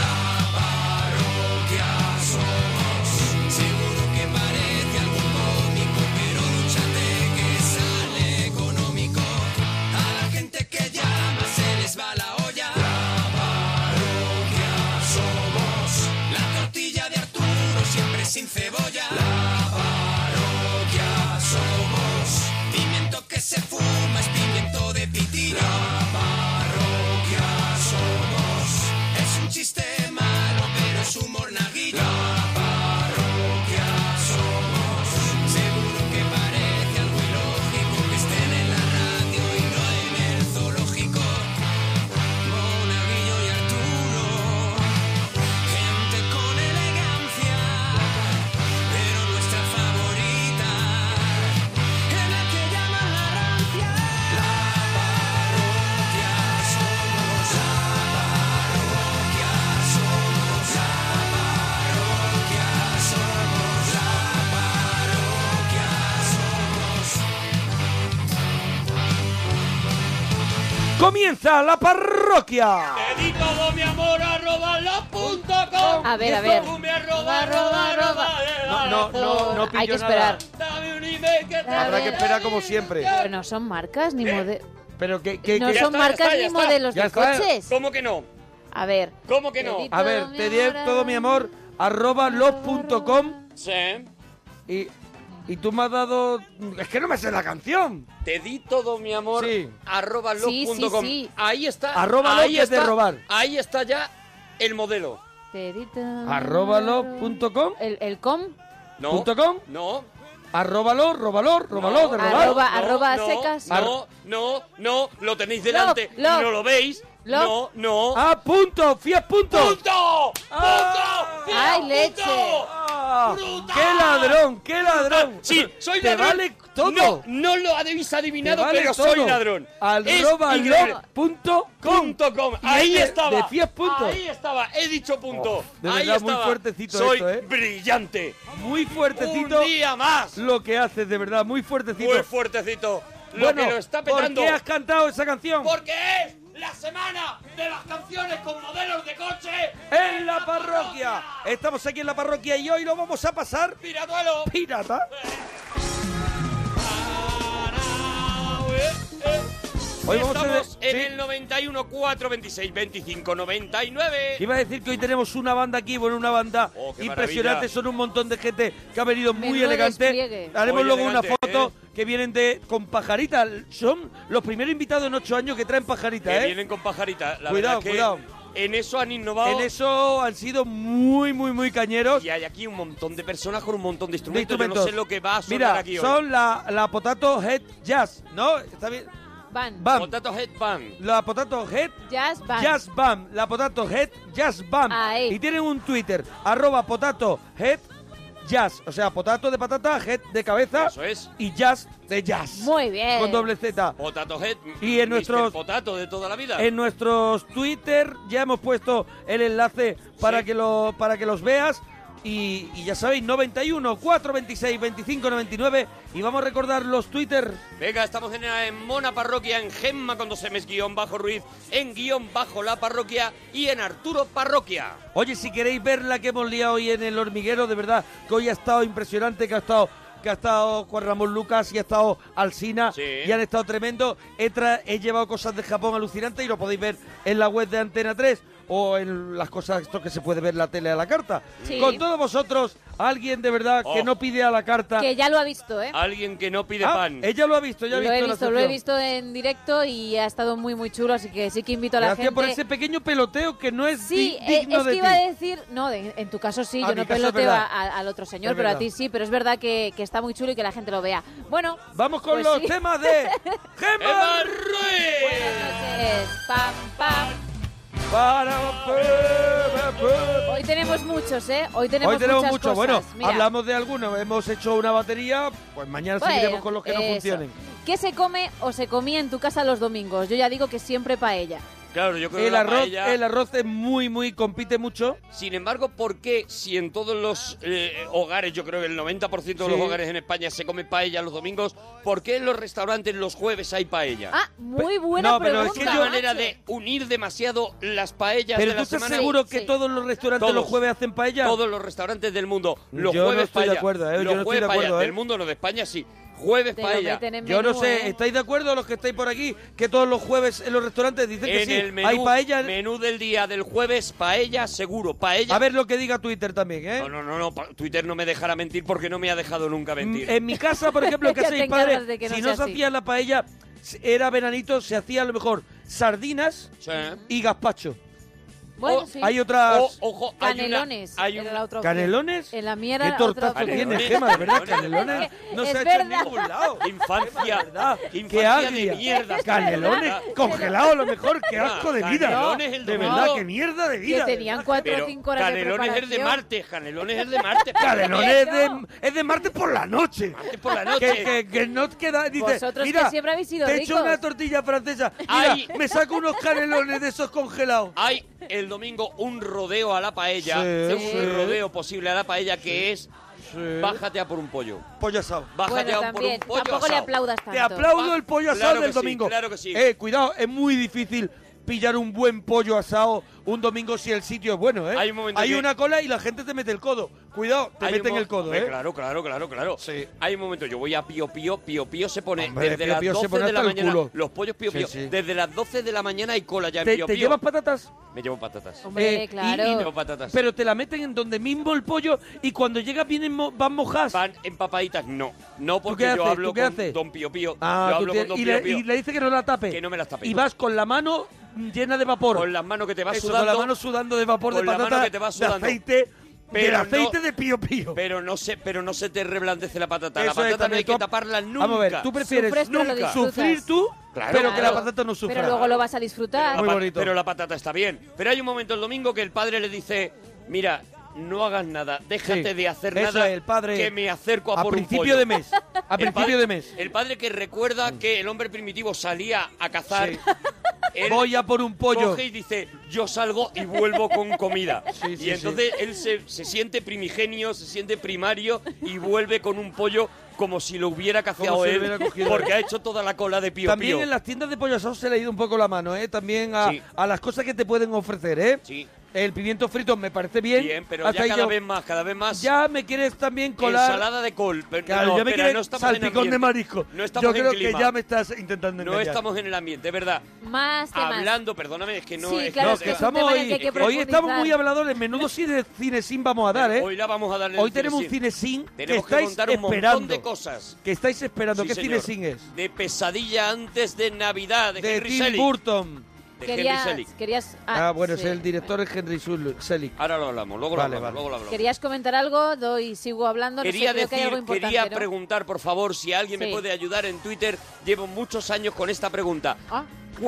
Sin cebolla, la parroquia somos. Pimiento que se fuma es pimiento de pitina. La parroquia somos. Es un chiste malo, pero es humor naguillo. La parroquia somos. Seguro que parece algo ilógico que estén en la radio y no en el zoológico. Monaguillo y Arturo, gente con elegancia. ¡Comienza la parroquia! Te di todo mi amor @la.com. A ver, a ver. No pillo Hay que esperar. nada. Dame un email que te Habrá que esperar como siempre. Pero no son marcas ni modelos. Pero que No Ya son está, marcas ya ni está. modelos Ya de está. coches. ¿Cómo que no? A ver. ¿Cómo que no? A ver, te di todo mi amor @los.com Sí. y tú me has dado... Es que no me sé la canción. Te di todo mi amor Sí. @los.com. Sí. Ahí está. Arroba lo ahí que es de está, robar. Ahí está ya el modelo. @los.com. El com. No. ¿Punto com? No. Róbalo de robar. Arroba secas. No, lo tenéis delante y Lo. no lo veis. Lo. No. ¡Punto! ¡Fiat punto! ¡Punto! ¡Ay, leche! ¡Ah! ¡Brutal! ¡Qué ladrón! Sí, soy Te ladrón. vale todo. No lo habéis adivinado, Te vale pero todo. soy ladrón. Es increíble. @lo.com. .com. Y Ahí es estaba. de Fiat punto. Ahí estaba. He dicho punto. Oh, de Ahí verdad, muy estaba. fuertecito Soy esto, ¿eh? brillante. Muy fuertecito Un día más. lo que haces, de verdad, muy fuertecito. Muy fuertecito. Lo Bueno, que lo está ¿por petando. qué has cantado esa canción? Porque es la semana de las canciones con modelos de coche En la parroquia. Estamos aquí en la parroquia y hoy lo vamos a pasar Piratuelo. pirata. Hoy vamos a Estamos ver- en sí. el 91 4 26 25 99. Iba a decir que hoy tenemos una banda aquí, bueno, una banda Oh, qué impresionante, maravilla. son un montón de gente que ha venido muy Menudo elegante. despliegue. Haremos Muy luego elegante, una foto que vienen con pajaritas. Son los primeros invitados en 8 años que traen pajaritas, Que ¿eh? vienen con pajarita. La Cuidado, verdad que cuidado. En eso han innovado. En eso han sido muy cañeros. Y hay aquí un montón de personas con un montón de De instrumentos. Yo no instrumentos. sé lo que va a sonar Mira, aquí hoy. son la Potato Head Jazz, ¿no? ¿Está bien? Van. Bam. Potato Headband. La Potato Head Jazz Van. Jazz Bam, la Potato Head Jazz Bam. Ahí. Y tienen un Twitter, @Potato Head Jazz. O sea, potato de patata, head de cabeza. Eso es. Y jazz de jazz. Muy bien. Con doble Z. Potato Head. Y en Mr. nuestros- Potato de toda la vida. En nuestros Twitter ya hemos puesto el enlace para, Sí. para que los veas. Y ya sabéis, 91 426 25 99. Y vamos a recordar los Twitter. Venga, estamos en Mona Parroquia, en Gemma con 2 M's _Ruiz, en _, la parroquia y en Arturo Parroquia. Oye, si queréis ver la que hemos liado hoy en el hormiguero, de verdad, que hoy ha estado impresionante, que ha estado Juan Ramón Lucas y ha estado Alsina Sí. y han estado tremendos. He llevado cosas de Japón alucinantes y lo podéis ver en la web de Antena 3 o en las cosas esto que se puede ver en la tele a la carta. Sí. Con todos vosotros, alguien de verdad que Oh. no pide a la carta. Que ya lo ha visto, ¿eh? Alguien que no pide Ah, pan. ella lo ha visto, ya ha Lo visto he la visto, sección. lo he visto en directo y ha estado muy chulo, así que sí que invito a la Gracias gente. por ese pequeño peloteo que no es Sí, digno es de que iba ti. a decir, no, en tu caso sí, A yo mi no caso es peloteo verdad. al otro señor, Es pero a verdad. ti sí, pero es verdad que está muy chulo y que la gente lo vea. Bueno, Vamos con pues los sí. temas de Gemma ¡Emma Ruiz! Buenas noches. Pam, pam. Hoy tenemos muchos, ¿eh? Hoy tenemos muchas mucho. cosas. Bueno, Mira, hablamos de algunos. Hemos hecho una batería. Pues mañana bueno, seguiremos con los que no eso. funcionen. ¿Qué se come o se comía en tu casa los domingos? Yo ya digo que siempre paella. Claro, yo creo que la paella... El arroz es muy, compite mucho. Sin embargo, ¿por qué si en todos los hogares, yo creo que el 90% de los hogares en España se come paella los domingos, ¿por qué en los restaurantes los jueves hay paella? Ah, muy buena pregunta. Es que es una manera de unir demasiado las paellas de la semana. ¿Pero tú estás seguro que todos los restaurantes los jueves hacen paella? Todos los restaurantes del mundo. Los yo jueves no estoy paella. de acuerdo, Los yo no estoy jueves de acuerdo, paella. Del mundo, no de España, sí. Jueves paella. Yo no sé, ¿estáis de acuerdo los que estáis por aquí? Que todos los jueves en los restaurantes dicen que sí. En el menú, hay paella. Menú del día del jueves, paella, seguro, paella. A ver lo que diga Twitter también, ¿eh? No, Twitter no me dejará mentir porque no me ha dejado nunca mentir. En mi casa, por ejemplo, en casa de mis padres, si no se hacía la paella, era veranito, se hacía a lo mejor sardinas y gazpacho. Bueno, sí. Hay otras... Ojo, canelones. Era la otra opción. ¿Canelones? En la mía ¿Qué era la otra tortazo opción. tienes, Gemma? De verdad, canelones no se ha hecho en ningún lado. Infancia, ¡Qué infancia agria! de mierda. Canelones congelados, lo mejor. ¡Qué asco de vida! Canelones el De domingo. verdad, qué mierda de vida. Que tenían 4 o 5 horas de Canelones es de preparación. martes, canelones es de martes. Canelones es de martes por la noche. Martes por la noche. Que no queda... Dice, Vosotros mira, que siempre habéis sido te he hecho ricos. una tortilla francesa. Mira, me saco unos canelones de esos congelados. Hay el domingo un rodeo a la paella, un rodeo posible a la paella que es bájate a por un pollo. Pollo asado. Bájate Bueno, a por un también, pollo tampoco asado. le aplaudas tanto. Te aplaudo el pollo asado Claro del que sí, domingo. claro que sí. Cuidado, es muy difícil pillar un buen pollo asado un domingo si el sitio es bueno, ¿eh? Hay un momento Hay que- una cola y la gente te mete el codo. Cuidado, te Hay un meten el codo, hombre, ¿eh? Claro. Sí. Hay un momento, yo voy a Pío Pío se pone Hombre, desde Pío las Pío se 12 pone de la hasta el mañana. culo. Los pollos Pío Pío, Sí. desde las 12 de la mañana hay cola ya en Pío ¿Te Pío. llevas patatas? Me llevo patatas. Hombre, claro. y- Llevo patatas. Pero te la meten en donde mismo el pollo y cuando llega vienen van mojadas. Van empapaditas, no. No ¿Tú porque qué yo haces? hablo ¿Tú qué con haces? Don Pío Pío. Ah, yo tú hablo tienes- con Don y Pío le, Pío. y le dice que no la tape. Que no me las tape. Y vas con la mano llena de vapor. Con las manos que te vas Eso, sudando. con la mano sudando de vapor con de la mano patata, que te va de sudando. aceite, Pero del aceite no- de Pío Pío. Pero no se te reblandece la patata. Eso La es, patata no hay también que taparla nunca. Vamos a ver, tú prefieres Sufres, pero lo nunca disfrutas. sufrir tú, Claro, pero que la claro. patata no sufra. Pero luego lo vas a disfrutar. Muy bonito. Pero la patata está bien. Pero hay un momento el domingo que el padre le dice, mira, no hagas nada, déjate Sí, de hacer eso nada, es, el padre, que me acerco a a por un principio pollo. de mes, a El principio padre- de mes. El padre que recuerda que el hombre primitivo salía a cazar. Sí. Él Voy a por un pollo. coge y dice, yo salgo y vuelvo con comida. Sí, sí, y entonces él se siente primigenio, se siente primario y vuelve con un pollo como si lo hubiera cazado Como si lo él, hubiera cogido porque él. ha hecho toda la cola de Pío También Pío. en las tiendas de pollo asado se le ha ido un poco la mano, ¿eh? También Sí. a las cosas que te pueden ofrecer, ¿eh? Sí. El pimiento frito me parece bien. Bien, pero Hasta ya ahí cada yo- vez más. Ya me quieres también colar... Ensalada de col. Pero Claro, no, ya me espera, quieres no estamos en salpicón de ambiente. marisco. No estamos Yo en creo clima. que ya me estás intentando No engañar. estamos en el ambiente, ¿verdad? Más temas. Hablando, perdóname, es que no... Sí, es claro, No, es que que es un estamos tema en el hoy, que hay que hoy estamos profundizar. muy habladores. Menudo cinesín vamos a dar, ¿eh? Hoy la vamos a darle Hoy el tenemos un cinesín. cinesín que Tenemos que estáis contar un esperando. montón de cosas. Que estáis esperando. Sí, ¿Qué señor. cinesín es? De Pesadilla antes de Navidad, de, De Henry Tim Selick. Burton. De Henry Selick. Querías, Bueno, sí. es el director es Henry Selick. Ahora lo hablamos, luego Vale, lo hablamos, vale. luego lo hablamos. Querías comentar algo, sigo hablando. No sé, creo que hay algo importante, quería ¿no? preguntar, por favor, si alguien me Sí. puede ayudar en Twitter. Llevo muchos años con esta pregunta. Ah.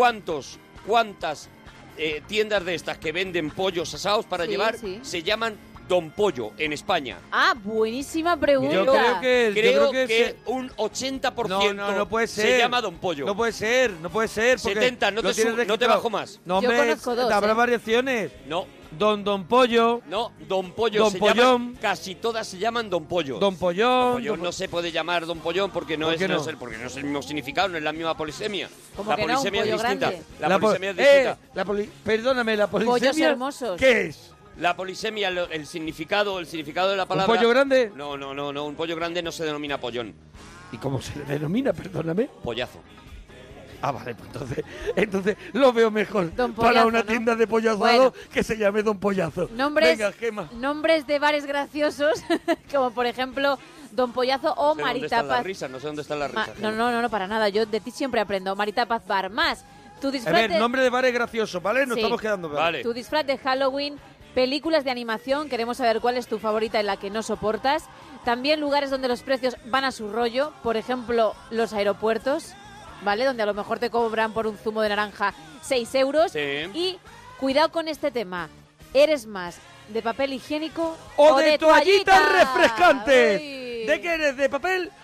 ¿Cuántas tiendas de estas que venden pollos asados para Sí, llevar sí. se llaman Don Pollo en España? Ah, buenísima pregunta. Yo creo que... Creo yo creo que un 80% no puede ser. se llama Don Pollo. No puede ser. Porque 70, no lo te tienes no te registrado. bajo más. No, Yo hombre, conozco dos, habrá ¿eh? variaciones. No, Don Pollo, no, Don Pollo Don se Pollón. llaman, casi todas se llaman Don Pollo. Don Pollón. Pollón no se puede llamar Don Pollón porque no ¿Por es, qué no no? es el, porque no es el mismo significado, no es la misma polisemia. ¿Cómo La que no? Un polisemia es pollo distinta. grande. La polisemia es distinta. Perdóname, la polisemia... Pollos hermosos. ¿Qué es? La polisemia, el significado de la palabra... ¿Un pollo grande? No, un pollo grande no se denomina pollón, ¿Y cómo se le denomina? Perdóname. pollazo. Ah, vale, pues entonces lo veo mejor Don para Pollazo, una ¿no? tienda de pollo asado Bueno. que se llame Don Pollazo. Nombres, Venga, Gema. nombres de bares graciosos, como por ejemplo Don Pollazo o No sé dónde Marita están las Paz. risas, no sé dónde están las risas. No, para nada. Yo de ti siempre aprendo. Marita Paz Bar. Más, tu A disfraz, ver, nombre de bar es gracioso, ¿vale? Nos Sí. estamos quedando. Vale. tu disfraz de Halloween, películas de animación. Queremos saber cuál es tu favorita y la que no soportas. También lugares donde los precios van a su rollo. Por ejemplo, los aeropuertos, ¿vale? Donde a lo mejor te cobran por un zumo de naranja 6 euros. Sí. Y cuidado con este tema. ¿Eres más de papel higiénico O de toallitas toallita? refrescantes. Uy. ¿De qué eres? ¿De papel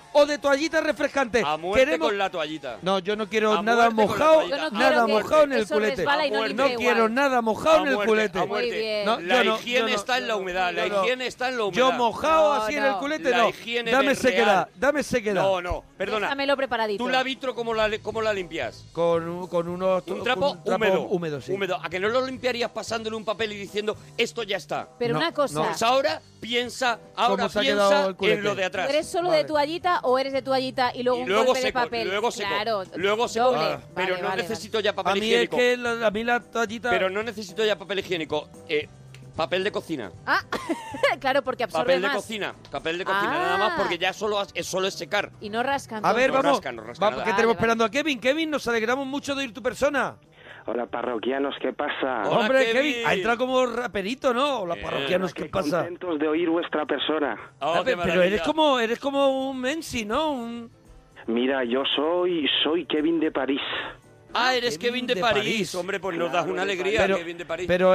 o de toallita refrescante. A muerte Queremos... con la toallita. No, yo no quiero A nada muerte con la mojado, toallita. Yo no nada quiero que mojado en el eso culete. resbala y no A limpie No quiero igual. nada mojado A en el muerte, culete. a muerte. Muy bien. No, La yo no, higiene yo no. está en la humedad, la Yo no. higiene está en la humedad. Yo mojado No, así en no. el culete, La no. higiene Dame del sequedad, real. dame sequedad. No, perdona. Déjamelo preparadito. ¿Tú la vitro cómo la limpias? Con unos... Un trapo, húmedo, sí. húmedo. ¿A que no lo limpiarías pasándole un papel y diciendo esto ya está? Pero No, una cosa, Pues ahora piensa ¿Cómo se ha quedado piensa el culete? en lo de ¿tú atrás. eres solo Vale. de toallita o eres de toallita y luego Y un luego golpe de seco, papel? luego seco. Claro, Luego seco. doble. Ah. Pero Vale, no vale, necesito ya A papel mí es higiénico. que a mí la toallita... Pero no necesito ya papel higiénico. Papel de cocina. Ah, claro, porque absorbe Papel de más. cocina. Papel de cocina, Ah. nada más porque ya solo es secar. Y no rascan. A ver, No vamos. rasca, no rasca Vamos, nada. que Vale, tenemos vale. esperando a Kevin. Kevin, nos alegramos mucho de oír tu persona. Hola parroquianos, ¿qué pasa? Hola, Hombre, Kevin. Ha entrado como raperito, ¿no? Hola, parroquianos, ¿qué Qué pasa? contentos de oír vuestra persona. Oh, Ah, qué pero maravilla. eres como un Mensi, ¿no? Mira, yo soy Kevin de París. Ah, eres Kevin Kevin de de París. París. Hombre, pues nos Claro, das una de alegría, Pero, Kevin de París. pero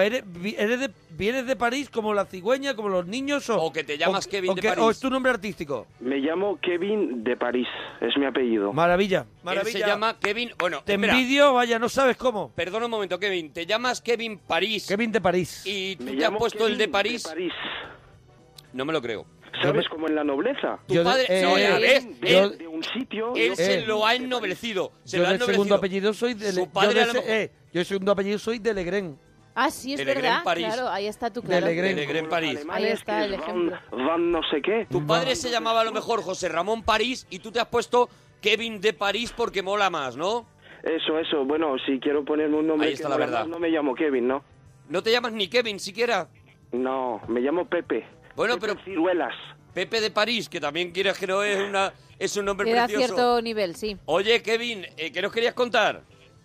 vienes de París como la cigüeña, como los niños O que te llamas Kevin de París. O es tu nombre artístico. Me llamo Kevin de París, es mi apellido. Maravilla, Él maravilla. se llama Kevin... Bueno, Te espera. envidio, vaya, no sabes cómo. Perdona un momento, Kevin. Te llamas Kevin París Kevin de París. y tú Me te has llamo puesto Kevin el de París. de París. No me lo creo. ¿Sabes como en la nobleza? Tu Yo padre... de- no, ya ves, yo- él, De un sitio... él yo- se eh, lo ha ennoblecido. Se Yo lo ha de ennoblecido. segundo apellido soy de... Su padre a lo mejor- yo de segundo apellido soy de Legrén. Ah, sí, es De Legrand, verdad. París. Claro, ahí está tu De claro. Legrand. De Legrand, como los París. alemanes, Ahí está que el es ejemplo. Van no sé qué. Tu padre se llamaba a lo mejor José Ramón París y tú te has puesto Kevin de París porque mola más, ¿no? Eso. Bueno, si quiero ponerme un nombre Ahí está que la mola verdad. más, no me llamo Kevin, ¿no? No te llamas ni Kevin siquiera. No, me llamo Pepe. Bueno, Pepe pero Ciruelas. Pepe de París, que también quieres que no es un nombre Te da precioso. cierto nivel, sí. Oye, Kevin, ¿qué nos querías contar?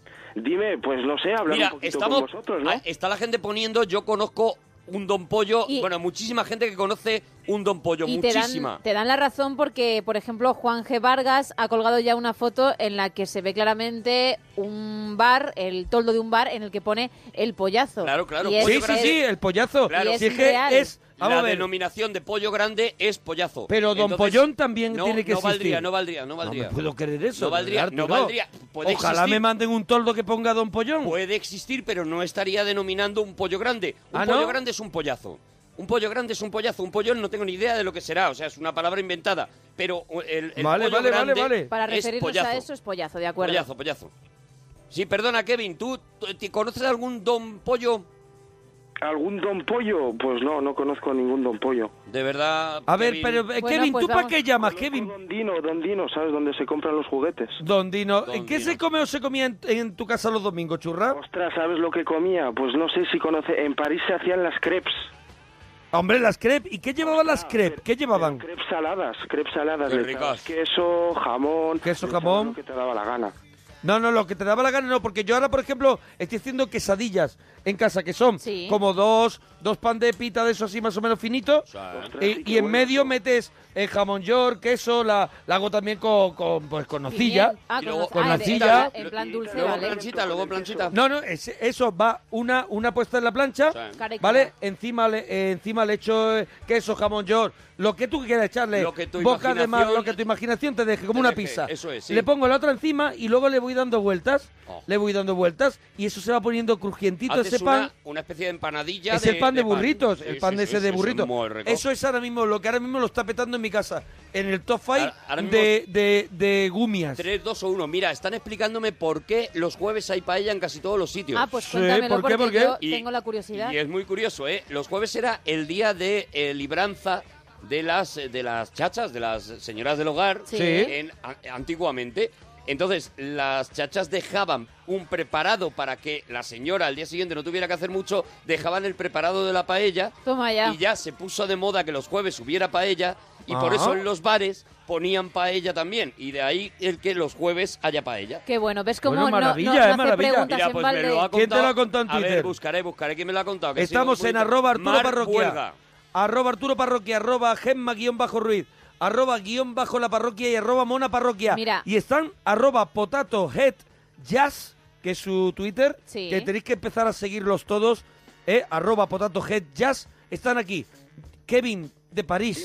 Dime, pues no sé, hablar Mira, un poquito estamos, con vosotros, ¿no? está la gente poniendo, yo conozco un Don Pollo, Y- bueno, muchísima gente que conoce un Don Pollo, Y muchísima. te dan la razón porque, por ejemplo, Juan G. Vargas ha colgado ya una foto en la que se ve claramente un bar, el toldo de un bar en el que pone el pollazo. Claro, claro, Y es- pollo Sí, grande. sí, el pollazo. Claro. Y Si es es que real. es... Vamos La a ver. denominación de pollo grande es pollazo. Pero Don Pollón también no, tiene que no existir. valdría, no valdría, no No valdría. me puedo creer eso. No valdría, ¿verdad, no Arturo? valdría. Puede Ojalá existir. me manden un toldo que ponga Don Pollón. Puede existir, pero no estaría denominando un pollo grande. Un ¿Ah, pollo no? grande es un pollazo. Un pollo grande es un pollazo. Un pollón no tengo ni idea de lo que será. O sea, es una palabra inventada. Pero el Vale, pollo vale, grande vale. Para es referirnos pollazo. a eso es pollazo, de acuerdo. Pollazo. Sí, perdona, Kevin, ¿tú te conoces algún Don Pollo? ¿Algún Don Pollo? Pues no conozco ningún Don Pollo. De verdad, A ver, Kevin. pero Bueno, Kevin, pues ¿tú para vamos. qué llamas, Conozco Kevin? Don Dino, ¿sabes dónde se compran los juguetes? Don Dino. Don ¿Qué Dino. se come o se comía en tu casa los domingos, churra? Ostras, ¿sabes lo que comía? Pues no sé si conoce. En París se hacían las crepes. Hombre, las crepes. ¿Y qué llevaban las crepes? ¿Qué llevaban? Crepes saladas. Qué Le ricas. echabas queso, jamón. Queso, le echabas jamón. Lo que te daba la gana. No, lo que te daba la gana no, porque yo ahora, por ejemplo, estoy haciendo quesadillas en casa, que son Sí. como dos pan de pita de eso así más o menos finito, Ostras, y, sí, y qué en bueno medio eso. metes jamón york, queso, la hago también con nocilla. Pimienta. Ah, Y luego con ah, nocilla. en plan dulce, Luego vale. planchita. No, eso va una puesta en la plancha, Sí. Cara y ¿vale? cara. Encima le echo queso, jamón york, lo que tú quieras echarle, Lo que tu boca de mar, imaginación lo que tu imaginación te deje, como te una deje, pizza. eso es, sí. Le pongo la otra encima y luego le voy dando vueltas, y eso se va poniendo crujientito Haces ese pan. una especie de empanadilla. Es el pan de pan. burritos, Sí, el pan sí, de sí, ese de sí, burritos. muy rico. Eso es ahora mismo lo que ahora mismo lo está petando en mi casa, en el top 5 Ahora mismo- de gumias. 3, 2 o 1. Mira, están explicándome por qué los jueves hay paella en casi todos los sitios. Ah, pues Sí, cuéntamelo ¿por qué? porque ¿Por qué? yo tengo la curiosidad. Y es muy curioso, ¿eh? Los jueves era el día de libranza de las chachas, de las señoras del hogar, Sí. antiguamente. Entonces, las chachas dejaban un preparado para que la señora al día siguiente no tuviera que hacer mucho, dejaban el preparado de la paella Toma ya. y ya se puso de moda que los jueves hubiera paella y por Ah. eso en los bares ponían paella también y de ahí el que los jueves haya paella. Qué bueno, ¿ves cómo Bueno, no maravilla, hace maravilla. preguntas Mira, en pues me balde? lo ha ¿Quién te contado. lo ha contado en A ver, Twitter? buscaré quién me lo ha contado. que Estamos sigo en muy- arroba Arturo Mar Parroquia, Huelga. arroba Arturo Parroquia, arroba Gemma-Ruiz, arroba _la parroquia y arroba Mona Parroquia. Mira. Y están arroba Potato Head Jazz, que es su Twitter, Sí. que tenéis que empezar a seguirlos todos, arroba Potato Head Jazz. Están aquí. Kevin de París. Dime.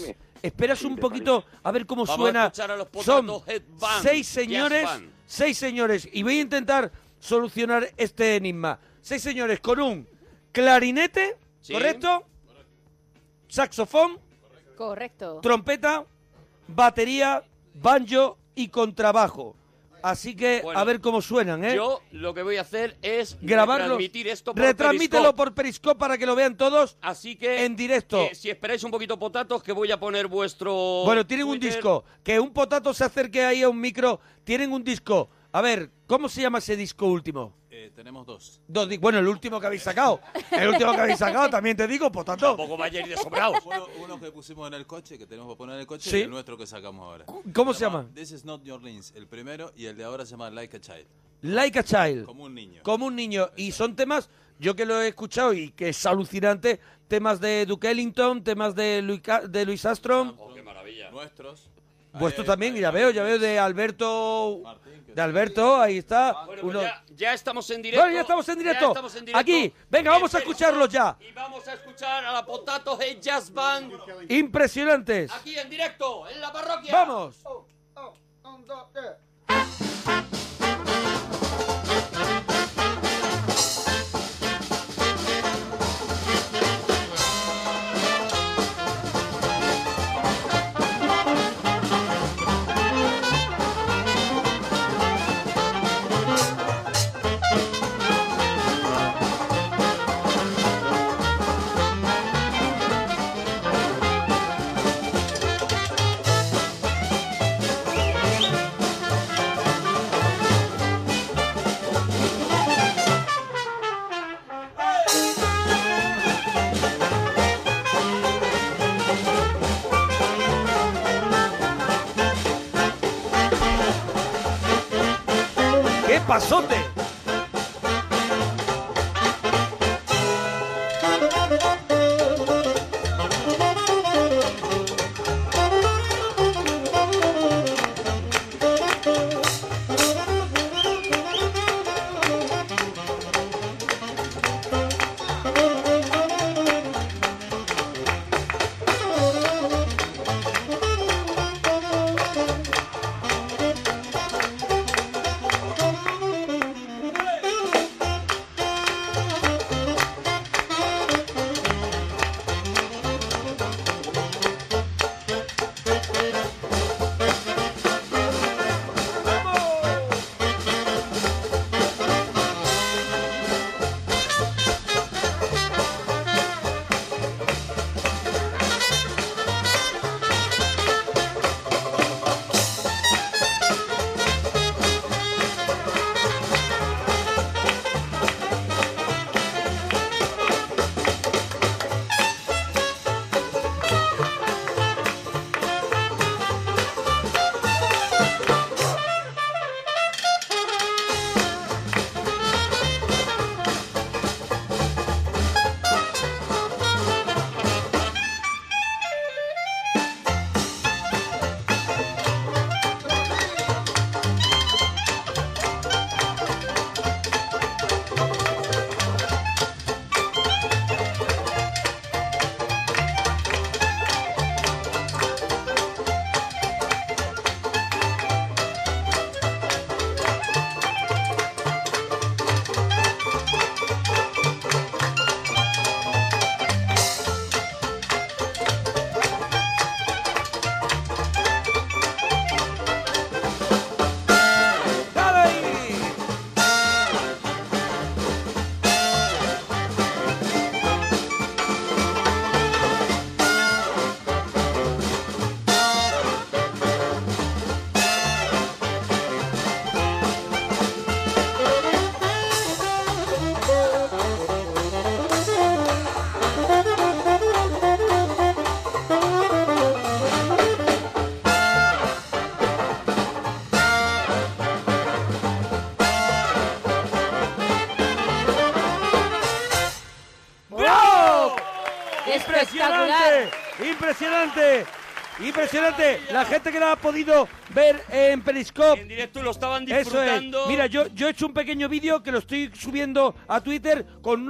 esperas Sí, un te poquito a ver cómo Vamos a suena. escuchar a los Son Potato Head Band, 6 Jazz señores, Band. 6 señores, y voy a intentar solucionar este enigma. 6 señores con un clarinete, Sí. ¿correcto? Saxofón, Correcto. trompeta, batería, banjo y contrabajo. Así que Bueno, a ver cómo suenan, ¿eh? Yo lo que voy a hacer es Grabarlo. transmitir esto por Retransmítelo Periscope. por Periscope para que lo vean todos. Así que en directo. Si esperáis un poquito potatos, que voy a poner vuestro Bueno, tienen un Twitter. disco. Que un potato se acerque ahí a un micro. Tienen un disco. A ver, ¿cómo se llama ese disco último? Tenemos dos. Bueno, el último que habéis sacado. El último que habéis sacado, también te digo, potato. Tampoco vaya a ir de sobraos. Uno que pusimos en el coche, que tenemos que poner en el coche, Sí. y el nuestro que sacamos ahora. ¿Cómo se llama? This is not your Orleans, el primero, y el de ahora se llama Like a Child. Like a Child. Como un niño. Como un niño. Y son temas, yo que lo he escuchado y que es alucinante, temas de Duke Ellington, temas de Louis Armstrong. Oh, qué maravilla. Nuestros. Vuestro Ahí- también, ahí- ya veo, de Alberto. Martín, que- De Alberto, ahí está. Bueno, Uno- pues ya estamos en directo. Bueno, ya estamos en directo. Ya estamos en directo. Aquí, venga, vamos a En escucharlos ya. Y vamos a escuchar a la Potato Head Jazz Band Impresionantes. aquí en directo, en la parroquia. Vamos. ¡Qué pasote! ¡Dale ahí! ¡Bravo! ¡Espectacular! ¡Impresionante! ¡Impresionante! ¡Impresionante! La gente que no ha podido ver en Periscope. En directo lo estaban Eso es. disfrutando. Mira, yo he hecho un pequeño vídeo que lo estoy subiendo a Twitter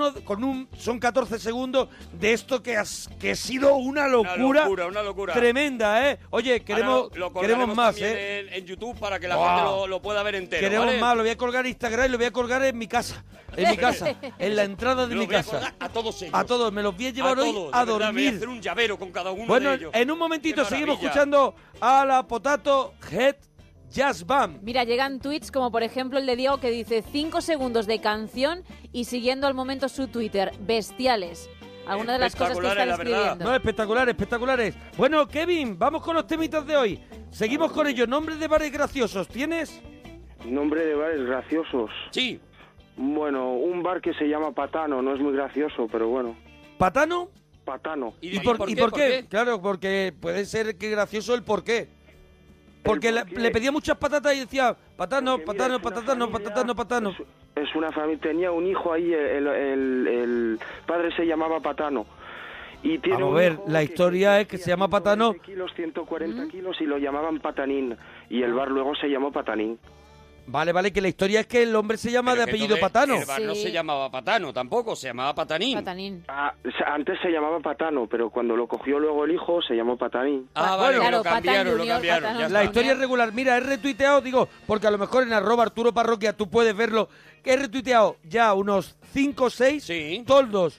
son 14 segundos de esto que ha sido una locura. Una locura. Tremenda, ¿eh? Oye, queremos más, ¿eh? En YouTube para que la Wow. gente lo pueda ver entero. Queremos ¿vale? más, lo voy a colgar en Instagram y lo voy a colgar en mi casa. En mi casa, en la entrada de Lo mi voy a casa. colgar a todos ellos. A todos, me los voy a llevar hoy todos, a de verdad, dormir. Voy a hacer un llavero con cada uno Bueno, de ellos. en un momentito Qué seguimos maravilla. escuchando a la Potato Head Jazz Band. Mira, llegan tweets como por ejemplo el de Diego que dice 5 segundos de canción y siguiendo al momento su Twitter. Bestiales. Algunas de las cosas que están Espectaculares, la verdad. escribiendo. No, espectaculares, espectaculares. Bueno, Kevin, vamos con los temitas de hoy. Seguimos con ellos. Nombres de bares graciosos, ¿tienes? Nombre de bares graciosos. Sí. Bueno, un bar que se llama Patano, no es muy gracioso, pero bueno. ¿Patano? Patano. ¿Y por qué? Claro, porque puede ser que gracioso el por qué. Porque El por qué. le pedía muchas patatas y decía, patano, Porque, mira, patano, es una patano, familia- patano, patano. Es una familia, tenía un hijo ahí, el padre se llamaba Patano. Y tiene Vamos a un ver, hijo la historia es que se llama Patano. 120 kilos, 140 kilos y lo llamaban Patanín. Y el bar luego se llamó Patanín. Vale, que la historia es que el hombre se llama Pero de que apellido entonces Patano. El bar no Sí. se llamaba Patano tampoco, se llamaba Patanín. Patanín. Antes se llamaba Patano, pero cuando lo cogió luego el hijo se llamó Patanín. Ah, Bueno, vale, claro, lo cambiaron, Patán lo Junior, cambiaron. Patán Ya La está. historia es regular. Mira, he retuiteado, digo, porque a lo mejor en @Arturo Parroquia tú puedes verlo, que he retuiteado ya unos 5 o 6 Sí. toldos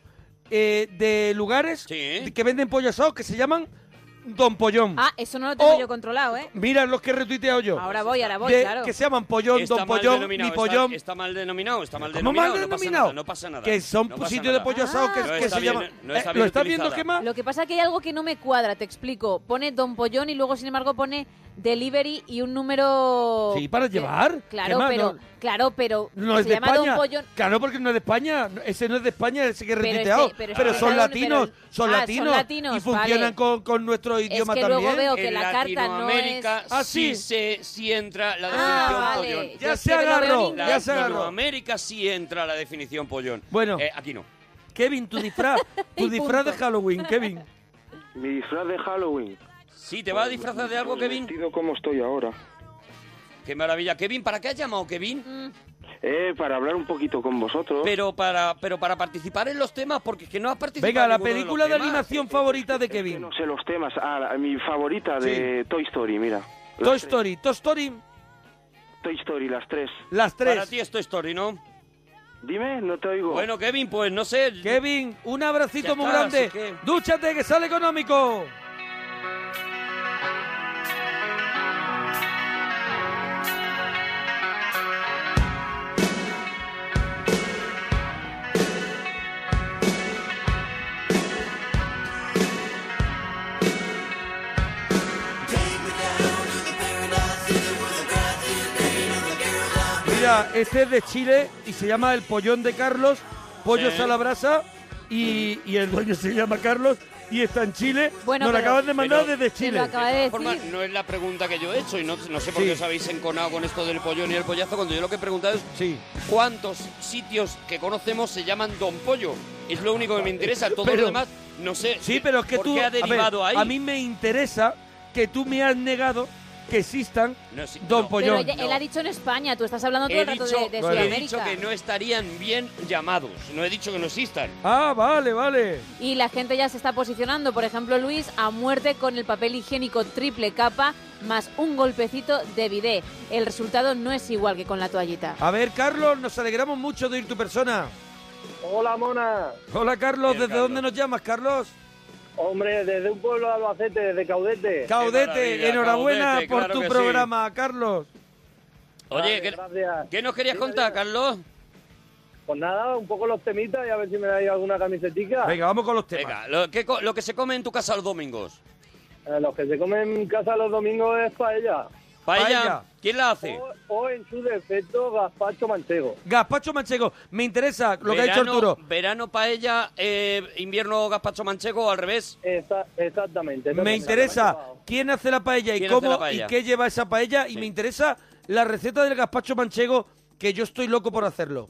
de lugares Sí. que venden pollo asado que se llaman Don Pollón. Ah, eso no lo tengo Oh. yo controlado, ¿eh? Mira los que he retuiteado yo. Ahora voy, De- claro. Que se llaman Pollón, Está Don mal Pollón, denominado, Mi Pollón. Está mal denominado, está mal ¿Cómo denominado. mal no pasa denominado? nada, no pasa nada. Que son no pasa sitios de nada. pollo asado No que está se bien, llaman... no está ¿Lo bien estás viendo, utilizada. Gemma? Lo que pasa es que hay algo que no me cuadra, te explico. Pone Don Pollón y luego, sin embargo, pone delivery y un número... Sí, para llevar. Claro, Gemma, pero... no- Claro, pero... No se es de llama España. Don Pollón... Claro, porque no es de España. Ese no es de España, ese que he Pero retuiteado. este- pero Pero este son está- latinos, pero- son son latinos. latinos, Y funcionan vale. con nuestro idioma que también. luego veo que En la carta no es... Latinoamérica Ah, sí, sí. sí entra la Ah, definición vale. pollón. Ya Yo se es que lo veo en agarró, inglés. ya se agarró. Latinoamérica sí entra la definición pollón. Bueno. Aquí no. Kevin, tu disfraz Y de punto. Halloween, Kevin. Mi disfraz de Halloween. ¿Sí te vas a disfrazar de algo, Pues Kevin? vestido como estoy ahora. Qué maravilla. Kevin, ¿para qué has llamado, Kevin? Para hablar un poquito con vosotros. Pero para participar en los temas, porque es que no has participado Venga, en la ninguno de película los de temas. animación favorita de Que Kevin. no sé los temas. Mi favorita de Toy Story, mira. Toy Story, Toy Story, las tres. las Para tres. ti es Toy Story, ¿no? Dime, no te oigo. Bueno, Kevin, pues no sé. Kevin, un abracito Ya muy está, grande. así que- Dúchate, que sale económico. Mira, este es de Chile y se llama El Pollón de Carlos, pollos Sí. a la brasa, y el dueño se llama Carlos y está en Chile. Bueno, Nos lo pero- acaban de mandar pero- desde Se Chile. lo acaba de De decir. todas formas, no es la pregunta que yo he hecho y no sé por Sí. qué os habéis enconado con esto del pollón y el pollazo, cuando yo lo que he preguntado es Sí. cuántos sitios que conocemos se llaman Don Pollo. Es lo único que me interesa. Todo Pero- lo demás, no sé. Sí, pero es que ¿por tú... qué ha a ver, derivado ahí? a mí me interesa que tú me has negado que existan No, sí, Don no. Pollón. Pero él ha dicho en España, tú estás hablando todo He el rato dicho, de Vale. he Sudamérica. dicho que no estarían bien llamados. No he dicho que no existan. Ah, vale. Y la gente ya se está posicionando, por ejemplo, Luis, a muerte con el papel higiénico triple capa más un golpecito de bidé. El resultado no es igual que con la toallita. A ver, Carlos, nos alegramos mucho de oír tu persona. Hola, mona. Hola, Carlos. Bien, ¿Desde Carlos. dónde nos llamas, Carlos? Hombre, desde un pueblo de Albacete, desde Caudete. Caudete, maravilla, enhorabuena Caudete, por claro tu que programa, Carlos. Oye, Vale, ¿qué, gracias. qué nos querías Dime, contar, dime. Carlos? Pues nada, un poco los temitas y a ver si me dais alguna camisetica. Venga, vamos con los temas. Venga, lo que se come en tu casa los domingos. Los que se comen en casa los domingos es paella. Paella. Paella. ¿Quién la hace? O en su defecto, gazpacho manchego. Gazpacho manchego, me interesa lo que ha dicho Arturo. Verano paella, invierno gazpacho manchego o al revés. Exactamente. Me interesa quién hace la paella y ¿Quién hace cómo la paella? y qué lleva esa paella. Y Sí. me interesa la receta del gazpacho manchego, que yo estoy loco por hacerlo.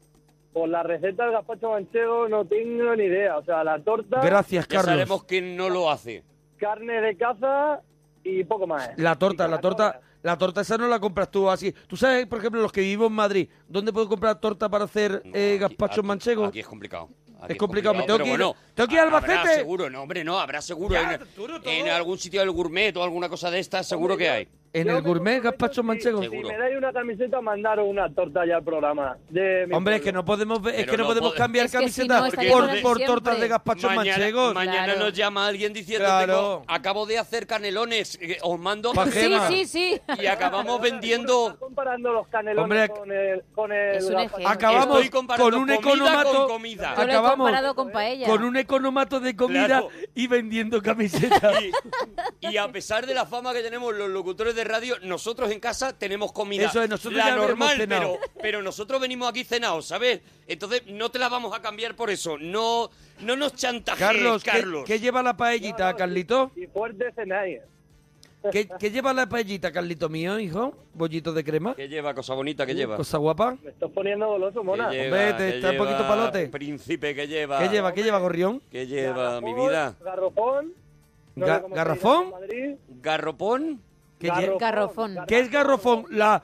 Por la receta del gazpacho manchego no tengo ni idea. O sea, la torta, Gracias, Ya Carlos. sabemos quién no lo hace. carne de caza y poco más. La torta, La torta esa no la compras tú así. Tú sabes, por ejemplo, los que vivimos en Madrid, ¿dónde puedo comprar torta para hacer gazpachos manchegos? Aquí es complicado. Es complicado, me pero tengo que ir, bueno, tengo que ir a Albacete. Habrá seguro, no, hombre, no, habrá seguro. Ya, en, todo. en algún sitio del gourmet o alguna cosa de estas, seguro que hay. En Yo el me gourmet, comprometo, gazpachos manchegos. Si me dais una camiseta, mandaros una torta ya al programa. De mi Hombre, es pueblo. que no podemos, es Pero que no no podemos pode- cambiar Es que si camisetas no, estaríamos por, aquí por siempre. tortas de gazpachos manchegos. Mañana Claro. nos llama alguien diciendo Claro. acabo de hacer canelones, os mando Pa' Sí, Gema. sí. y acabamos Estás vendiendo. comparando los canelones Hombre, con el Es un gazpacho. ejemplo. Acabamos Estoy comparando con un comida economato. con comida. Yo lo he Acabamos comparado con paella. con un economato de comida Claro. y vendiendo camisetas. Y a pesar de la fama que tenemos los locutores de radio, nosotros en casa tenemos comida. Eso es, nosotros la ya hemos normal, cenado. pero nosotros venimos aquí cenados, ¿sabes? Entonces no te la vamos a cambiar por eso. No nos chantajees, Carlos, Carlos. ¿qué lleva la paellita, Carlito? Y fuerte cenáis. ¿Qué lleva la paellita, Carlito mío, hijo? ¿Bollito de crema? ¿Qué lleva? Cosa bonita que lleva. ¿Cosa guapa? Me estás poniendo goloso, mona. ¿Qué Hombre, ¿Qué está un poquito lleva, palote. Príncipe, ¿qué lleva? ¿Qué lleva? ¿Qué lleva, gorrión? ¿Qué lleva, mi Garrafón, vida? Garrofón. No sé cómo se ¿Garrafón? dice en Madrid. ¿Garropón? ¿Qué, Garrofón. ¿Qué es garrofón?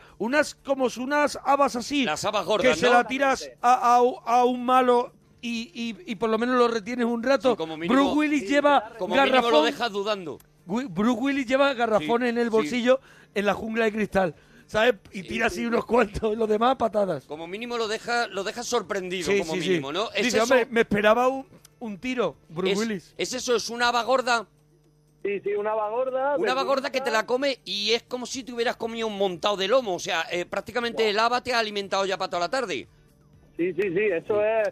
Unas habas así. Las habas gordas, que se ¿no? la tiras a un malo y por lo menos lo retienes un rato. Sí, como mínimo- Bruce Willis lleva Como mínimo lo garrafón. dejas dudando. Bruce Willis lleva garrafón Sí, en el sí. bolsillo en la jungla de cristal. ¿Sabes? Y tira así unos cuantos y los demás patadas. Como mínimo lo dejas sorprendido, Sí, como sí, sí. mínimo, ¿no? ¿Es Dice, eso? hombre, me esperaba un tiro, Bruce ¿Es, Willis. ¿Es eso? ¿Es una haba gorda? Sí, una haba gorda. Una haba gorda que te la come y es como si te hubieras comido un montado de lomo. O sea, prácticamente el haba te ha alimentado ya para toda la tarde. Sí, eso es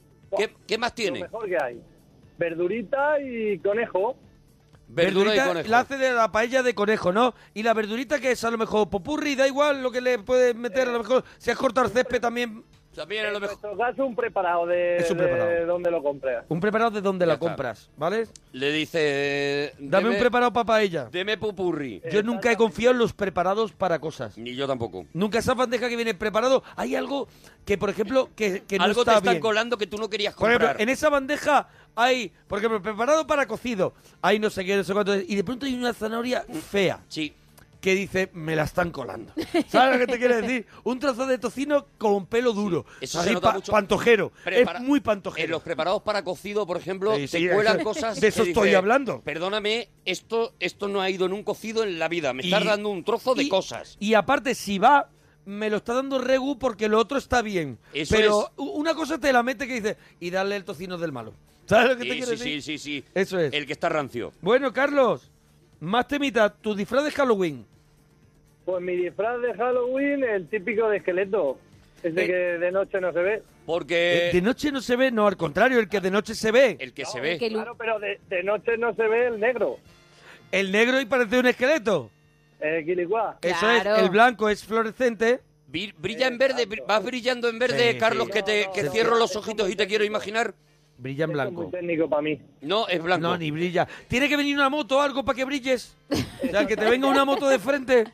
¿Qué más lo tiene? mejor que hay. Verdurita y conejo. Verdura y Verdurita conejo. la hace de la paella de conejo, ¿no? Y la verdurita que es a lo mejor popurri, da igual lo que le puedes meter, a lo mejor si has cortado el césped también. También a lo En mejor. nuestro caso, un preparado de, Es un preparado. de donde lo compras. Un preparado de donde Ya la está. compras, ¿vale? Le dice... Dame un preparado para paella. Deme pupurri. Yo nunca he confiado en los preparados para cosas. Ni yo tampoco. Nunca esa bandeja que viene preparado. Hay algo que, por ejemplo, que no Algo te está está bien. colando que tú no querías Por comprar. ejemplo, en esa bandeja hay, por ejemplo, preparado para cocido. Hay no sé qué, no sé cuánto. Y de pronto hay una zanahoria fea Sí. que dice, me la están colando. ¿Sabes lo que te quiero decir? Un trozo de tocino con pelo duro. Eso Así se nota mucho. pantojero. Prepara- Es muy En pantojero. los preparados para cocido, por ejemplo, Sí, sí, te cuelan eso- cosas de eso que estoy dices, hablando. Perdóname, esto no ha ido en un cocido en la vida. Me estás Y- dando un trozo de cosas. Y aparte, si va, me lo está dando Regu porque lo otro está bien. Eso Pero es. una cosa te la mete que dice, y darle el tocino del malo. ¿Sabes lo que te Sí, quiero sí, decir? sí, sí. Eso es. El que está rancio. Bueno, Carlos, más temita. Tu disfraz de Halloween. Pues mi disfraz de Halloween, el típico de esqueleto. Ese que de noche no se ve. Porque De noche no se ve, no, al contrario, el que de noche se ve. el que se ve. Que lu- Claro, pero de noche no se ve el negro. El negro y parece un esqueleto. Quilicuá. Eso es, Claro. el blanco es fluorescente. Brilla en verde, vas brillando en verde, Sí, Carlos, sí. que No, cierro no, los es ojitos y te quiero imaginar. Brilla en Eso es blanco. muy técnico para mí. No, es blanco. No, ni brilla. Tiene que venir una moto o algo para que brilles. O sea, que te venga una moto de frente.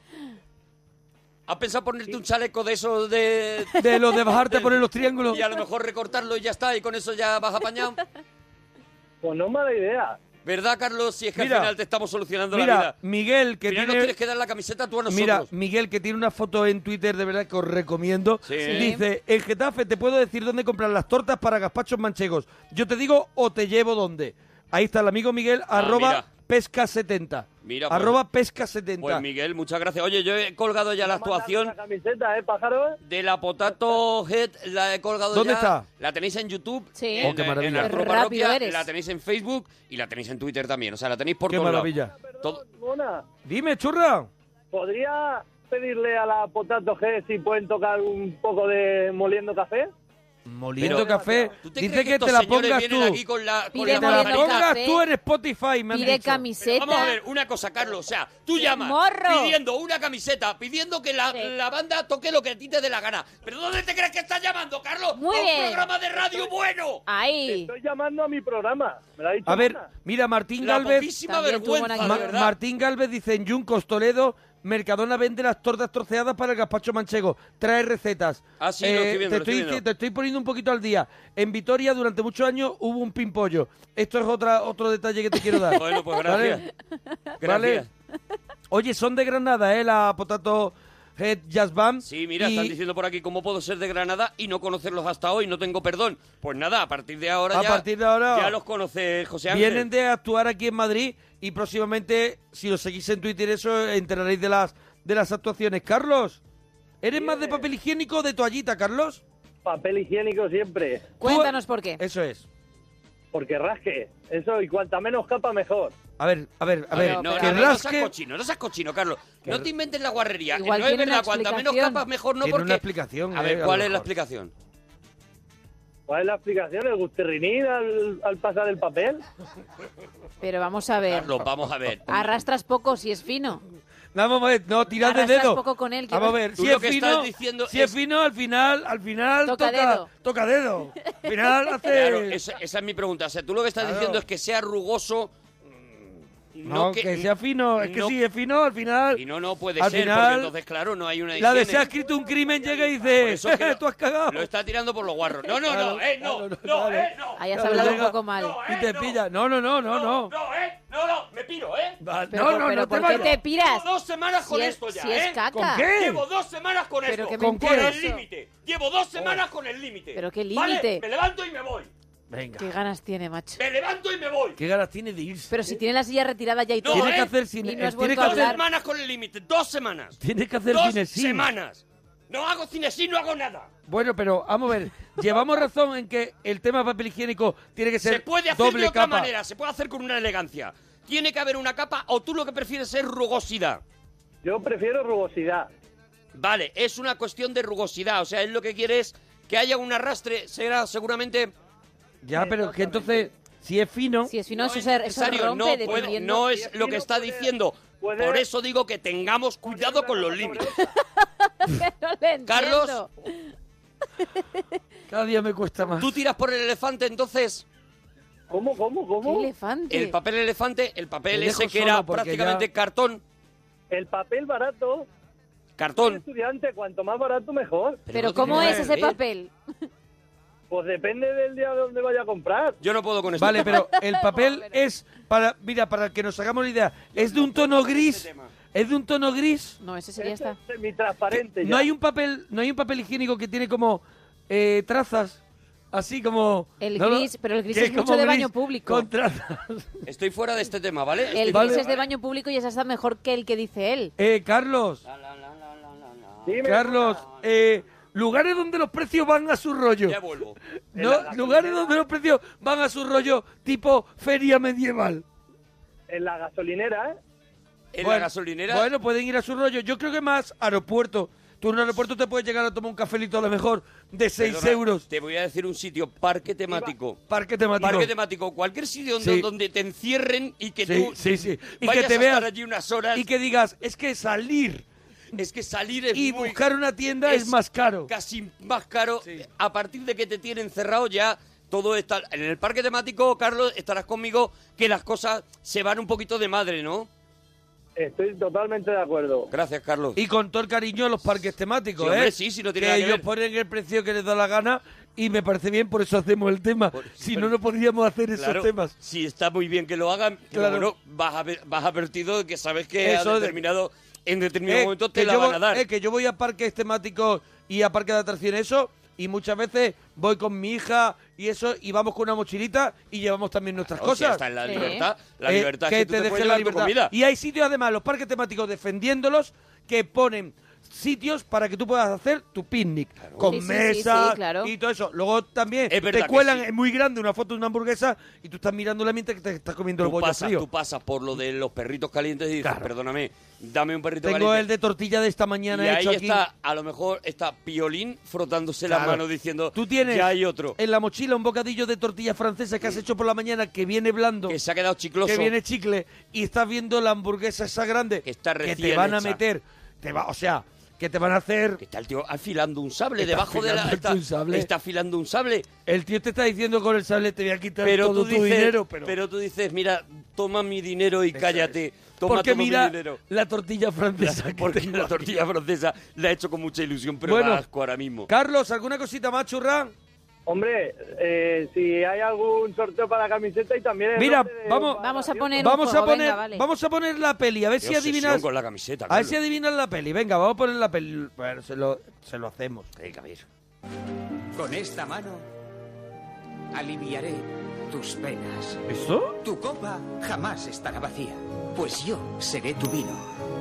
¿Has pensado ponerte un chaleco de esos de... De los de bajarte a poner los triángulos. y a lo mejor recortarlo y ya está, y con eso ya vas apañado? Pues no es mala idea. ¿Verdad, Carlos? Si es que Mira, al final te estamos solucionando la Mira, vida. Miguel, que Al final nos tiene... tienes que dar la camiseta tú a nosotros. Mira, Miguel, que tiene una foto en Twitter, de verdad, que os recomiendo. Sí. Dice, en Getafe te puedo decir dónde comprar las tortas para gazpachos manchegos. Yo te digo o te llevo dónde. Ahí está el amigo Miguel, arroba mira. pesca70. Mira, pues- arroba pesca70. Pues Miguel, muchas gracias. Oye, yo he colgado ya la actuación La camiseta, pájaro. de la Potato Head, la he colgado ¿Dónde ya. está? La tenéis en YouTube, Sí. en, Oh, qué maravilla. en Arturo Qué rápido Parroquia, eres. la tenéis en Facebook y la tenéis en Twitter también. O sea, la tenéis por Qué todos lados. maravilla. Todo- Mona, Dime, churra. ¿podría pedirle a la Potato G si pueden tocar un poco de moliendo café? Moliendo Pero- café. ¿Tú te Dice crees que estos te la señores pongas vienen tú. aquí con la Pide Que te la moliendo marca? pongas café. tú en Spotify, me han Pide dicho. camiseta. Vamos a ver, una cosa, Carlos. O sea, tú llamas morro. pidiendo una camiseta, pidiendo que la, Sí. la banda toque lo que a ti te dé la gana. ¿Pero dónde te crees que estás llamando, Carlos? Muy ¡A un bien. programa de radio bueno! Ahí. Estoy llamando a mi programa. ¿Me lo ha dicho A ver, Mona? mira, Martín La Galvez. poquísima También tuvo vergüenza, una- de verdad. Martín Galvez dice en Yuncos, Toledo, Mercadona vende las tortas troceadas para el gazpacho manchego. Trae recetas. Ah, sí, lo estoy viendo, lo estoy viendo. te estoy poniendo un poquito al día. En Vitoria durante muchos años hubo un pimpollo. Esto es otro detalle que te quiero dar. Bueno, pues ¿Vale? gracias. Gracias. ¿Vale? Oye, son de Granada, la Potato Head Jazz Band. Sí, mira, y están diciendo por aquí cómo puedo ser de Granada y no conocerlos hasta hoy, no tengo perdón. Pues nada, a partir de ahora ya los conoce José Ángel. vienen de actuar aquí en Madrid y próximamente, si los seguís en Twitter, eso enteraréis de las actuaciones. Carlos, ¿eres más de papel higiénico o de toallita, Carlos? Papel higiénico siempre. Cuéntanos por qué. Eso es. Porque rasque. Eso, y cuanta menos capa, mejor. A ver, No, que no rasque... seas cochino, Carlos. No te inventes la guarrería. Igual No es tiene una verdad, cuanta menos explicación. capas mejor no, Tiene porque... una explicación. A ver, a ¿cuál lo es la mejor. explicación? ¿Cuál es la explicación? ¿El gustirrinín al pasar el papel? Pero vamos a ver. Carlos, vamos a ver. Arrastras poco si es fino. No, vamos a ver, no, tirad de Arrastras dedo. poco con él, que Vamos a va- ver, Tú si lo es que fino, estás diciendo si es es- fino, al final Toca dedo. toca dedo. Al final hace... Claro, esa es mi pregunta. O sea, tú lo que estás Claro. diciendo es que sea rugoso... No, que sea fino, es que no- si es fino, al final... Y no puede Al ser, final, porque entonces, claro, no hay una La de higiene. se ha escrito un crimen llega y Por dice, eso es que tú has cagado. Lo está tirando por los guarros. No, no, Claro, no, claro, no. Ahí has Claro, hablado un llega poco mal. Y te pilla. No. No, me piro, ¿eh? Va, Pero, no pero te ¿por qué vayas. te piras? Llevo 2 semanas con Si es- esto ya, si es ¿eh? caca. ¿Con qué? Llevo 2 semanas con Pero esto. qué ¿Con qué? Con el mentiroso. límite. Llevo 2 semanas con el límite. Pero qué ¿Vale? límite. Me levanto y me voy. Venga. Qué ganas tiene, macho. Me levanto y me voy. ¿Qué ganas tiene de irse? Pero si tiene la silla retirada ya y No, todo. Tiene que ¿eh? hacer Y cine. no has Tiene vuelto que a 2 hacer, hablar. semanas con el límite. 2 semanas. tiene que hacer 2 cinesín. semanas. No hago cinesín, no hago nada. Bueno, pero vamos a ver. Llevamos razón en que el tema papel higiénico tiene que ser Se puede hacer doble de otra capa. manera, se puede hacer con una elegancia. Tiene que haber una capa o tú lo que prefieres es rugosidad. Yo prefiero rugosidad. Vale, es una cuestión de rugosidad, o sea, es lo que quieres que haya un arrastre, será seguramente... Ya, pero es que entonces, si es fino... Si es fino, No eso, es eso necesario, rompe no, puede- dependiendo. no es Si es lo que fino, está puede- diciendo. puede- Por eso digo que tengamos cuidado con los límites. No le entiendo. Carlos. Cada día me cuesta más. Tú tiras por el elefante, entonces, ¿Cómo? ¿Qué elefante? el papel elefante, el papel Te dejo ese que solo era porque prácticamente ya- cartón, El papel barato. Soy cartón. estudiante, cuanto más barato mejor. Pero no ¿cómo tiene es nada que ese ver. papel? Pues depende del día de donde vaya a comprar. Yo no puedo con esto. Vale, pero el papel es para... Mira, para que nos hagamos la idea, es de un tono gris. Es de un tono gris. No, ese sería Este esta. es semitransparente No ya. hay un papel higiénico que tiene como trazas, así como... El ¿no? gris, pero el gris Que es mucho como de gris baño público. Con trazas. Estoy fuera de este tema, ¿vale? El Estoy- Vale, gris es de vale. baño público y esa está mejor que el que dice él. Carlos, Dime, Carlos, lugares donde los precios van a su rollo. Ya vuelvo. No, lugares donde los precios van a su rollo tipo feria medieval. en la gasolinera, ¿eh? En Bueno, la gasolinera... Bueno, pueden ir a su rollo. Yo creo que más aeropuerto. Tú en un aeropuerto te puedes llegar a tomar un cafelito a lo mejor de 6 Perdona, euros. Te voy a decir un sitio, parque temático. Parque temático. Parque temático, cualquier sitio donde, Sí. donde te encierren y que Sí, tú sí, sí. Y vayas que te a veas estar allí unas horas. y que digas, es que salir Es que salir es y muy- buscar una tienda es más caro. Casi más caro. Sí. A partir de que te tienen cerrado ya todo está... En el parque temático, Carlos, estarás conmigo que las cosas se van un poquito de madre, ¿no? Estoy totalmente de acuerdo. Gracias, Carlos. Y con todo el cariño a los parques temáticos, Sí, hombre, ¿eh? sí, sí, no tiene que nada que ellos ver. ponen el precio que les da la gana y me parece bien, por eso hacemos el tema. Si no, no podríamos hacer esos Claro, temas. sí, está muy bien que lo hagan, pero Claro. bueno, vas advertido de que sabes que Eso de- en determinado momento te que la yo van voy- a dar. que yo voy a parques temáticos y a parques de atracciones, eso, y muchas veces voy con mi hija y eso, y vamos con una mochilita y llevamos también nuestras O sea, cosas. está en la Sí. libertad. La libertad es que tú te dejen puedes la llevar tu libertad. comida. Y hay sitios, además, los parques temáticos defendiéndolos, que ponen sitios para que tú puedas hacer tu picnic con Sí, sí, sí, mesas sí, claro. y todo eso. Luego también Es verdad te que cuelan sí. es muy grande una foto de una hamburguesa y tú estás mirándola mientras que te estás comiendo el bollo frío. Tú pasas por lo de los perritos calientes y dices, Claro. perdóname, dame un perrito Tengo caliente. el de tortilla de esta mañana y ahí hecho aquí. está, a lo mejor está Piolín frotándose las Claro. manos diciendo, Tú tienes ya hay otro. en la mochila un bocadillo de tortilla francesa que has hecho por la mañana que viene blando, Que se ha quedado chicloso. que viene chicle y estás viendo la hamburguesa esa grande Que está que te recién van a hecha. meter, o sea, que te van a hacer. Que está el tío afilando un sable Está debajo de la... afilando un sable. Está afilando un sable. El tío te está diciendo con el sable te voy a quitar Pero todo tú tu dices, dinero, pero tú dices, mira, toma mi dinero y cállate. Toma porque todo mira mi dinero. la tortilla francesa. que Porque tengo la aquí. tortilla francesa la he hecho con mucha ilusión, pero Bueno, da asco ahora mismo. Carlos, ¿alguna cosita más, churra? Hombre, si hay algún sorteo para la camiseta y también... Mira, Vamos a poner vamos un a juego, poner, venga, vale. vamos a poner la peli, a ver Qué si obsesión adivinas. con la camiseta, A ver si Carlos. adivinas la peli. Venga, vamos a poner la peli. Bueno, se lo hacemos. Venga, a ver. Con esta mano aliviaré tus penas. ¿Eso? Tu copa jamás estará vacía, pues yo seré tu vino.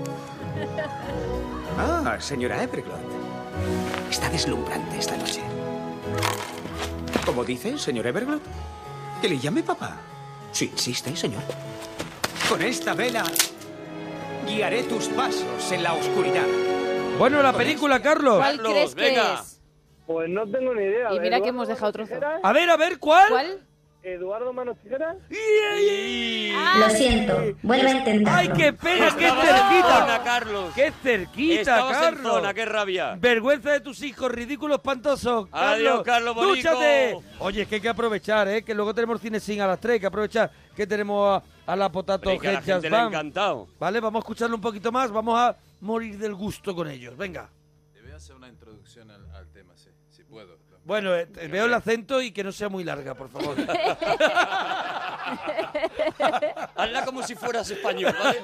Ah, señora Everglot. Está deslumbrante esta noche. ¿Cómo dice, señor Everglot? ¿Que le llame papá? Si insiste, señor. Con esta vela guiaré tus pasos en la oscuridad. Bueno, la película, Carlos. ¿Cuál Carlos, crees que venga. es? Pues no tengo ni idea. Y mira que ¿Eduardo hemos dejado Manos trozo. Tijeras? A ver, ¿cuál? ¿Cuál? ¿Eduardo Manos Tijeras? Lo siento, vuelve a intentarlo. ¡Ay, qué pena! ¡Qué Estabas en zona, cerquita! Carlos. ¡Qué cerquita, Estabas en Carlos! zona, qué rabia. Vergüenza de tus hijos, ridículo espantoso. Adiós, Carlos Bonico. ¡Dúchate! Oye, es que hay que aprovechar, que luego tenemos cine sin a las 3, hay que aprovechar que tenemos a la Potato Hombre, que a la Head Jazz gente le ha Band. encantado. Vale, vamos a escucharlo un poquito más, vamos a morir del gusto con ellos. Venga. Te voy a hacer una introducción al tema, sí, si puedo. Bueno, veo el acento y que no sea muy larga, por favor. Hazla como si fueras español, ¿vale?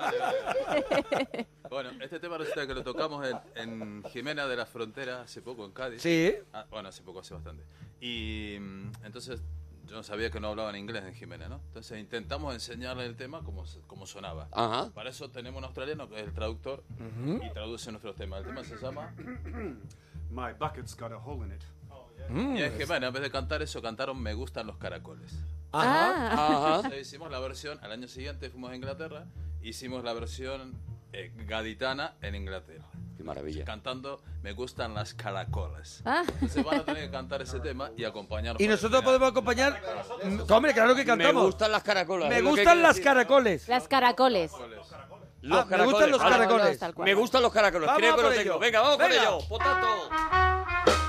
Bueno, este tema resulta que lo tocamos en Jimena de la Frontera hace poco, en Cádiz. Sí. Bueno, hace poco, hace bastante. Y entonces yo no sabía que no hablaban inglés en Jimena, ¿no? Entonces intentamos enseñarle el tema como sonaba. Ajá. Para eso tenemos un australiano que es el traductor y traduce nuestros temas. El tema se llama... My bucket's got a hole in it. Y en Jimena, en vez de cantar eso, cantaron Me gustan los caracoles. Ajá. Entonces hicimos la versión, al año siguiente fuimos a Inglaterra, hicimos la versión gaditana en Inglaterra. Qué maravilla. Cantando Me gustan las caracoles. Ah. Entonces van a tener que cantar ese tema y acompañarnos. Y para el nosotros final. podemos acompañar... Hombre, claro que cantamos. Me gustan las caracolas. Me es lo que gustan quiere las decir. caracoles. Las caracoles. Los me gustan los Vale. caracoles. Tal cual. Me gustan los caracoles. Vamos Creo a que por lo ello. tengo. Venga, vamos Venga. con ello. Potato.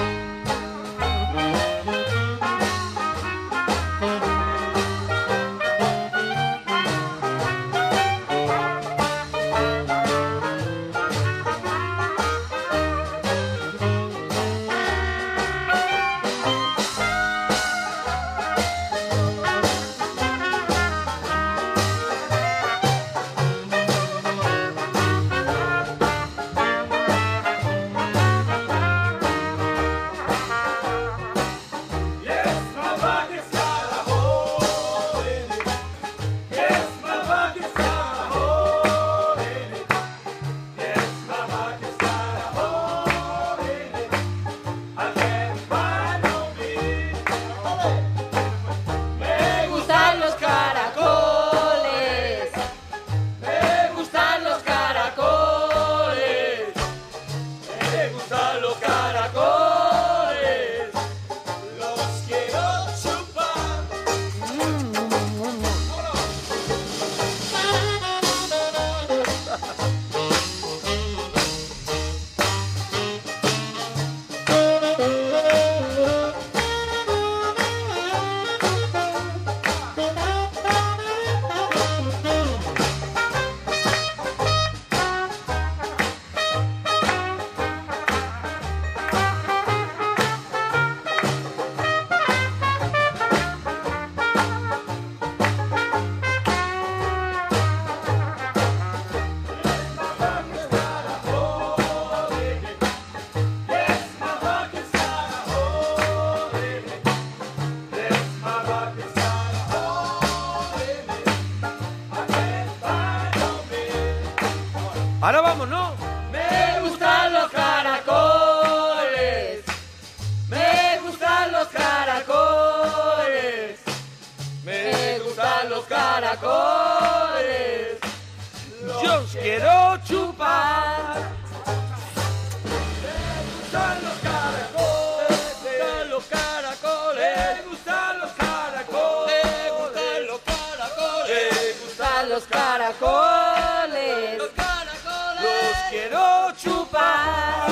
Me gustan los caracoles. Me gustan los caracoles. Me gustan los caracoles. Los quiero chupar. Ahora vamos, ¿no? Me gustan los caracoles. Me gustan los caracoles. Me gustan los caracoles. Yo os quiero chupar. Los caracoles. Me gustan los caracoles. Me gustan los caracoles. Los caracoles. Los quiero chupar.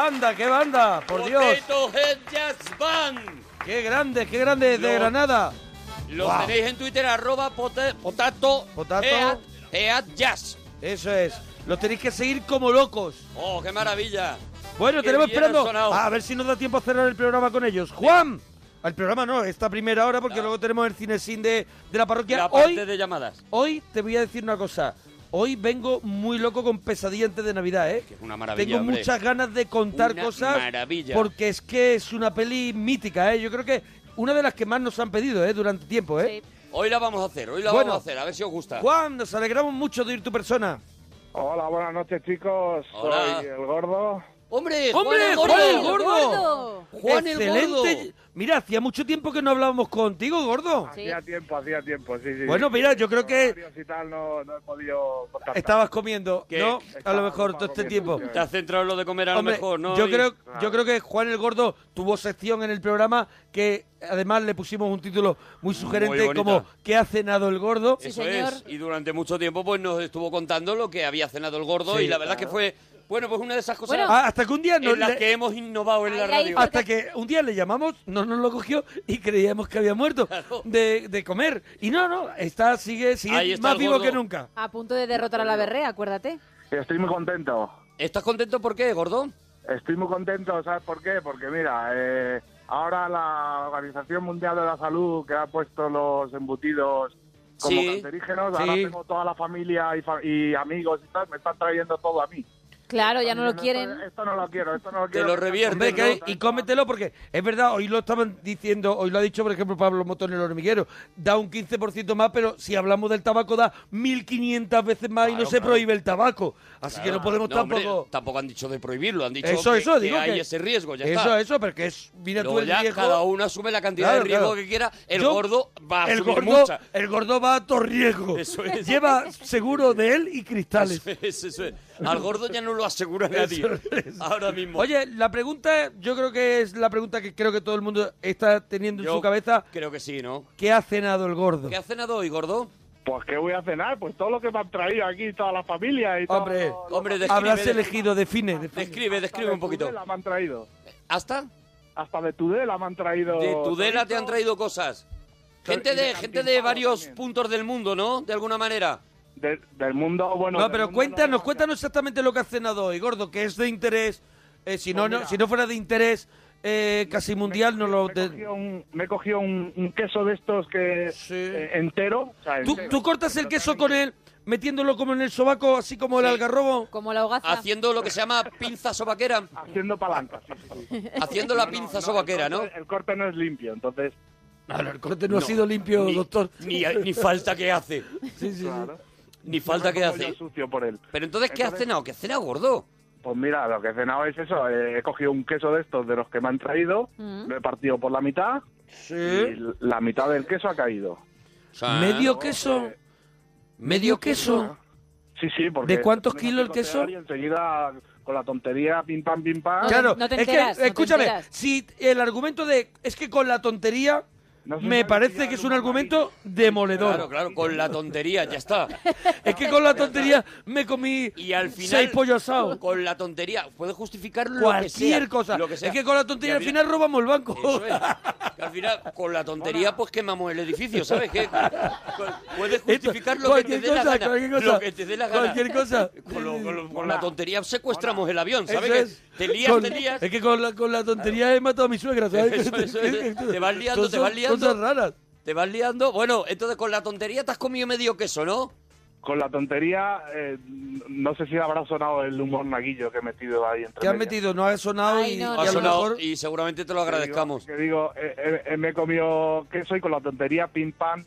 banda! ¡Por Dios! Potato Head Jazz Band. ¡Qué grande de Granada! Los Guau. tenéis en Twitter, @potato Head Jazz. Eso es. Los tenéis que seguir como locos. ¡Oh, qué maravilla! Bueno, Qué tenemos bien esperando han sonado. a ver si nos da tiempo a cerrar el programa con ellos. ¡Juan! Al programa no, esta primera hora, porque luego tenemos el cinesín de la parroquia. La parte de llamadas. Hoy te voy a decir una cosa. Hoy vengo muy loco con Pesadilla antes de Navidad, ¿eh? Que es una maravilla, Tengo hombre. muchas ganas de contar Una cosas. maravilla. Porque es que es una peli mítica, ¿eh? Yo creo que una de las que más nos han pedido, ¿eh? Durante tiempo, ¿eh? Sí. Hoy la vamos a hacer, Bueno. a ver si os gusta. Juan, nos alegramos mucho de ir tu persona. Hola, buenas noches, chicos. Hola. Soy el Gordo. ¡Hombre, ¡Hombre, Juan Juan el el Gordo! Gordo! ¡Juan el Gordo! Excelente. Mira, hacía mucho tiempo que no hablábamos contigo, Gordo. Sí. Hacía tiempo, sí. Bueno, mira, yo creo que Horarios y tal, no he podido contactar. estabas comiendo, ¿Qué? ¿no? A Estaba lo mejor todo este comiendo, tiempo. Te has centrado en lo de comer a lo Hombre, mejor, ¿no? yo Y- creo que Juan el Gordo tuvo sección en el programa que además le pusimos un título muy sugerente bonita. como ¿qué ha cenado el gordo? Sí, Eso señor. es. Y durante mucho tiempo pues nos estuvo contando lo que había cenado el gordo Sí, y la verdad que fue, bueno, pues una de esas cosas Bueno, Hasta que un día en las que hemos innovado en la Ahí, radio. ahí, hasta que un día le llamamos, no nos lo cogió y creíamos que había muerto Claro. de comer. Y no, sigue Ahí está más el vivo gordo. que nunca. A punto de derrotar a la berrea, acuérdate. Estoy muy contento. ¿Estás contento por qué, gordo? Estoy muy contento, ¿sabes por qué? Porque mira, ahora la Organización Mundial de la Salud, que ha puesto los embutidos como Sí. cancerígenos, Sí. ahora tengo toda la familia y amigos y tal, me están trayendo todo a mí. Claro, ya no lo Esto- quieren. Esto no lo quiero, Te lo revierten, Hombre, ¿no? y cómetelo porque es verdad, hoy lo estaban diciendo, hoy lo ha dicho por ejemplo Pablo Motón en el hormiguero, da un 15% más, pero si hablamos del tabaco da 1500 veces más y no Claro, se claro. prohíbe el tabaco. Así que no podemos No, hombre, tampoco... tampoco han dicho de prohibirlo, han dicho Eso, que digo hay que... ese riesgo, ya está. Eso, porque es... Mira tú Luego el ya riesgo... cada uno asume la cantidad Claro, de riesgo claro. que quiera. El Yo- gordo va a el asumir gordo, mucha. el gordo va a todo riesgo. Eso es. Lleva seguro de él y cristales. Eso es. Al gordo ya no lo asegura nadie. Eso es. Ahora mismo. Oye, la pregunta, yo creo que es la pregunta que creo que todo el mundo está teniendo en Yo su cabeza. creo que sí, ¿no? ¿Qué ha cenado el gordo? ¿Qué ha cenado hoy, gordo? Pues ¿qué voy a cenar? Pues todo lo que me han traído aquí, toda la familia y todo. Hombre, Habrás elegido, define. Describe un poquito. Tudela me han traído. ¿Hasta? Hasta de Tudela me han traído. De Tudela te han traído cosas. Gente y de de Campingpao varios también. puntos del mundo, ¿no? De alguna manera. Del mundo, bueno. No, del pero mundo cuéntanos exactamente lo que has cenado hoy, gordo, que es de interés. Si no fuera de interés casi mundial, no lo... Me he cogido un queso de estos que entero. O sea, entero. ¿Tú cortas el queso con él, metiéndolo como en el sobaco, así como el algarrobo? Como la hogaza. Haciendo lo que se llama pinza sobaquera. Haciendo palanca, sí. Haciendo la pinza sobaquera, ¿no? El corte no es limpio, entonces. El corte no ha sido limpio, doctor. Ni falta que hace. Claro. Ni falta que Yo hace. sucio por él. Pero entonces, ¿qué has cenado? ¿Qué has cenado, gordo? Pues mira, lo que he cenado es eso. He cogido un queso de estos de los que me han traído, lo he partido por la mitad y la mitad del queso ha caído. ¿Medio queso? ¿Medio queso? Sí, porque... ¿De cuántos me kilos el picotear queso? Y enseguida, con la tontería, pim pam, Claro, no te es enteras, que, no te escúchame, enteras. si el argumento de es que con la tontería No se me sabe parece pillar que es un un argumento demoledor. Claro, con la tontería, ya está. Es que con la tontería me comí Y al final, 6 pollos asados. con la tontería, puedes justificar lo que Cualquier sea. cosa. Lo que sea. Es que con la tontería Y al final robamos el banco. Eso es. Que al final, con la tontería, pues quemamos el edificio, ¿sabes? Que puedes justificar lo que te dé la gana. cualquier cosa. Lo que te dé la gana. Cualquier cosa. Con la tontería secuestramos el avión, ¿sabes? Eso es. Que te lías, Con- te lías. Es que con la tontería he matado a mi suegra, ¿sabes? Eso es. Te vas liando, Son cosas raras. Te vas liando. Bueno, entonces con la tontería te has comido medio queso, ¿no? Con la tontería, no sé si habrá sonado el humor naguillo que he metido ahí entre ¿Qué has medias. metido? No ha sonado Ay, y, no, y no. a Ha lo sonado mejor... y seguramente te lo agradezcamos. Que digo, me he comido queso y con la tontería, pim pam,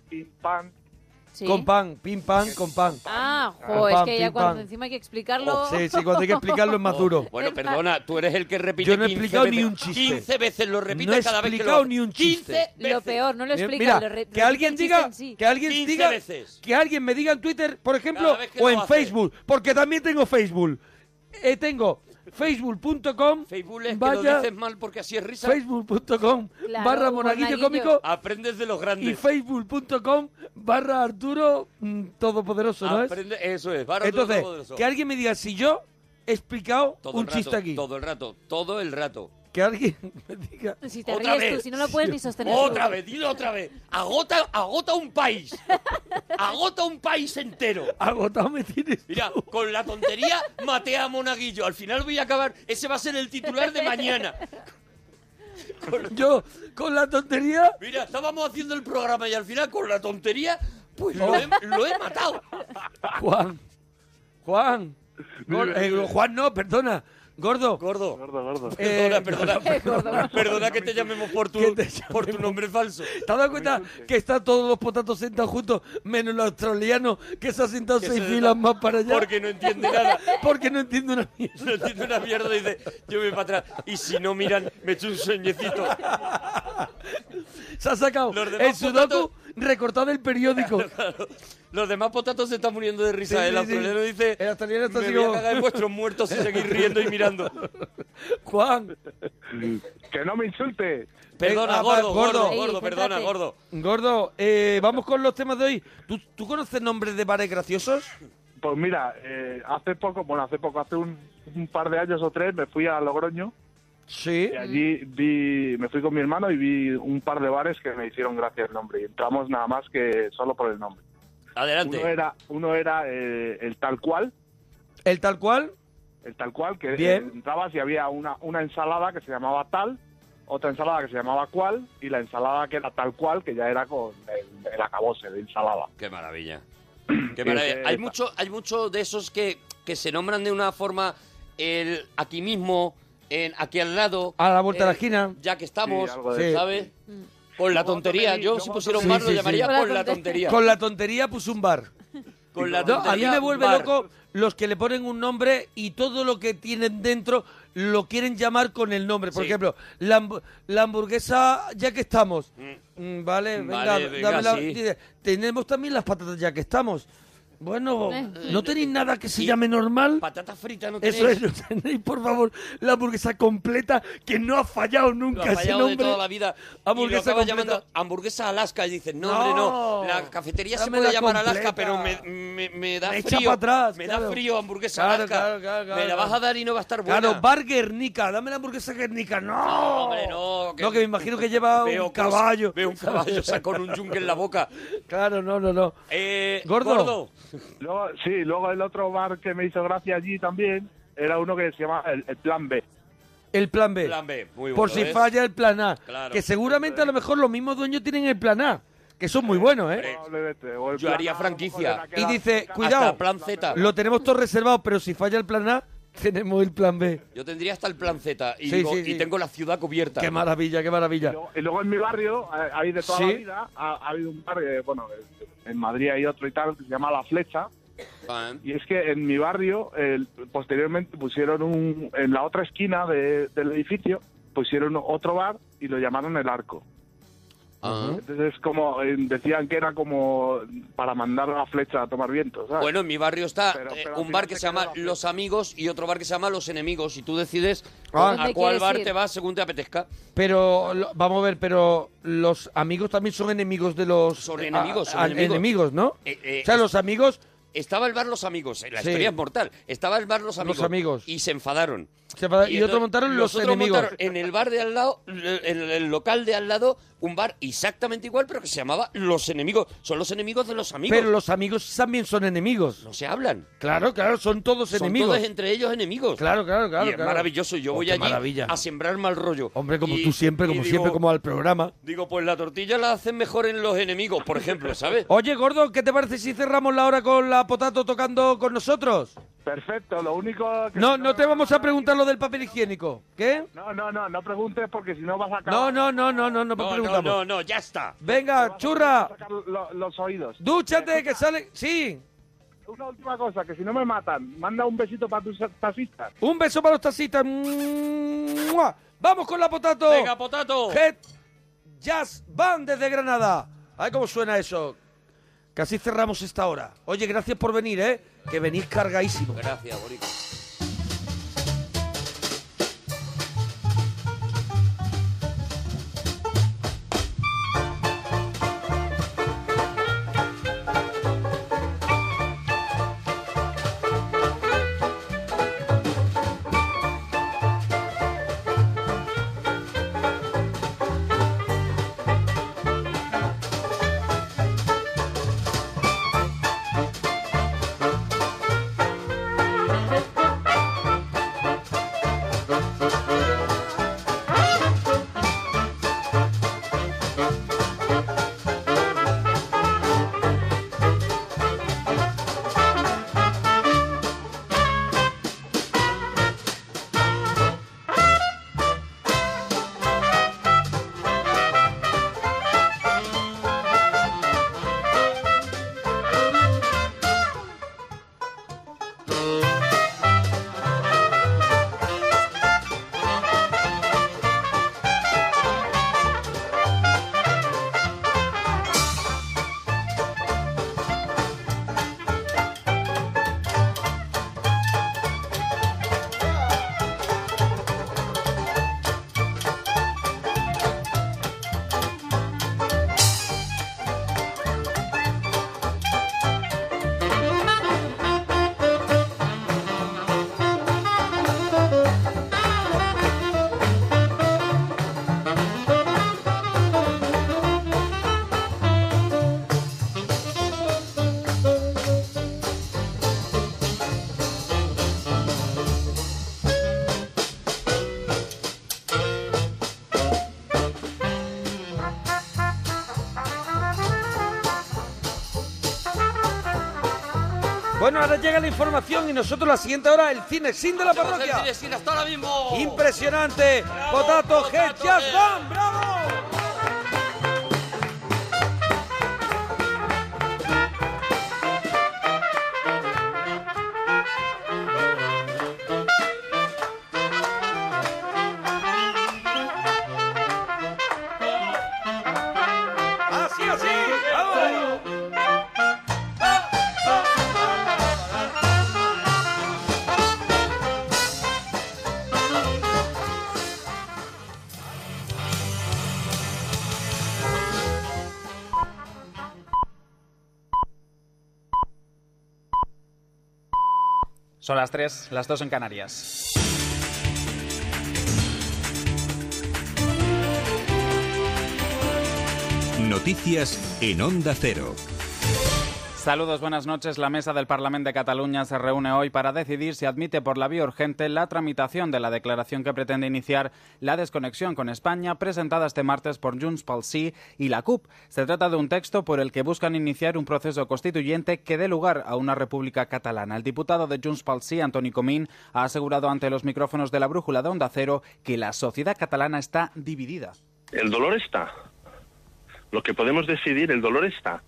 Sí. Con pan, pim pam, con pan. Ah, Con jo, es pan, que ya pim, cuando pam. encima hay que explicarlo. Sí, cuando hay que explicarlo es más duro. Bueno, perdona, tú eres el que repite Yo no he 15 explicado veces. ni un chiste. 15 veces lo repite No he cada vez que explicado lo ni un chiste. 15 veces. Lo peor, no lo explica. Mira, lo que alguien repite el diga, chiste en sí. que alguien 15 diga, veces. que alguien me diga en Twitter, por ejemplo, Cada vez que o lo en hace. Facebook, porque también tengo Facebook. Tengo facebook.com Facebook es que lo dices mal porque así es risa. facebook.com Claro, barra un monaguillo monaguillo. cómico Aprendes de los y grandes. facebook.com barra Arturo todopoderoso, ¿no es? Eso es. Para Entonces, Todopoderoso. que alguien me diga si yo explicado Todo un el rato, chiste aquí. todo el rato. Que alguien me diga... Si te Otra ríes vez. tú, si no lo puedes ni sostener. Otra vez, dilo otra vez. Agota un país. Agota un país entero. Agotado me tienes. Mira, con la tontería maté a Monaguillo. Al final voy a acabar. Ese va a ser el titular de mañana. Yo, con la tontería... Mira, estábamos haciendo el programa y al final con la tontería, pues lo he matado. Juan. Juan, no, perdona. Gordo. Gordo. Perdona. Perdona que te llamemos por tu nombre falso. ¿Te has dado cuenta que están todos los potatos sentados juntos, menos el australiano que se ha sentado Que 6 se filas da- más para allá? Porque no entiende nada. Porque no entiende una mierda. No entiende una mierda y dice, yo me voy para atrás. Y si no miran, me echo un sueñecito. Se ha sacado Los demás el sudoku recortado del periódico. Claro. Los demás potatos se están muriendo de risa. Sí, El sí, australiano sí. dice, El australiano está me así voy a como- cagar en vuestros muertos si seguís riendo y mirando. Juan. Que no me insulte. Perdona, Gordo. gordo, Ey, perdona, céntrate. gordo. Gordo, vamos con los temas de hoy. ¿Tú conoces nombres de bares graciosos? Pues mira, hace hace un par de años o 3 me fui a Logroño Sí. y allí me fui con mi hermano y vi un par de bares que me hicieron gracia el nombre y entramos nada más que solo por el nombre. Adelante. Uno era el tal cual, ¿El tal cual? que Bien. entrabas y había una ensalada que se llamaba tal, otra ensalada que se llamaba cual y la ensalada que era tal cual, que ya era con el acabose de ensalada. Qué maravilla. Qué maravilla. Hay mucho de esos que se nombran de una forma aquí mismo, aquí al lado. A la vuelta de la esquina. Ya que estamos, Sí, algo de eso. ¿sabes? Con la tontería. Yo si pusiera un bar lo llamaría sí. con la tontería. Con la tontería puso un bar. Con la No, a mí tontería, me vuelve bar. loco los que le ponen un nombre y todo lo que tienen dentro lo quieren llamar con el nombre. Por Sí. ejemplo, la hamburguesa ya que estamos. Vale, Vale, venga, dámela. sí. Dice, tenemos también las patatas ya que estamos. Bueno, Eh. ¿no tenéis nada que se Sí. llame normal? Patata frita no tenéis. Eso es, no tenéis, por favor, la hamburguesa completa que no ha fallado Lo nunca ha ese fallado de nombre. toda la vida. Y lo Hamburguesa acaba completa. llamando hamburguesa Alaska. Y dices, no, hombre, no. La cafetería se Dame puede la llamar completa. Alaska, pero me da Me echa frío. pa' atrás, me claro. da frío hamburguesa Claro, Alaska. claro, Me la vas a dar y no va a estar buena. Claro, bar Guernica, dame la hamburguesa Guernica. ¡No! No, hombre, no. No, que me imagino que lleva un caballo. Veo un caballo con un yunque en la boca. Claro, no. Gordo. Luego el otro bar que me hizo gracia allí también era uno que se llama el Plan B. El plan B. Plan B, muy bueno. Por si ¿ves? falla el plan A. Claro. Que seguramente a lo mejor los mismos dueños tienen el plan A. Que son muy buenos, ¿eh? Probablemente. O el Yo Plan haría A, a lo mejor franquicia. era que Y era- dice, Hasta cuidado, plan Z. lo tenemos todo reservado, pero si falla el plan A, tenemos el plan B. Yo tendría hasta el plan Z y, Sí, digo, sí, y sí. tengo la ciudad cubierta. Qué maravilla, qué maravilla. Y luego en mi barrio, ahí de toda Sí. la vida, ha habido un bar, en Madrid hay otro y tal, que se llama La Flecha. Ah, Y es que en mi barrio, posteriormente pusieron en la otra esquina del edificio, pusieron otro bar y lo llamaron El Arco. ah. Entonces, como decían que era como para mandar a la flecha a tomar viento, ¿sabes? Bueno, en mi barrio está Pero al un final bar que se se llama quedó la Los Amigos y otro bar que se llama Los Enemigos. Y tú decides Ah. a ¿Dónde cuál quieres bar ir? te vas según te apetezca. Pero, vamos a ver, pero los amigos también son enemigos de los... Son enemigos, son enemigos. enemigos, ¿no? Eh, O sea, los amigos... Estaba el bar Los Amigos, la Sí. historia es mortal. Estaba el bar Los Amigos. Amigos. Y se enfadaron. y otro entonces montaron los otros enemigos. montaron en el bar de al lado, en el local de al lado, un bar exactamente igual, pero que se llamaba Los Enemigos. Son los enemigos de los amigos. Pero los amigos también son enemigos. No se hablan. Claro, son todos Son enemigos. todos entre ellos enemigos. Claro. Y es maravilloso. Yo voy qué allí maravilla. a sembrar mal rollo. Hombre, como Y- tú siempre, y como digo- siempre, como al programa. Digo, pues la tortilla la hacen mejor en los enemigos, por ejemplo, ¿sabes? Oye, Gordo, ¿qué te parece si cerramos la hora con la Potato tocando con nosotros? Perfecto, lo único que... No te vamos a preguntar lo del papel higiénico. ¿Qué? No preguntes porque si no vas a acabar... No preguntamos. No, ya está. Venga, churra, sacar los oídos. dúchate, que sale... Sí, Una última cosa, que si no me matan, manda un besito para tus taxistas. un beso para los taxistas. ¡Mua! Vamos con la Potato. Venga, Potato. Head Jazz Band desde Granada. A ver cómo suena eso. Casi cerramos esta hora. Oye, gracias por venir, ¿eh? Que venís cargadísimo. Gracias, Borico. Bueno, ahora llega la información y nosotros la siguiente hora, el cine sin de la parroquia. El cine hasta ahora mismo. Impresionante. Potato Head Jazz Band, ¡bravo! Son las 3, las 2 en Canarias. Noticias en Onda Cero. Saludos, buenas noches. La Mesa del Parlamento de Cataluña se reúne hoy para decidir si admite por la vía urgente la tramitación de la declaración que pretende iniciar la desconexión con España, presentada este martes por Junts pel Sí y la CUP. Se trata de un texto por el que buscan iniciar un proceso constituyente que dé lugar a una república catalana. El diputado de Junts pel Sí, Antoni Comín, ha asegurado ante los micrófonos de la Brújula de Onda Cero que la sociedad catalana está dividida. El dolor está. Lo que podemos decidir, el dolor está.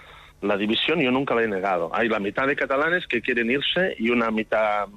La división yo nunca la he negado. Hay la mitad de catalanes que quieren irse y una mitad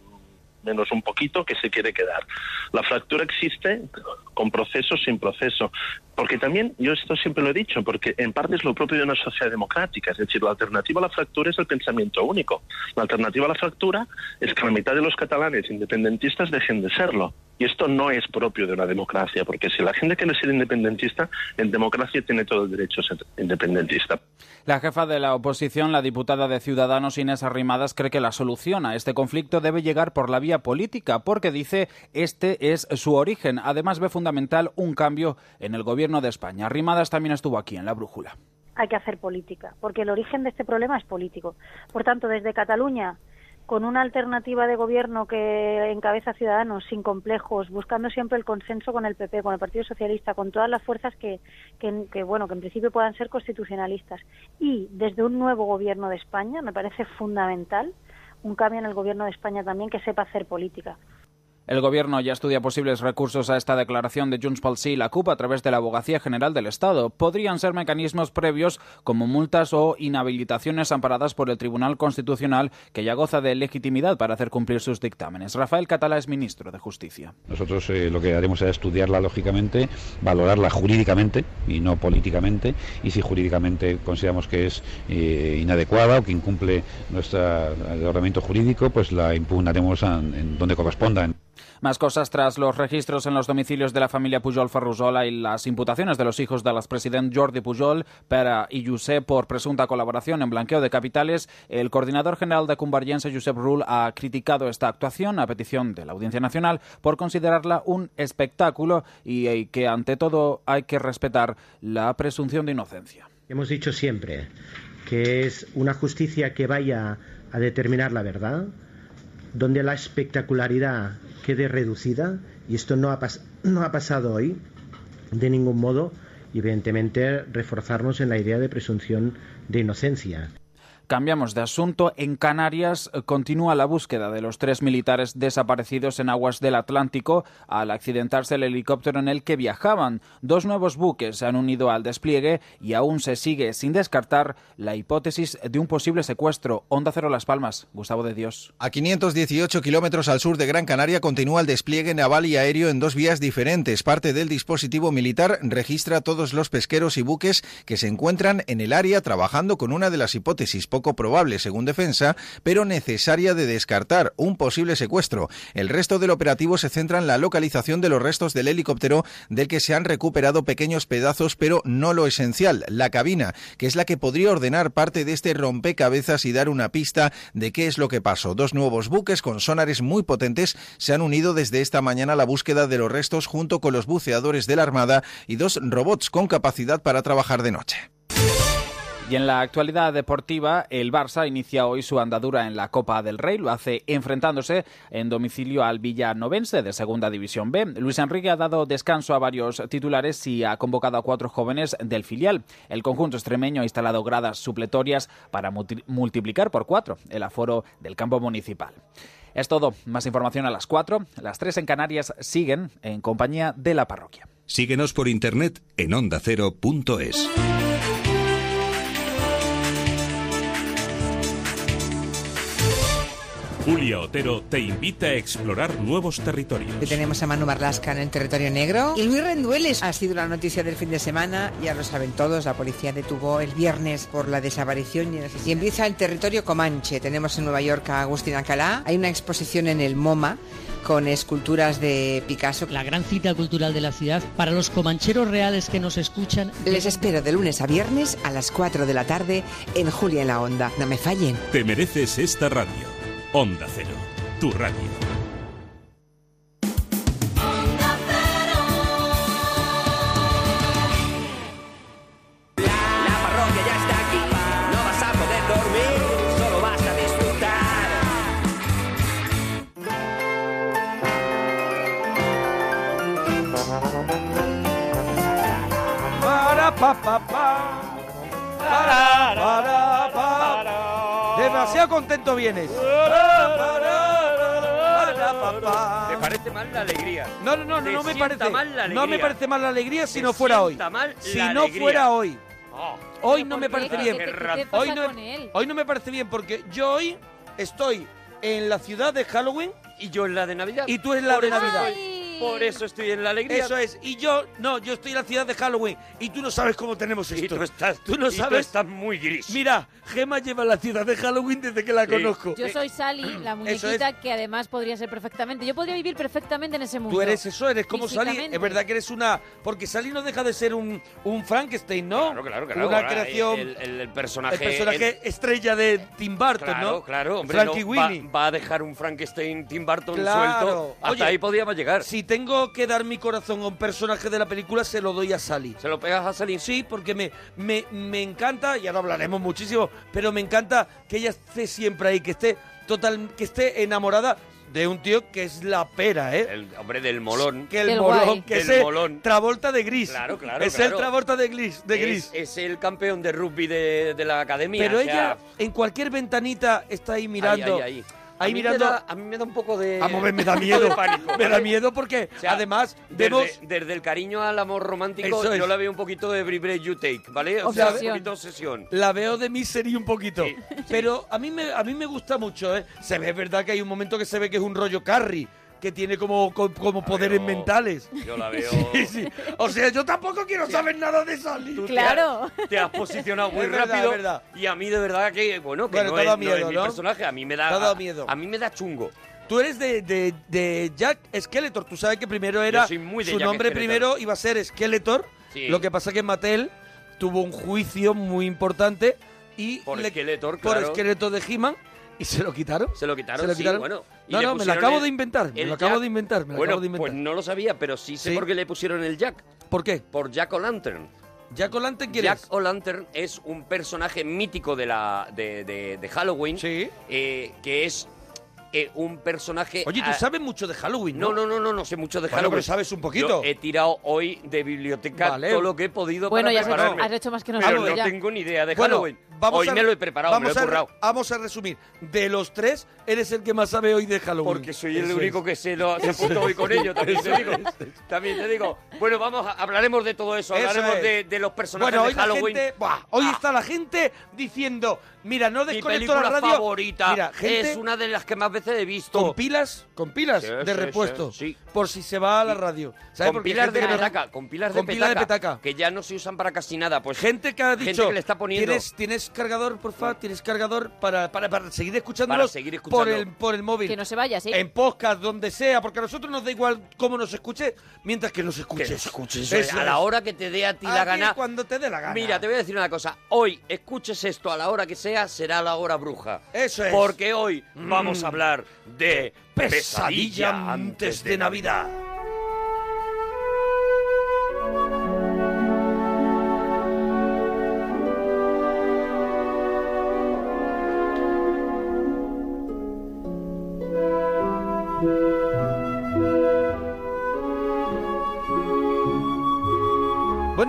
menos un poquito que se quiere quedar. La fractura existe con proceso, sin proceso. Porque también, yo esto siempre lo he dicho, porque en parte es lo propio de una sociedad democrática. Es decir, la alternativa a la fractura es el pensamiento único. La alternativa a la fractura es que la mitad de los catalanes independentistas dejen de serlo. Y esto no es propio de una democracia, porque si la gente quiere ser independentista, en democracia tiene todo el derecho a ser independentista. La jefa de la oposición, la diputada de Ciudadanos, Inés Arrimadas, cree que la solución a este conflicto debe llegar por la vía política, porque dice este es su origen. Además, ve fundamental un cambio en el gobierno de España. Arrimadas también estuvo aquí en La Brújula. Hay que hacer política, porque el origen de este problema es político. Por tanto, desde Cataluña, con una alternativa de gobierno que encabeza Ciudadanos, sin complejos, buscando siempre el consenso con el PP, con el Partido Socialista, con todas las fuerzas que en principio puedan ser constitucionalistas. Y desde un nuevo gobierno de España, me parece fundamental un cambio en el gobierno de España también que sepa hacer política. El Gobierno ya estudia posibles recursos a esta declaración de Junts pel Sí y la CUP a través de la Abogacía General del Estado. Podrían ser mecanismos previos como multas o inhabilitaciones amparadas por el Tribunal Constitucional, que ya goza de legitimidad para hacer cumplir sus dictámenes. Rafael Catalá es ministro de Justicia. Nosotros lo que haremos es estudiarla lógicamente, valorarla jurídicamente y no políticamente, y si jurídicamente consideramos que es inadecuada o que incumple nuestro ordenamiento jurídico, pues la impugnaremos en donde corresponda. Más cosas tras los registros en los domicilios de la familia Pujol Ferrusola y las imputaciones de los hijos del expresident Jordi Pujol, Pere y Josep por presunta colaboración en blanqueo de capitales. El coordinador general de Convergència, Josep Rull, ha criticado esta actuación a petición de la Audiencia Nacional por considerarla un espectáculo y que ante todo hay que respetar la presunción de inocencia. Hemos dicho siempre que es una justicia que vaya a determinar la verdad, donde la espectacularidad quede reducida, y esto no ha pasado hoy de ningún modo, y evidentemente reforzarnos en la idea de presunción de inocencia. Cambiamos de asunto. En Canarias continúa la búsqueda de los 3 militares desaparecidos en aguas del Atlántico al accidentarse el helicóptero en el que viajaban. 2 nuevos buques se han unido al despliegue y aún se sigue sin descartar la hipótesis de un posible secuestro. Onda Cero Las Palmas, Gustavo de Dios. A 518 kilómetros al sur de Gran Canaria continúa el despliegue naval y aéreo en 2 vías diferentes. Parte del dispositivo militar registra todos los pesqueros y buques que se encuentran en el área, trabajando con una de las hipótesis poco probable, según Defensa, pero necesaria de descartar: un posible secuestro. El resto del operativo se centra en la localización de los restos del helicóptero, del que se han recuperado pequeños pedazos, pero no lo esencial, la cabina, que es la que podría ordenar parte de este rompecabezas y dar una pista de qué es lo que pasó. 2 nuevos buques con sonares muy potentes se han unido desde esta mañana a la búsqueda de los restos, junto con los buceadores de la Armada y 2 robots con capacidad para trabajar de noche. Y en la actualidad deportiva, el Barça inicia hoy su andadura en la Copa del Rey. Lo hace enfrentándose en domicilio al Villanovense de Segunda División B. Luis Enrique ha dado descanso a varios titulares y ha convocado a 4 jóvenes del filial. El conjunto extremeño ha instalado gradas supletorias para multiplicar por 4 el aforo del campo municipal. Es todo. Más información a las 4. Las 3 en Canarias siguen en compañía de la parroquia. Síguenos por internet en ondacero.es. Julia Otero te invita a explorar nuevos territorios. Tenemos a Manu Marlasca en el territorio negro y Luis Rendueles ha sido la noticia del fin de semana, ya lo saben todos, la policía detuvo el viernes por la desaparición y empieza el territorio comanche. Tenemos en Nueva York a Agustín Alcalá, hay una exposición en el MoMA con esculturas de Picasso. La gran cita cultural de la ciudad para los comancheros reales que nos escuchan. Les espero de lunes a viernes a las 4 de la tarde en Julia en la Onda. No me fallen. Te mereces esta radio. Onda Cero, tu radio. La parroquia ya está aquí, no vas a poder dormir, solo vas a disfrutar. Para pa pa pa. Demasiado contento vienes. ¿Te parece mal la alegría? No me parece mal la alegría. No me parece mal la alegría si Te no fuera hoy. sienta mal Si la no alegría. fuera hoy. Hoy no me ¿Por qué? parece bien. ¿Qué te pasa con él? Hoy no me parece bien porque yo hoy estoy en la ciudad de Halloween y yo en la de Navidad. Y tú en la de Navidad. Por eso estoy en la alegría. Eso es. Y yo estoy en la ciudad de Halloween y tú no sabes cómo tenemos esto. Tú no y sabes. tú estás muy gris. Mira, Gemma lleva la ciudad de Halloween desde que la conozco. Yo soy Sally, la Eso muñequita es. que además podría ser perfectamente. Yo podría vivir perfectamente en ese mundo. Tú eres eso, eres como Sally. Físicamente. Es verdad que eres una... Porque Sally no deja de ser un Frankenstein, ¿no? Claro. Una Ahora, creación... El personaje... El personaje estrella de Tim Burton, ¿no? Claro, hombre. Frankie no, Winnie. va a dejar un Frankenstein Tim Burton Claro. suelto. Hasta Oye, ahí podíamos llegar. Si tengo que dar mi corazón a un personaje de la película, se lo doy a Sally. ¿Se lo pegas a Sally? Sí, porque me encanta, y ahora hablaremos muchísimo, pero me encanta que ella esté siempre ahí, que esté enamorada de un tío que es la pera, ¿eh? El hombre del molón. Que el molón, que es el molón. Travolta de Gris. Claro. Es el Travolta de Gris. Es el campeón de rugby de la academia. Pero o sea, ella, en cualquier ventanita, está ahí mirando. Ahí. Ahí a mí mirando. a mí me da un poco de... Me da miedo. de pánico. Me da miedo porque, O sea, además, desde el cariño al amor romántico, Eso es. yo la veo un poquito de Every Breath You Take, ¿vale? O Obsesión. sea, un poquito obsesión. La veo de Misery un poquito. Pero a mí me gusta mucho, ¿eh? Se ve, es verdad que hay un momento que se ve que es un rollo Carrie, que tiene como poderes mentales. Yo la veo... Sí. O sea, yo tampoco quiero saber nada de Sally. Tú Claro. Te has posicionado muy Es verdad, rápido. es verdad. Y a mí de verdad que, bueno, que Bueno, no, te ha es, dado no miedo, es mi ¿no? personaje. A mí me da... Te ha dado miedo. A mí me da chungo. Tú eres de Jack Skeletor. Tú sabes que primero era... Yo soy muy de su Jack nombre Skeletor. primero iba a ser Skeletor. Sí. Lo que pasa que Mattel tuvo un juicio muy importante y... Por Skeletor, Por claro. Skeletor de He-Man. ¿Y se lo quitaron? Se lo quitaron, ¿Se lo sí, quitaron? bueno. Y No, le me lo pusieron acabo el- de inventar. Me el lo acabo Jack. de inventar. Bueno, pues no lo sabía, pero sí sé Sí. por qué le pusieron el Jack. ¿Por qué? Por Jack O'Lantern. ¿Jack O'Lantern quién Jack es? O'Lantern es un personaje mítico de Halloween. Que es un personaje... Oye, tú sabes mucho de Halloween, ¿no? No sé mucho de Bueno, Halloween. pero sabes un poquito. Yo he tirado hoy de biblioteca Vale. todo lo que he podido Bueno, ya para prepararme. has hecho más que Pero nosotros no ya. tengo ni idea de Bueno, Halloween. Hoy me lo he preparado, me lo he currado. Vamos a resumir. De los tres, eres el que más sabe hoy de Halloween. Porque soy el Eso único es. que se apunta hoy con ello, también te digo. También te digo. Bueno, hablaremos de todo eso, Eso hablaremos es. de los personajes Bueno, hoy de Halloween. la gente, hoy está la gente diciendo, mira, no Mi desconecto la película radio. favorita Mira, gente es una de las que más veces he visto. con pilas Sí, de sí, repuesto, sí. por si se va a la radio. ¿Sabes? Con Porque hay pilas gente de que no- petaca, con pilas con de pila de petaca, petaca. que ya no se usan para casi nada. Pues Gente que ha dicho, que le está poniendo. ¿Tienes cargador, por favor? ¿Tienes cargador para seguir escuchándolos Para seguir escuchando. por el móvil? Que no se vaya, sí. En podcast, donde sea, porque a nosotros nos da igual cómo nos escuche, mientras que nos escuches. Que nos escuches Eso a es. la hora que te dé a ti A la ti gana. cuando te dé la gana. Mira, te voy a decir una cosa. Hoy escuches esto a la hora que sea, será la hora bruja. Eso es. Porque hoy vamos a hablar de Pesadilla antes de Navidad.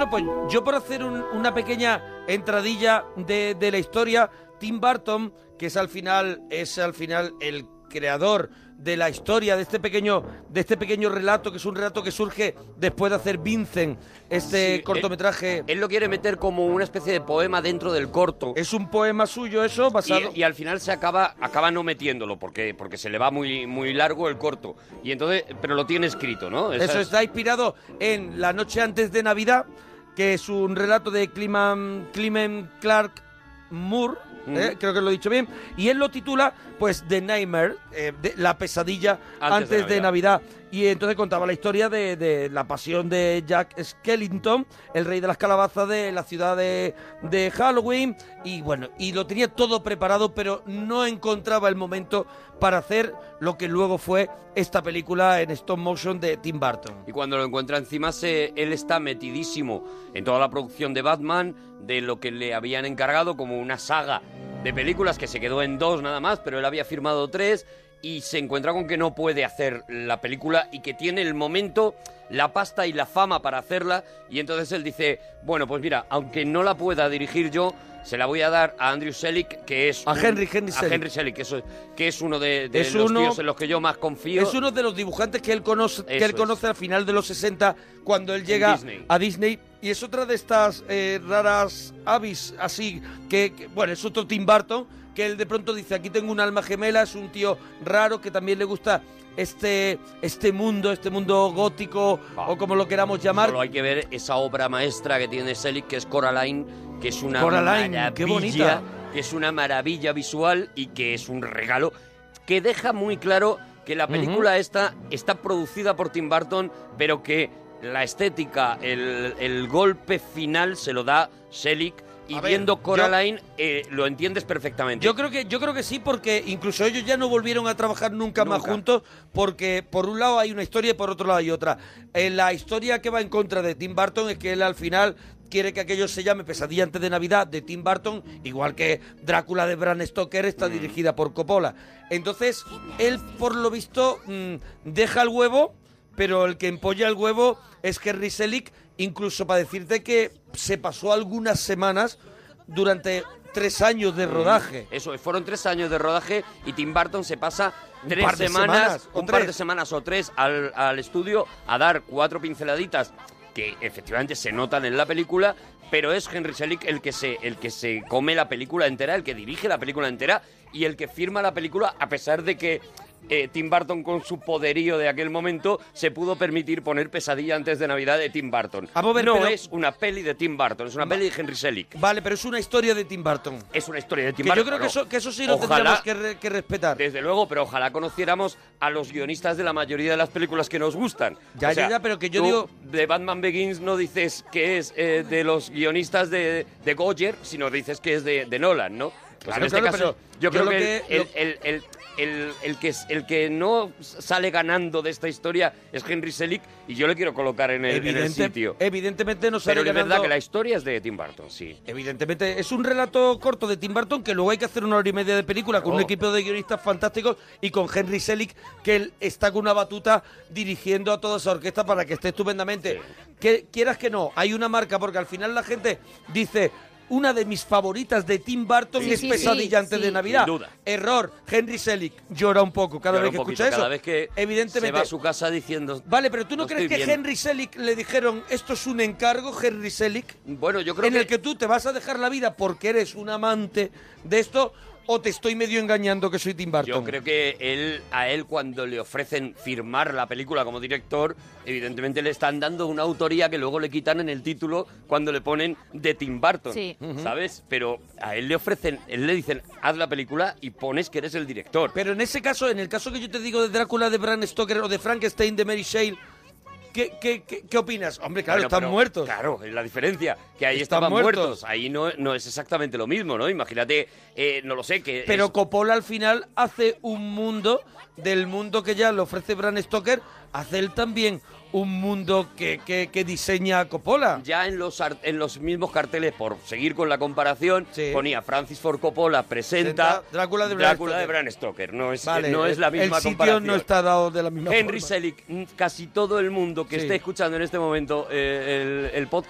Bueno, pues yo por hacer una pequeña entradilla de la historia, Tim Burton, que es al final el creador de la historia de este pequeño relato, que es un relato que surge después de hacer Vincent, cortometraje. Él lo quiere meter como una especie de poema dentro del corto. Es un poema suyo eso, basado... Y al final se acaba no metiéndolo, porque se le va muy, muy largo el corto. Y entonces, pero lo tiene escrito, ¿no? Eso está inspirado en La noche antes de Navidad, que es un relato de Clement Clark Moore, creo que lo he dicho bien, y él lo titula pues The Nightmare, la pesadilla antes de Navidad. Y entonces contaba la historia de la pasión de Jack Skellington, el rey de las calabazas de la ciudad de Halloween, y bueno, y lo tenía todo preparado, pero no encontraba el momento para hacer lo que luego fue esta película en stop motion de Tim Burton. Y cuando lo encuentra encima, él está metidísimo en toda la producción de Batman, de lo que le habían encargado como una saga de películas que se quedó en 2 nada más, pero él había firmado 3, y se encuentra con que no puede hacer la película y que tiene el momento, la pasta y la fama para hacerla, y entonces él dice, bueno, pues mira, aunque no la pueda dirigir yo, se la voy a dar a Andrew Selick, que es... Henry Selick, que es uno de los tíos en los que yo más confío. Es uno de los dibujantes que él conoce al final de los 60, cuando él llega a Disney. Y es otra de estas raras avis, así, que, bueno, es otro Tim Burton, que él de pronto dice, aquí tengo un alma gemela, es un tío raro que también le gusta este mundo gótico, o como lo queramos llamar. Solo hay que ver esa obra maestra que tiene Selick, que es Coraline, que es una maravilla, qué bonita, que es una maravilla visual y que es un regalo que deja muy claro que la película esta está producida por Tim Burton, pero que la estética, el golpe final se lo da Selick. Y viendo Coraline, lo entiendes perfectamente. Yo creo que sí, porque incluso ellos ya no volvieron a trabajar nunca más juntos, porque por un lado hay una historia y por otro lado hay otra. La historia que va en contra de Tim Burton es que él al final quiere que aquello se llame Pesadilla antes de Navidad de Tim Burton, igual que Drácula de Bram Stoker está dirigida por Coppola. Entonces, él por lo visto deja el huevo, pero el que empolla el huevo es Henry Selick, incluso para decirte que se pasó algunas semanas durante 3 años de rodaje. Eso, fueron 3 años de rodaje y Tim Burton se pasa un par de semanas o 3 al estudio a dar 4 pinceladitas que efectivamente se notan en la película, pero es Henry Selick el que se come la película entera, el que dirige la película entera y el que firma la película, a pesar de que Tim Burton, con su poderío de aquel momento, se pudo permitir poner Pesadilla antes de Navidad de Tim Burton. Es una peli de Tim Burton, es una peli de Henry Selick. Vale, pero es una historia de Tim Burton. Es una historia de Tim Burton. Yo creo que eso sí lo tendríamos que respetar. Desde luego, pero ojalá conociéramos a los guionistas de la mayoría de las películas que nos gustan. Ya, pero que yo digo... De Batman Begins no dices que es de los guionistas de Goyer, sino dices que es de Nolan, ¿no? Pues claro, en este caso, yo creo que el que no sale ganando de esta historia es Henry Selick, y yo le quiero colocar en el sitio. Evidentemente no sale ganando. Pero es verdad que la historia es de Tim Burton, sí. Evidentemente es un relato corto de Tim Burton, que luego hay que hacer 1 hora y media de película con un equipo de guionistas fantásticos y con Henry Selick, que él está con una batuta dirigiendo a toda esa orquesta para que esté estupendamente. Sí. Que quieras que no, hay una marca, porque al final la gente dice... Una de mis favoritas de Tim Burton es Pesadilla antes de Navidad. Sin duda. Error. Henry Selick llora un poco cada vez que escucha eso. Cada vez que evidentemente se va a su casa diciendo... Vale, pero ¿tú no crees que Henry Selick le dijeron esto es un encargo, Henry Selick? Bueno, yo creo en el que tú te vas a dejar la vida porque eres un amante de esto... ¿O te estoy medio engañando que soy Tim Burton? Yo creo que a él cuando le ofrecen firmar la película como director, evidentemente le están dando una autoría que luego le quitan en el título cuando le ponen de Tim Burton, sí. ¿sabes? Pero a él le dicen, haz la película y pones que eres el director. Pero en ese caso, en el caso que yo te digo de Drácula de Bram Stoker o de Frankenstein de Mary Shelley, ¿Qué opinas? Hombre, claro, están muertos. Claro, es la diferencia, que ahí estaban muertos. Ahí no es exactamente lo mismo, ¿no? Imagínate, no lo sé, que... Pero Coppola al final hace un mundo, del mundo que ya le ofrece Bram Stoker, hace él también un mundo que diseña Coppola. Ya en los mismos carteles, por seguir con la comparación, ponía Francis Ford Coppola presenta Drácula de Bram Stoker. No es la misma comparación. El comparación. No está dado de la misma Henry forma. Selick, casi todo el mundo que esté escuchando en este momento el podcast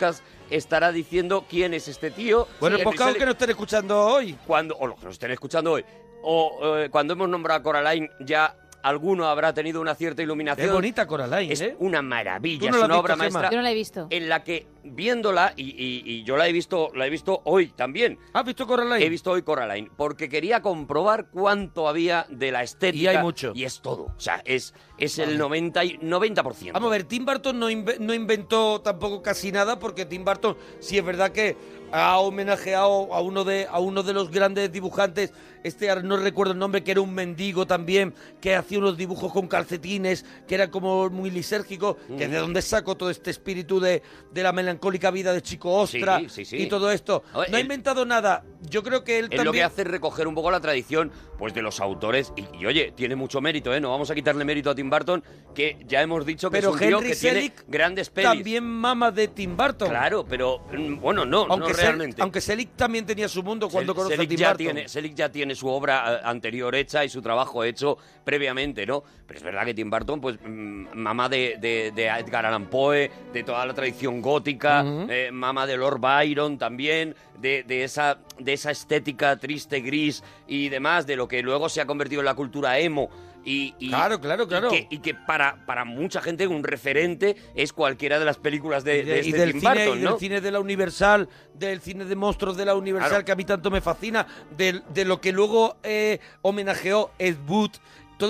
estará diciendo quién es este tío. Bueno, Sí, pues claro que nos estén escuchando hoy. O los que nos estén escuchando hoy. O cuando hemos nombrado a Coraline, ya alguno habrá tenido una cierta iluminación. Es bonita Coraline, Es una maravilla, ¿Tú no es la una has obra visto, Gemma? maestra. Yo no la he visto. En la que, viéndola, y yo la he visto hoy también. ¿Has visto Coraline? He visto hoy Coraline, porque quería comprobar cuánto había de la estética. Y hay mucho. Y es todo. O sea, es el 90%. Vamos a ver, Tim Burton no inventó tampoco casi nada, porque Tim Burton sí es verdad que ha homenajeado a uno de los grandes dibujantes, ahora no recuerdo el nombre, que era un mendigo también, que hacía unos dibujos con calcetines, que era como muy lisérgico, que es de donde sacó todo este espíritu de la melancólica vida de Chico Ostra Sí. y todo esto. A ver, No ha inventado nada. Yo creo que él Él también... lo que hace es recoger un poco la tradición pues de los autores y oye, tiene mucho mérito, ¿eh? No vamos a quitarle mérito a Tim Burton, que ya hemos dicho que Pero es un tío Henry que tiene Selick grandes pelis. también mama de Tim Burton. Claro, pero bueno, no realmente. Aunque Selick también tenía su mundo cuando conoce a Tim Burton. Selick ya tiene su obra anterior hecha y su trabajo hecho previamente, ¿no? Pero es verdad que Tim Burton, pues, mama de Edgar Allan Poe, de toda la tradición gótica, mama de Lord Byron también, de esa estética triste, gris y demás, de lo que luego se ha convertido en la cultura emo. Claro. Y que para mucha gente un referente es cualquiera de las películas de y este del Tim cine, Burton, y ¿no? del cine de la Universal, del cine de monstruos de la Universal, Claro. que a mí tanto me fascina, de lo que luego homenajeó Ed Wood. Todo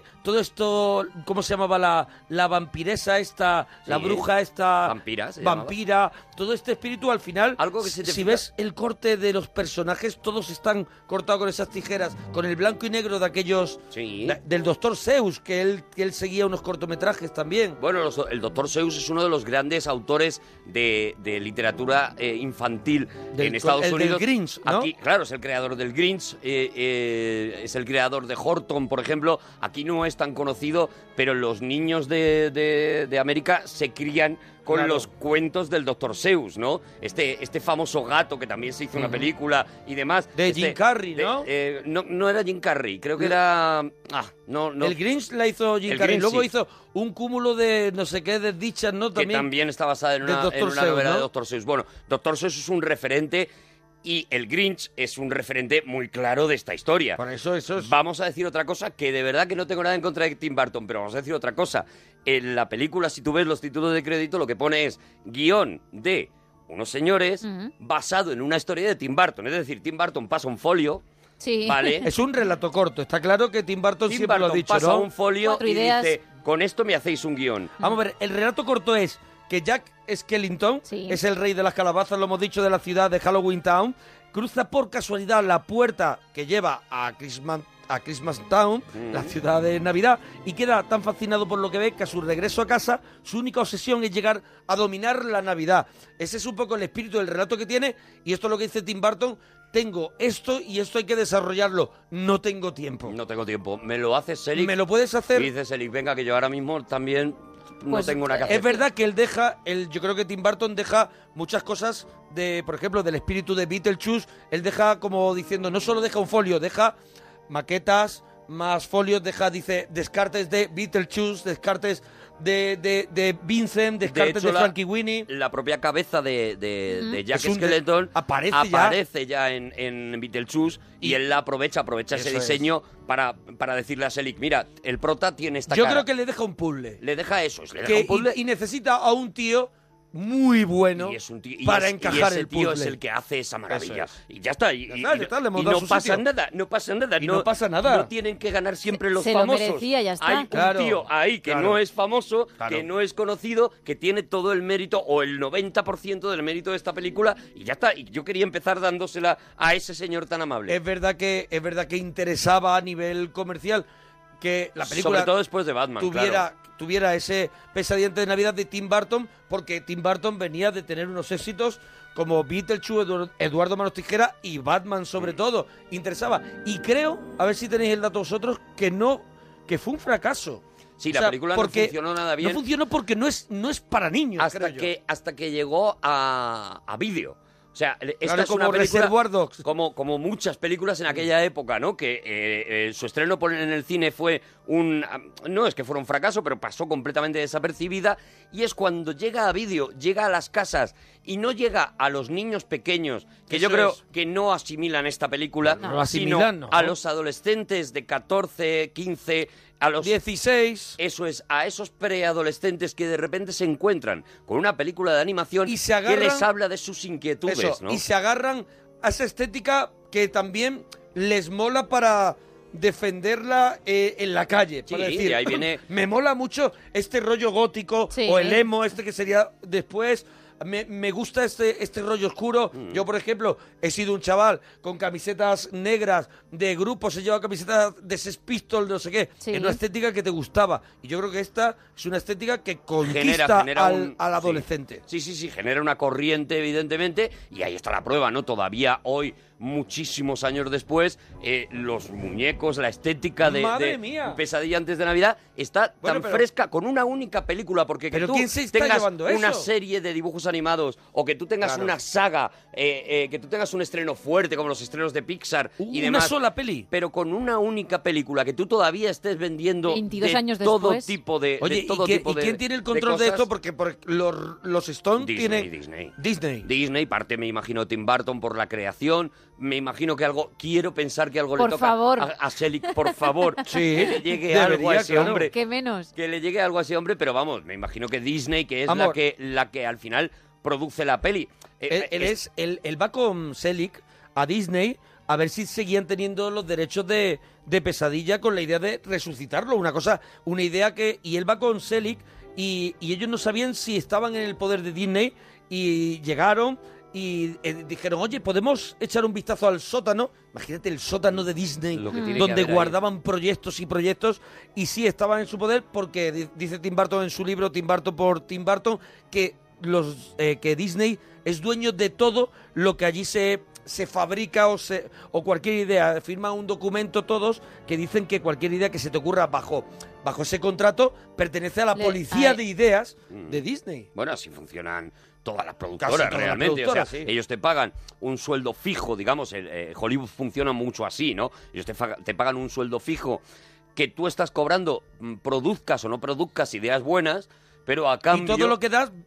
esto, ¿cómo se llamaba la vampiresa esta, la Sí. bruja esta? Vampira, se Vampira, todo este espíritu al final, Algo que se te si fija- ves el corte de los personajes, todos están cortados con esas tijeras, con el blanco y negro de aquellos, del Dr. Seuss, que él seguía unos cortometrajes también. Bueno, el Dr. Seuss es uno de los grandes autores de literatura infantil en Estados el del Unidos. Grinch, ¿no? Aquí, claro, es el creador del Grinch, es el creador de Horton, por ejemplo. Aquí no es tan conocido, pero los niños de América se crían con Claro. los cuentos del Dr. Seuss, ¿no? Este famoso gato que también se hizo una película y demás. De Jim Carrey, ¿no? No era Jim Carrey, creo que era... no. El Grinch la hizo Jim El Carrey, Grinch, luego sí. hizo un cúmulo de no sé qué desdichas, ¿no? Que también está basada en del una Dr. Seuss, novela ¿no? de Dr. Seuss. Bueno, Dr. Seuss es un referente y el Grinch es un referente muy claro de esta historia. Por eso es... Vamos a decir otra cosa, que de verdad que no tengo nada en contra de Tim Burton, pero vamos a decir otra cosa. En la película, si tú ves los títulos de crédito, lo que pone es guión de unos señores basado en una historia de Tim Burton. Es decir, Tim Burton pasa un folio, Sí. ¿vale? Es un relato corto, está claro que Tim Burton Tim siempre lo ha Burton dicho, pasa ¿no? un folio Cuatro y ideas. dice, con esto me hacéis un guión. Vamos a ver, el relato corto es que Jack Skellington es el rey de las calabazas, lo hemos dicho, de la ciudad de Halloween Town, cruza por casualidad la puerta que lleva a Christmas Town, la ciudad de Navidad, y queda tan fascinado por lo que ve que a su regreso a casa su única obsesión es llegar a dominar la Navidad. Ese es un poco el espíritu del relato que tiene, y esto es lo que dice Tim Burton: tengo esto y esto hay que desarrollarlo, no tengo tiempo. No tengo tiempo. ¿Me lo haces, Selick? ¿Me lo puedes hacer? Y dice Selick, venga, que yo ahora mismo también no tengo nada que hacer. Es verdad que él yo creo que Tim Burton deja muchas cosas por ejemplo, del espíritu de Beetlejuice. Él deja como diciendo, no solo deja un folio, deja maquetas, más folios, dice descartes de Beetlejuice, descartes de Vincent, descartes de Frankie Winnie. La propia cabeza de Jack Es un Skellington aparece ya en Beetlejuice y él la aprovecha ese Eso es. diseño para decirle a Selick, mira, el prota tiene esta Yo cara. creo que le deja un puzzle. Le deja eso, le deja un puzzle. Y necesita a un tío muy bueno Y es un tío- y para es- encajar y ese el tío puzzle. es el que hace esa maravilla. Eso es. Y ya está. Y Ya está, le hemos y dado no su pasa sitio. nada, no pasa nada. Y no pasa nada. No tienen que ganar siempre los Se lo famosos. merecía, ya está. Hay un Claro, tío ahí que claro. no es famoso, Claro. que no es conocido, que tiene todo el mérito o el 90% del mérito de esta película y ya está. Y yo quería empezar dándosela a ese señor tan amable. Es verdad que interesaba a nivel comercial que la película Sobre todo después de Batman, tuviera ese Pesadilla de Navidad de Tim Burton, porque Tim Burton venía de tener unos éxitos como Beetlejuice, Eduardo Manos Tijera y Batman sobre todo. Interesaba. Y creo, a ver si tenéis el dato vosotros, que fue un fracaso. Sí, O la sea, película no porque funcionó nada bien. No funcionó porque no es para niños, creo yo. hasta que llegó a vídeo. O sea, esta Claro, es una como película Reservoir Dogs. como muchas películas en aquella época, ¿no? Que su estreno en el cine fue no es que fuera un fracaso, pero pasó completamente desapercibida, y es cuando llega a vídeo, llega a las casas y no llega a los niños pequeños, que Eso yo creo es. que no asimilan esta película, No lo asimilan, sino no. a los adolescentes de 14, 15, a los 16. Eso es, a esos preadolescentes que de repente se encuentran con una película de animación Y se agarran- que les habla de sus inquietudes, Eso, ¿no? y se agarran a esa estética que también les mola para defenderla en la calle. Sí, para decir, y ahí viene- me mola mucho este rollo gótico Sí. o el emo, este que sería después. Me gusta este rollo oscuro. Mm. Yo, por ejemplo, he sido un chaval con camisetas negras de grupos, he llevado camisetas de Sex Pistols, no sé qué. Sí. Es una estética que te gustaba. Y yo creo que esta es una estética que conquista al adolescente. Sí, genera una corriente, evidentemente, y ahí está la prueba, ¿no? Todavía hoy, muchísimos años después, los muñecos, la estética de ¡Madre mía! Pesadilla antes de Navidad está Bueno, tan pero- fresca con una única película, porque que ¿Pero tú quién se está tengas llevando una eso? serie de dibujos animados o que tú tengas Claro. una saga, que tú tengas un estreno fuerte como los estrenos de Pixar y Una demás, sola peli. pero con una única película que tú todavía estés vendiendo 22 de años todo después. tipo de Oye, de todo ¿y tipo de quién tiene el de control de, cosas? esto? Porque los Stones tienen... Disney, parte me imagino Tim Burton por la creación, me imagino que quiero pensar que algo Por le toca favor. a Selig, por favor, Sí, que le llegue debería, algo a ese claro. hombre, ¿Qué menos? que le llegue algo a ese hombre, pero vamos, me imagino que Disney, que es Amor. la que al final produce la peli. Él va con Selig a Disney a ver si seguían teniendo los derechos de Pesadilla con la idea de resucitarlo. Una idea que... Y él va con Selig y ellos no sabían si estaban en el poder de Disney y llegaron y dijeron, oye, ¿podemos echar un vistazo al sótano? Imagínate el sótano de Disney, Lo que tiene que donde haber ahí. guardaban proyectos y proyectos, y sí estaban en su poder porque dice Tim Burton en su libro, Tim Burton por Tim Burton, que que Disney es dueño de todo lo que allí se fabrica o cualquier idea. Firman un documento todos que dicen que cualquier idea que se te ocurra bajo ese contrato pertenece a la policía de ideas de Disney. Bueno, así funcionan todas las Casi productoras, todas las realmente. productoras, o sea, sí. ellos te pagan un sueldo fijo, digamos, Hollywood funciona mucho así, ¿no? Ellos te pagan un sueldo fijo que tú estás cobrando, produzcas o no produzcas ideas buenas, pero a cambio... Y todo lo que das,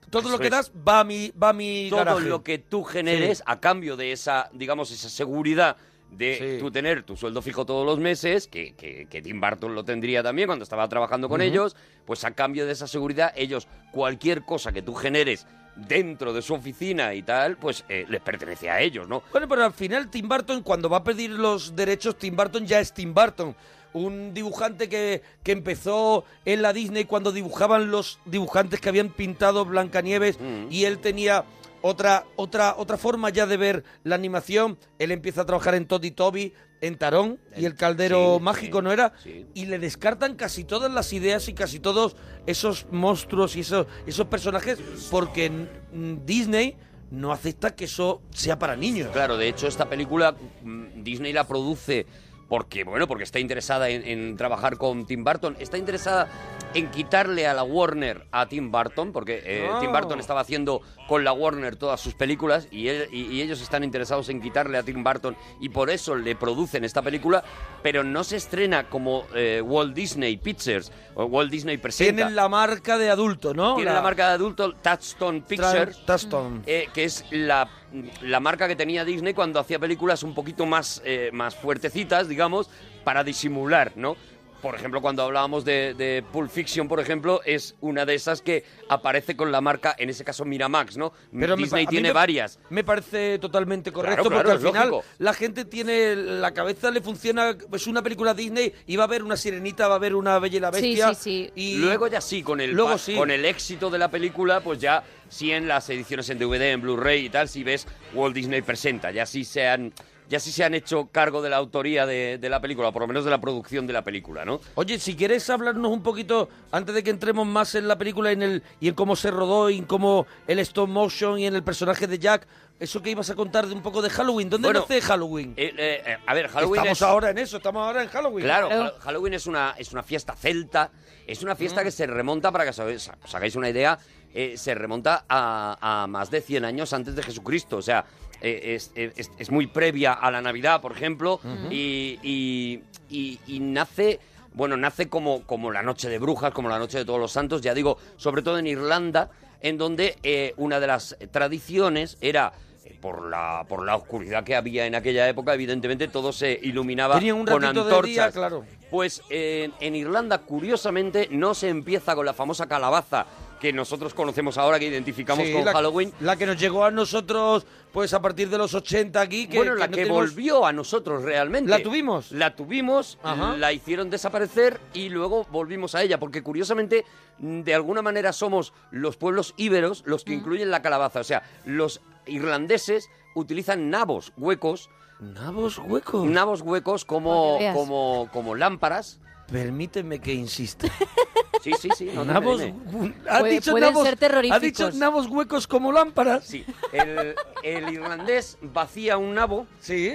va a mi todo garaje. lo que tú generes Sí. a cambio de esa, digamos, esa seguridad de tú tener tu sueldo fijo todos los meses, que Tim Burton lo tendría también cuando estaba trabajando con Ujú. ellos, pues a cambio de esa seguridad, ellos, cualquier cosa que tú generes dentro de su oficina y tal, pues les pertenece a ellos, ¿no? Bueno, pero al final Tim Burton, cuando va a pedir los derechos, Tim Burton ya es Tim Burton. Un dibujante que empezó en la Disney cuando dibujaban los dibujantes que habían pintado Blancanieves y él tenía otra forma ya de ver la animación. Él empieza a trabajar en Todd y Toby, en Tarón y el Caldero sí, Mágico, sí, ¿no era? sí. Y le descartan casi todas las ideas y casi todos esos monstruos y esos personajes porque Disney no acepta que eso sea para niños. Claro, de hecho, esta película Disney la produce porque está interesada en trabajar con Tim Burton, está interesada en quitarle a la Warner a Tim Burton, porque Oh. Tim Burton estaba haciendo con la Warner todas sus películas y ellos están interesados en quitarle a Tim Burton y por eso le producen esta película, pero no se estrena como Walt Disney Pictures o Walt Disney presenta. Tienen la marca de adulto, ¿no? Tiene la marca de adulto Touchstone Pictures, Touchstone. que es la marca que tenía Disney cuando hacía películas un poquito más fuertecitas, digamos, para disimular, ¿no? Por ejemplo, cuando hablábamos de Pulp Fiction, por ejemplo, es una de esas que aparece con la marca, en ese caso Miramax, ¿no? Pero Disney a mí tiene varias. Me parece totalmente correcto, Claro, porque al es final lógico. la gente tiene la cabeza, le funciona, pues una película Disney y va a haber una Sirenita, va a haber una Bella y la Bestia. Y Luego ya sí, con el éxito de la película, pues ya sí en las ediciones en DVD, en Blu-ray y tal, si ves Walt Disney presenta, ya sí se han hecho cargo de la autoría de la película, por lo menos de la producción de la película, ¿no? Oye, si quieres hablarnos un poquito, antes de que entremos más en la película y en cómo se rodó y en cómo el stop motion y en el personaje de Jack, eso que ibas a contar de un poco de Halloween. ¿Dónde Bueno, nace Halloween? A ver, Halloween Estamos ahora en Halloween. Claro, Halloween es una fiesta celta, es una fiesta que se remonta, para que os hagáis una idea, se remonta a más de 100 años antes de Jesucristo, o sea, es muy previa a la Navidad, por ejemplo, y nace como la Noche de Brujas, como la Noche de Todos los Santos, ya digo, sobre todo en Irlanda. en donde una de las tradiciones era... Por la oscuridad que había en aquella época, evidentemente todo se iluminaba con antorchas. De día, claro. Pues en Irlanda, curiosamente, no se empieza con la famosa calabaza que nosotros conocemos ahora, que identificamos con Halloween. La que nos llegó a nosotros, pues a partir de los 80 aquí. La que volvió a nosotros realmente. ¿La tuvimos? La tuvimos, la hicieron desaparecer y luego volvimos a ella, porque curiosamente, de alguna manera somos los pueblos íberos los que incluyen la calabaza. O sea, los irlandeses utilizan nabos huecos. ¿Nabos huecos? Nabos huecos como lámparas. Permíteme que insista. Sí. No nabos, pueden ser terroríficos. ¿Ha dicho nabos huecos como lámparas? Sí. El irlandés vacía un nabo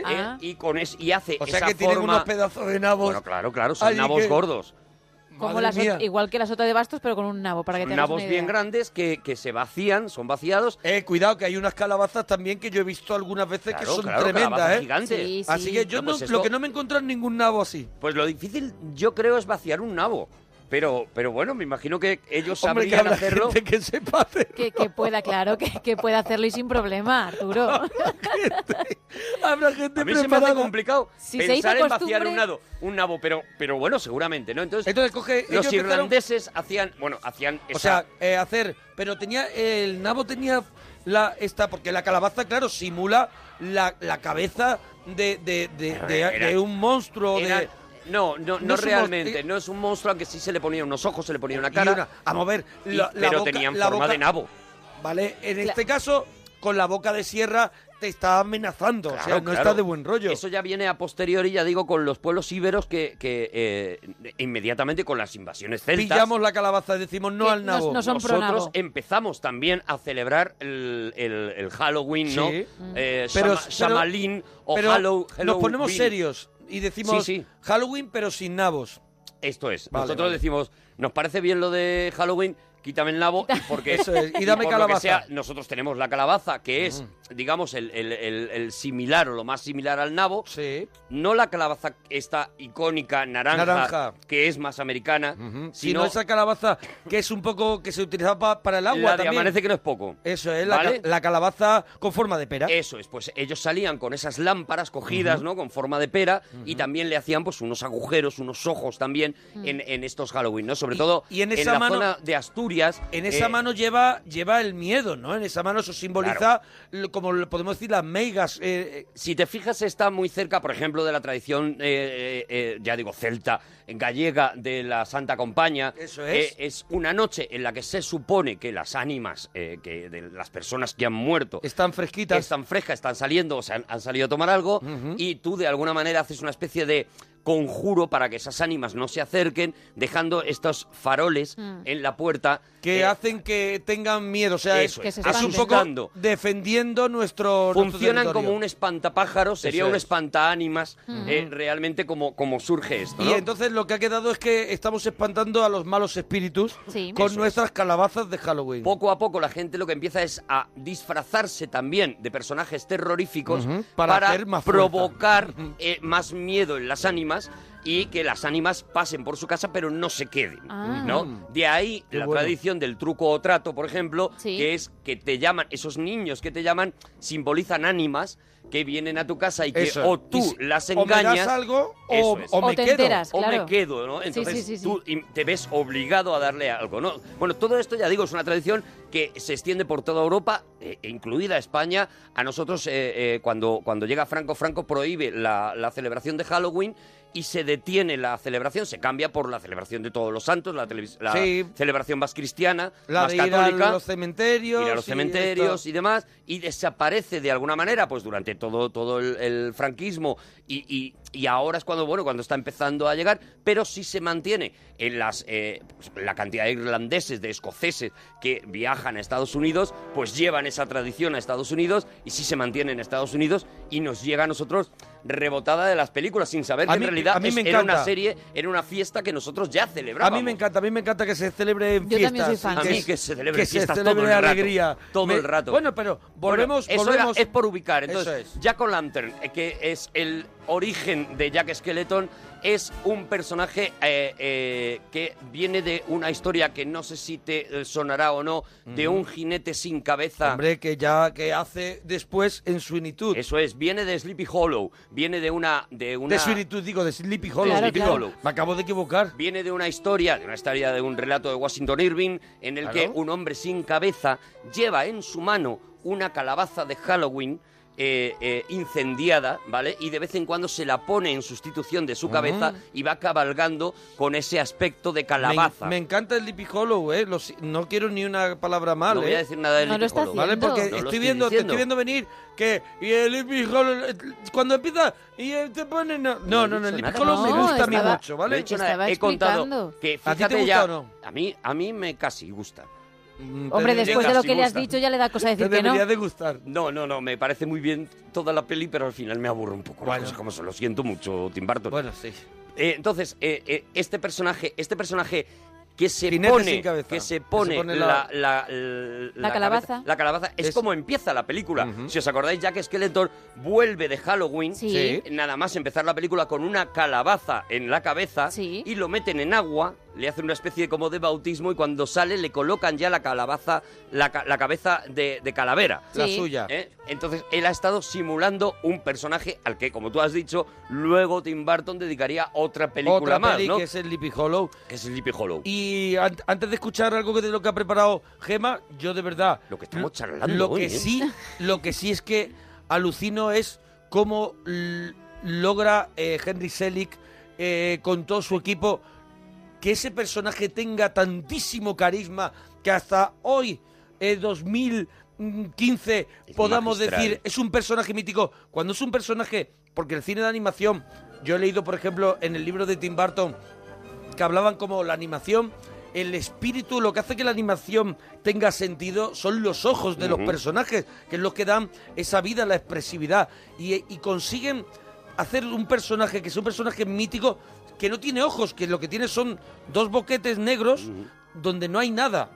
y hace o sea esa que forma... tienen unos pedazos de nabos. Bueno, claro, son nabos gordos. Como igual que la sota de bastos, pero con un nabo, para que te hagas una idea. Nabos bien grandes que se vacían, son vaciados. Cuidado, que hay unas calabazas también que yo he visto algunas veces que son tremendas, gigantes. Sí. Así que yo lo que no me he encontrado en ningún nabo así. Pues lo difícil, yo creo, es vaciar un nabo. Pero bueno, me imagino que ellos sabrían hacerlo. Gente que sepa hacerlo. Que pueda, claro, que pueda hacerlo y sin problema, Arturo. Habrá gente a mí preparada. se me hace complicado si pensar en vaciar un nabo, pero bueno, seguramente, ¿no? Entonces los irlandeses hacían esa... O sea, pero el nabo tenía porque la calabaza, claro, simula la cabeza de un monstruo. No realmente, no es un monstruo, aunque sí se le ponía unos ojos, se le ponía una cara. Vamos a ver, pero tenían forma de nabo. Vale, en este caso, con la boca de sierra te está amenazando, o sea, no está de buen rollo. Eso ya viene a posteriori, ya digo, con los pueblos íberos que inmediatamente con las invasiones celtas... Pillamos la calabaza y decimos no al nabo. No son pro nabo. Nosotros empezamos también a celebrar el Halloween, ¿no? Shamalin o Halloween. Nos ponemos serios y decimos Halloween pero sin nabos. Esto es. Nosotros decimos, nos parece bien lo de Halloween... Quítame el nabo porque eso es. Y dame calabaza. Nosotros tenemos la calabaza, que es, digamos, el similar o lo más similar al nabo. Sí. No la calabaza esta icónica naranja. Que es más americana, sino esa calabaza que es un poco que se utilizaba para el agua la también. Amanece que no es poco. Eso es, ¿vale? la calabaza con forma de pera. Eso es, pues ellos salían con esas lámparas cogidas, ¿no? Con forma de pera y también le hacían pues unos agujeros, unos ojos también en estos Halloween, ¿no? Sobre todo en esa la zona de Asturias. En esa mano lleva el miedo, ¿no? En esa mano eso simboliza, como podemos decir, las meigas. Si te fijas, está muy cerca, por ejemplo, de la tradición, ya digo, celta, gallega, de la Santa Compaña. Eso es. Es una noche en la que se supone que las ánimas de las personas que han muerto... Están fresquitas. Están frescas, están saliendo, o sea, han salido a tomar algo, y tú de alguna manera haces una especie de conjuro para que esas ánimas no se acerquen, dejando estos faroles en la puerta que hacen que tengan miedo, o sea, eso es un poco defendiendo nuestro funcionan como un espantapájaros, sería un espantaánimas, realmente como surge esto, ¿no? Y entonces lo que ha quedado es que estamos espantando a los malos espíritus con nuestras calabazas de Halloween. Poco a poco la gente lo que empieza es a disfrazarse también de personajes terroríficos para provocar más miedo en las ánimas y que las ánimas pasen por su casa pero no se queden, ¿no? De ahí la tradición del truco o trato, por ejemplo, que es que te llaman, esos niños que te llaman simbolizan ánimas que vienen a tu casa y que o tú las engañas... O me das algo o me quedo. Enteras, o me quedo, ¿no? Entonces tú te ves obligado a darle algo, ¿no? Bueno, todo esto, ya digo, es una tradición que se extiende por toda Europa, incluida España. A nosotros, cuando llega Franco prohíbe la celebración de Halloween y se detiene la celebración, se cambia por la celebración de Todos los Santos, la celebración más cristiana, más católica. Ir a los cementerios. Ir a los cementerios y demás, y desaparece de alguna manera, pues durante todo el franquismo, y ahora es cuando está empezando a llegar, pero sí se mantiene en la cantidad de irlandeses, de escoceses que viajan a Estados Unidos, pues llevan esa tradición a Estados Unidos, y sí se mantiene en Estados Unidos, y nos llega a nosotros rebotada de las películas, sin saber que en realidad era una serie, era una fiesta que nosotros ya celebrábamos. A mí me encanta que se celebre en fiestas. Yo también soy fan. A mí que se celebre fiestas todo el rato. Alegría. Todo el rato. Bueno, pero volvemos... Eso es por ubicar. Entonces, Jack-o'-lantern, que es el origen de Jack Skeleton, es un personaje que viene de una historia que no sé si te sonará o no, de un jinete sin cabeza. Hombre, que hace después en Sweeney Todd. Eso es, viene de Sleepy Hollow, viene de una... De Sweeney Todd, digo, de Sleepy Hollow. Claro, Sleepy Hollow. Me acabo de equivocar. Viene de una historia de un relato de Washington Irving, en el que un hombre sin cabeza lleva en su mano una calabaza de Halloween incendiada, ¿vale? Y de vez en cuando se la pone en sustitución de su cabeza y va cabalgando con ese aspecto de calabaza. Me encanta el Sleepy Hollow, ¿eh? No quiero ni una palabra mal, No voy a decir nada del Sleepy Hollow. ¿Vale? Porque te estoy viendo venir que... Y el Sleepy Hollow, cuando empieza y te pone... No, el Sleepy Hollow me gusta a mí mucho, ¿vale? He contado que, fíjate, ¿a ti te gusta o no? A mí me casi gusta. Hombre, después de lo que le has dicho ya le da cosa decir que no. Debería de gustar. No, me parece muy bien toda la peli, pero al final me aburre un poco. Bueno, como se lo siento mucho, Tim Burton. Bueno, sí. Entonces, este personaje que se pone la calabaza. La calabaza es como empieza la película. Si os acordáis, Jack Skellington vuelve de Halloween, nada más empezar la película con una calabaza en la cabeza y lo meten en agua, le hacen una especie como de bautismo y cuando sale le colocan ya la calabaza, la cabeza de calavera. La suya. Entonces él ha estado simulando un personaje al que, como tú has dicho, luego Tim Burton dedicaría otra película más, ¿no? Que es el Sleepy Hollow. Y antes de escuchar algo de lo que ha preparado Gema, yo de verdad... Lo que estamos charlando Lo hoy, que sí es que alucino es cómo logra Henry Selick con todo su equipo que ese personaje tenga tantísimo carisma que hasta hoy, 2015, podamos decir es un personaje mítico. Cuando es un personaje... Porque el cine de animación, yo he leído, por ejemplo, en el libro de Tim Burton, que hablaban como la animación, el espíritu, lo que hace que la animación tenga sentido son los ojos de los personajes, que es lo que dan esa vida, la expresividad, y consiguen hacer un personaje que es un personaje mítico que no tiene ojos, que lo que tiene son dos boquetes negros donde no hay nada.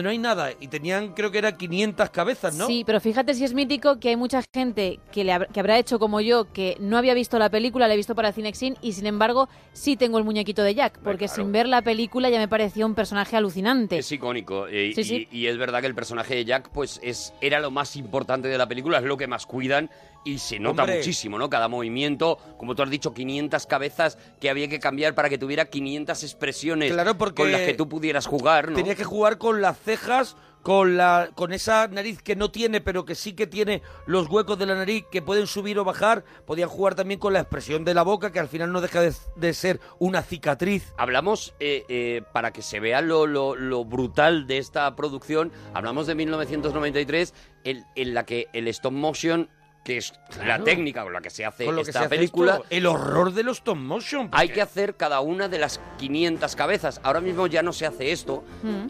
Y tenían, creo que era 500 cabezas, ¿no? Sí, pero fíjate si es mítico que hay mucha gente que habrá hecho como yo, que no había visto la película, la he visto para Cinexin, y sin embargo sí tengo el muñequito de Jack, porque sin ver la película ya me pareció un personaje alucinante. Es icónico, y es verdad que el personaje de Jack pues era lo más importante de la película, es lo que más cuidan, y se nota muchísimo, ¿no? Cada movimiento, como tú has dicho, 500 cabezas que había que cambiar para que tuviera 500 expresiones con las que tú pudieras jugar, ¿no? Tenía que jugar con las cejas, con esa nariz que no tiene, pero que sí que tiene los huecos de la nariz que pueden subir o bajar. Podían jugar también con la expresión de la boca, que al final no deja de ser una cicatriz. Hablamos, para que se vea lo brutal de esta producción, hablamos de 1993, en la que el stop motion, que es la técnica con la que se hace esta película. El horror de los stop motion. Hay que hacer cada una de las 500 cabezas. Ahora mismo ya no se hace esto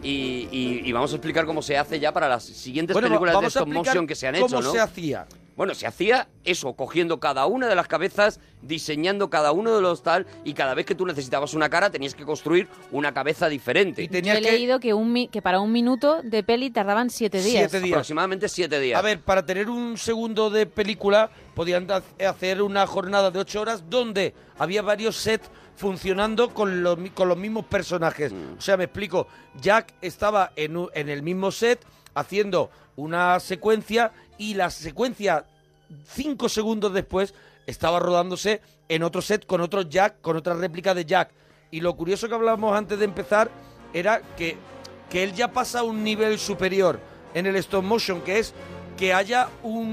y vamos a explicar cómo se hace ya para las siguientes películas de stop motion que se han hecho, ¿no? ¿Cómo se hacía? Bueno, se hacía eso, cogiendo cada una de las cabezas, diseñando cada uno de los tal, y cada vez que tú necesitabas una cara tenías que construir una cabeza diferente. Yo he leído que para un minuto de peli tardaban 7 días. Aproximadamente 7 días. A ver, para tener un segundo de película podían hacer una jornada de 8 horas donde había varios sets funcionando con los mismos personajes. O sea, me explico, Jack estaba en el mismo set haciendo una secuencia y la secuencia 5 segundos después estaba rodándose en otro set con otro Jack, con otra réplica de Jack. Y lo curioso que hablábamos antes de empezar era que él ya pasa a un nivel superior en el stop motion, que es que haya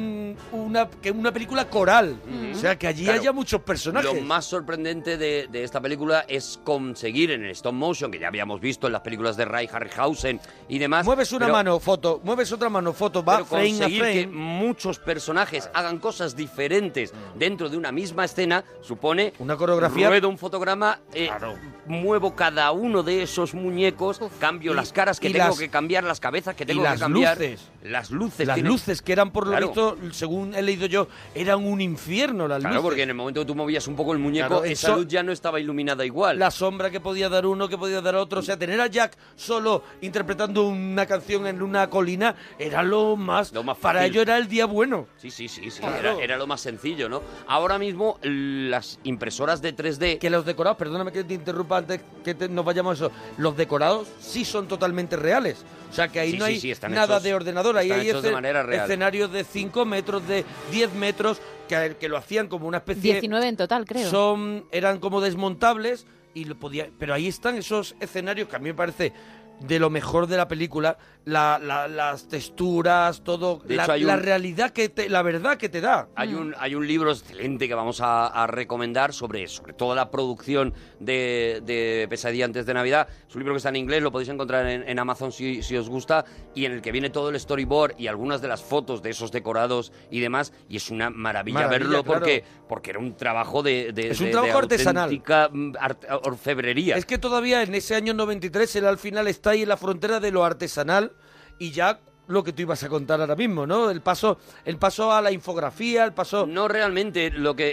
una película coral. O sea, que allí haya muchos personajes. Lo más sorprendente de esta película es conseguir en el stop motion, que ya habíamos visto en las películas de Ray Harryhausen y demás. Mueves una mano, foto. Mueves otra mano, foto. Va frame a frame. Que muchos personajes hagan cosas diferentes dentro de una misma escena supone una coreografía. Ruedo un fotograma, muevo cada uno de esos muñecos, cambio las caras que tengo que cambiar, las cabezas que tengo que cambiar. Las luces. Las luces luces, que eran por lo Claro. visto, según he leído yo, eran un infierno las Claro, luces. porque en el momento que tú movías un poco el muñeco, Claro, esa eso- luz ya no estaba iluminada igual. La sombra que podía dar uno, que podía dar otro. O sea, tener a Jack solo interpretando una canción en una colina era lo más para fácil. ello era el día bueno. Sí, Claro. era lo más sencillo, ¿no? Ahora mismo las impresoras de 3D... Que los decorados, perdóname que te interrumpa antes que nos vayamos a eso, los decorados sí son totalmente reales. O sea, que ahí Sí, no sí, hay sí, están nada hechos- de ordenador, ahí están hay hechos de manera real. escenarios de 5 metros, de 10 metros, que lo hacían como una especie... 19 en total, creo. Eran como desmontables, y pero ahí están esos escenarios que a mí me parece de lo mejor de la película, las texturas, todo, De hecho, hay la un- realidad la verdad que te da. Hay un libro excelente que vamos a recomendar sobre toda la producción de Pesadilla antes de Navidad. Es un libro que está en inglés, lo podéis encontrar en Amazon si os gusta, y en el que viene todo el storyboard y algunas de las fotos de esos decorados y demás, y es una maravilla verlo claro. porque era un trabajo de Es un trabajo artesanal. auténtica orfebrería. Es que todavía en ese año 93 él al final está ahí en la frontera de lo artesanal y ya lo que tú ibas a contar ahora mismo, ¿no? El paso a la infografía, el paso... No realmente, lo que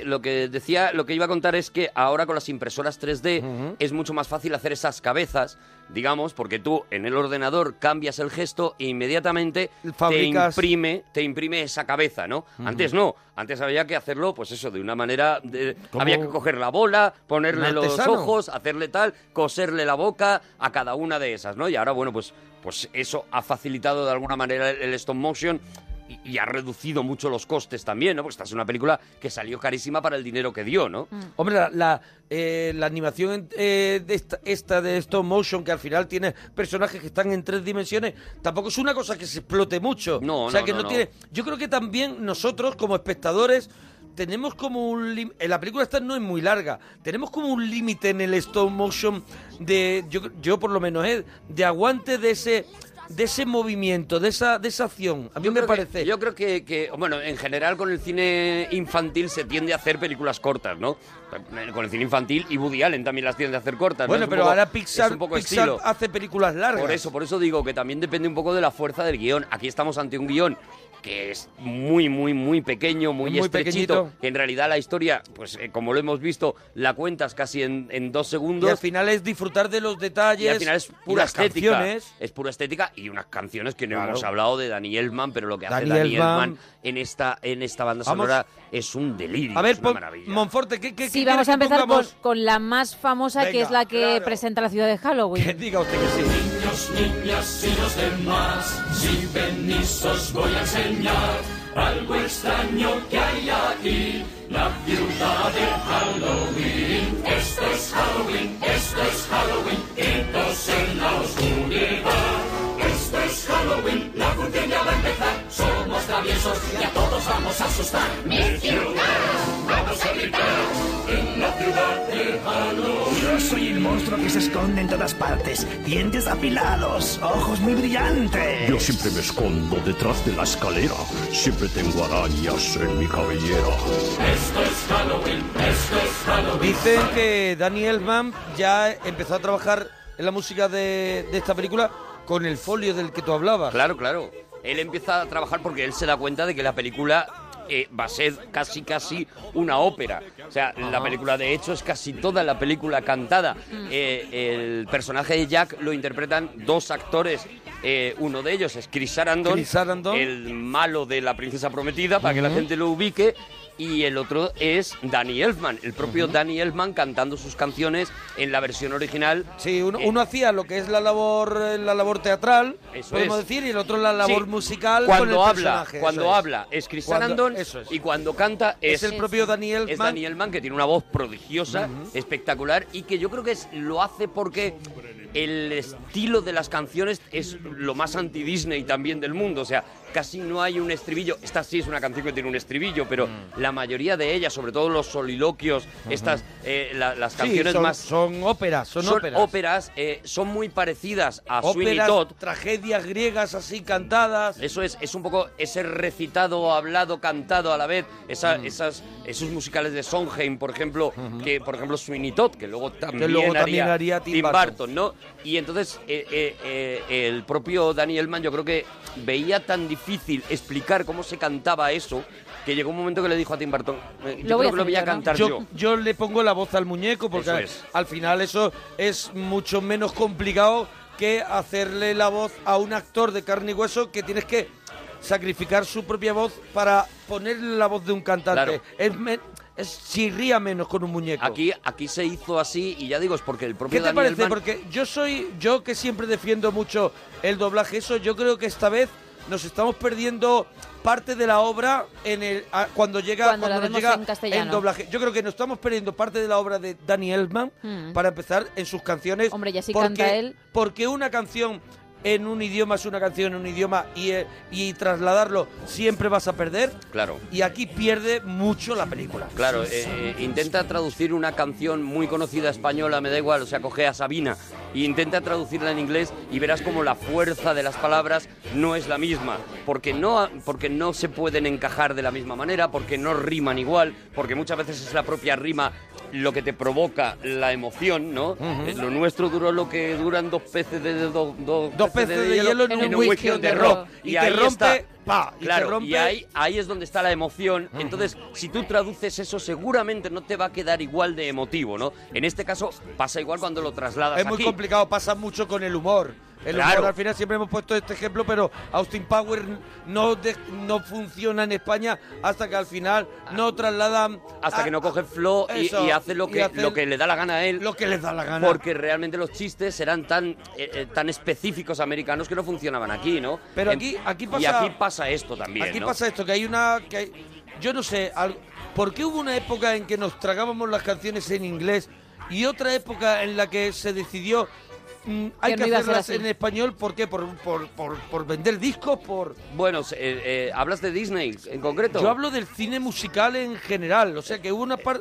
iba a contar es que ahora con las impresoras 3D es mucho más fácil hacer esas cabezas, digamos, porque tú en el ordenador cambias el gesto e inmediatamente Fabricas- te imprime esa cabeza, ¿no? Antes no, antes había que hacerlo, pues eso, de una manera... Como había que coger la bola, ponerle un los artesano. ojos, hacerle tal, coserle la boca a cada una de esas, ¿no? Y ahora, bueno, pues eso ha facilitado de alguna manera el stop motion y ha reducido mucho los costes también, ¿no? Porque esta es una película que salió carísima para el dinero que dio, ¿no? Hombre, la animación de esta de stop motion, que al final tiene personajes que están en 3 dimensiones, tampoco es una cosa que se explote mucho. No, o sea, no, que no, no no. tiene... Yo creo que también nosotros, como espectadores, tenemos como un límite... La película esta no es muy larga. Tenemos como un límite en el stop motion de... Yo por lo menos, de aguante de ese movimiento, de esa acción. A mí me parece... Yo creo que, bueno, en general con el cine infantil se tiende a hacer películas cortas, ¿no? Con el cine infantil, y Woody Allen también las tiende a hacer cortas, ¿no? Bueno, Es un pero poco- ahora es Pixar un poco estilo. hace películas largas. Por eso digo que también depende un poco de la fuerza del guión. Aquí estamos ante un guión que es muy, muy, muy pequeño, muy estrechito, pequeñito. que en realidad la historia, pues como lo hemos visto, la cuentas casi en 2 segundos. Y al final es disfrutar de los detalles. Y al final es y pura las estética. canciones. Es pura estética y unas canciones que no Claro. hemos hablado de Danny Elfman, pero lo que hace Danny Danny Elfman Elfman en esta banda Vamos. sonora es un delirio. A ver, es una maravilla. Monforte, ¿qué Sí, vamos a quieres que empezar pongamos? con la más famosa, que Venga, es la que claro. presenta la ciudad de Halloween. Que diga usted que sí. Niños, niñas y los demás, si venís os voy a enseñar algo extraño que hay aquí, la ciudad de Halloween. Esto es Halloween, esto es Halloween, gritos en la oscuridad. Esto es Halloween, la función ya va a empezar, somos traviesos y a todos vamos a asustar. ¡Mi ciudad! Vamos a gritar en la ciudad de Halloween. Yo soy el monstruo que se esconde en todas partes. Dientes afilados, ojos muy brillantes. Yo siempre me escondo detrás de la escalera. Siempre tengo arañas en mi cabellera. Esto es Halloween, esto es Halloween. Dicen que Danny Elfman ya empezó a trabajar en la música de esta película con el folio del que tú hablabas. Claro. Él empieza a trabajar porque él se da cuenta de que la película va a ser casi una ópera. O sea, la película de hecho es casi toda la película cantada. El personaje de Jack lo interpretan 2 actores. Uno de ellos es Chris Sarandon, el malo de La Princesa Prometida, para que la gente lo ubique. Y el otro es Danny Elfman, el propio Danny Elfman cantando sus canciones en la versión original. Sí, uno hacía lo que es la labor teatral, Eso podemos es. decir, y el otro la labor Sí, musical cuando con el habla, personaje. Cuando eso habla es Chris Cuando- Sarandon, eso es. y cuando canta Es el propio Danny Elfman. Es Danny Elfman, que tiene una voz prodigiosa, espectacular, y que yo creo que lo hace porque el estilo de las canciones es lo más anti-Disney también del mundo. O sea, casi no hay un estribillo. Esta sí es una canción que tiene un estribillo, pero la mayoría de ellas, sobre todo los soliloquios, estas, las Sí, canciones más... son óperas, son óperas. Son muy parecidas a Sweeney Óperas, Todd. tragedias griegas así cantadas. Eso es un poco ese recitado, hablado, cantado a la vez. Esos musicales de Sondheim, por ejemplo, que por ejemplo Sweeney Todd, que luego también haría Tim Burton, ¿no? Y entonces el propio Danny Elfman, yo creo que veía tan difícil difícil explicar cómo se cantaba eso, que llegó un momento que le dijo a Tim Burton, Lo voy a cantar yo. Yo le pongo la voz al muñeco porque Eso es. al final eso es mucho menos complicado que hacerle la voz a un actor de carne y hueso que tienes que sacrificar su propia voz para ponerle la voz de un cantante. Claro. Chirría menos con un muñeco. Aquí se hizo así y ya digo, es porque el propio ¿Qué te Daniel parece? Mann... Porque yo que siempre defiendo mucho el doblaje, yo creo que esta vez nos estamos perdiendo parte de la obra cuando nos llega en doblaje. Yo creo que nos estamos perdiendo parte de la obra de Danny Elfman para empezar en sus canciones. Hombre, ya sí canta él. Porque una canción en un idioma es una canción en un idioma y trasladarlo siempre vas a perder. Claro. Y aquí pierde mucho la película. Claro, intenta traducir una canción muy conocida española, me da igual, o sea, coge a Sabina e intenta traducirla en inglés y verás como la fuerza de las palabras no es la misma, porque no se pueden encajar de la misma manera, porque no riman igual, porque muchas veces es la propia rima lo que te provoca la emoción, ¿no? Lo nuestro duró lo que duran dos peces de hielo en un whisky on the rock. Y te rompe, claro, y ahí es donde está la emoción. Entonces, si tú traduces eso, seguramente no te va a quedar igual de emotivo, ¿no? En este caso, pasa igual cuando lo trasladas aquí. Es muy complicado, pasa mucho con el humor. El humor, al final siempre hemos puesto este ejemplo, pero Austin Powers no funciona en España hasta que al final no trasladan... Hasta que no coge flow y hace lo que le da la gana a él. Lo que le da la gana. Porque realmente los chistes eran tan específicos americanos que no funcionaban aquí, ¿no? Pero aquí pasa... Y aquí pasa esto también, Aquí ¿no? pasa esto, que hay una... yo no sé, ¿por qué hubo una época en que nos tragábamos las canciones en inglés y otra época en la que se decidió... hay que hacerlas en español? ¿Por qué? ¿Por vender discos? Bueno, ¿hablas de Disney en concreto? Yo hablo del cine musical en general. O sea, que hubo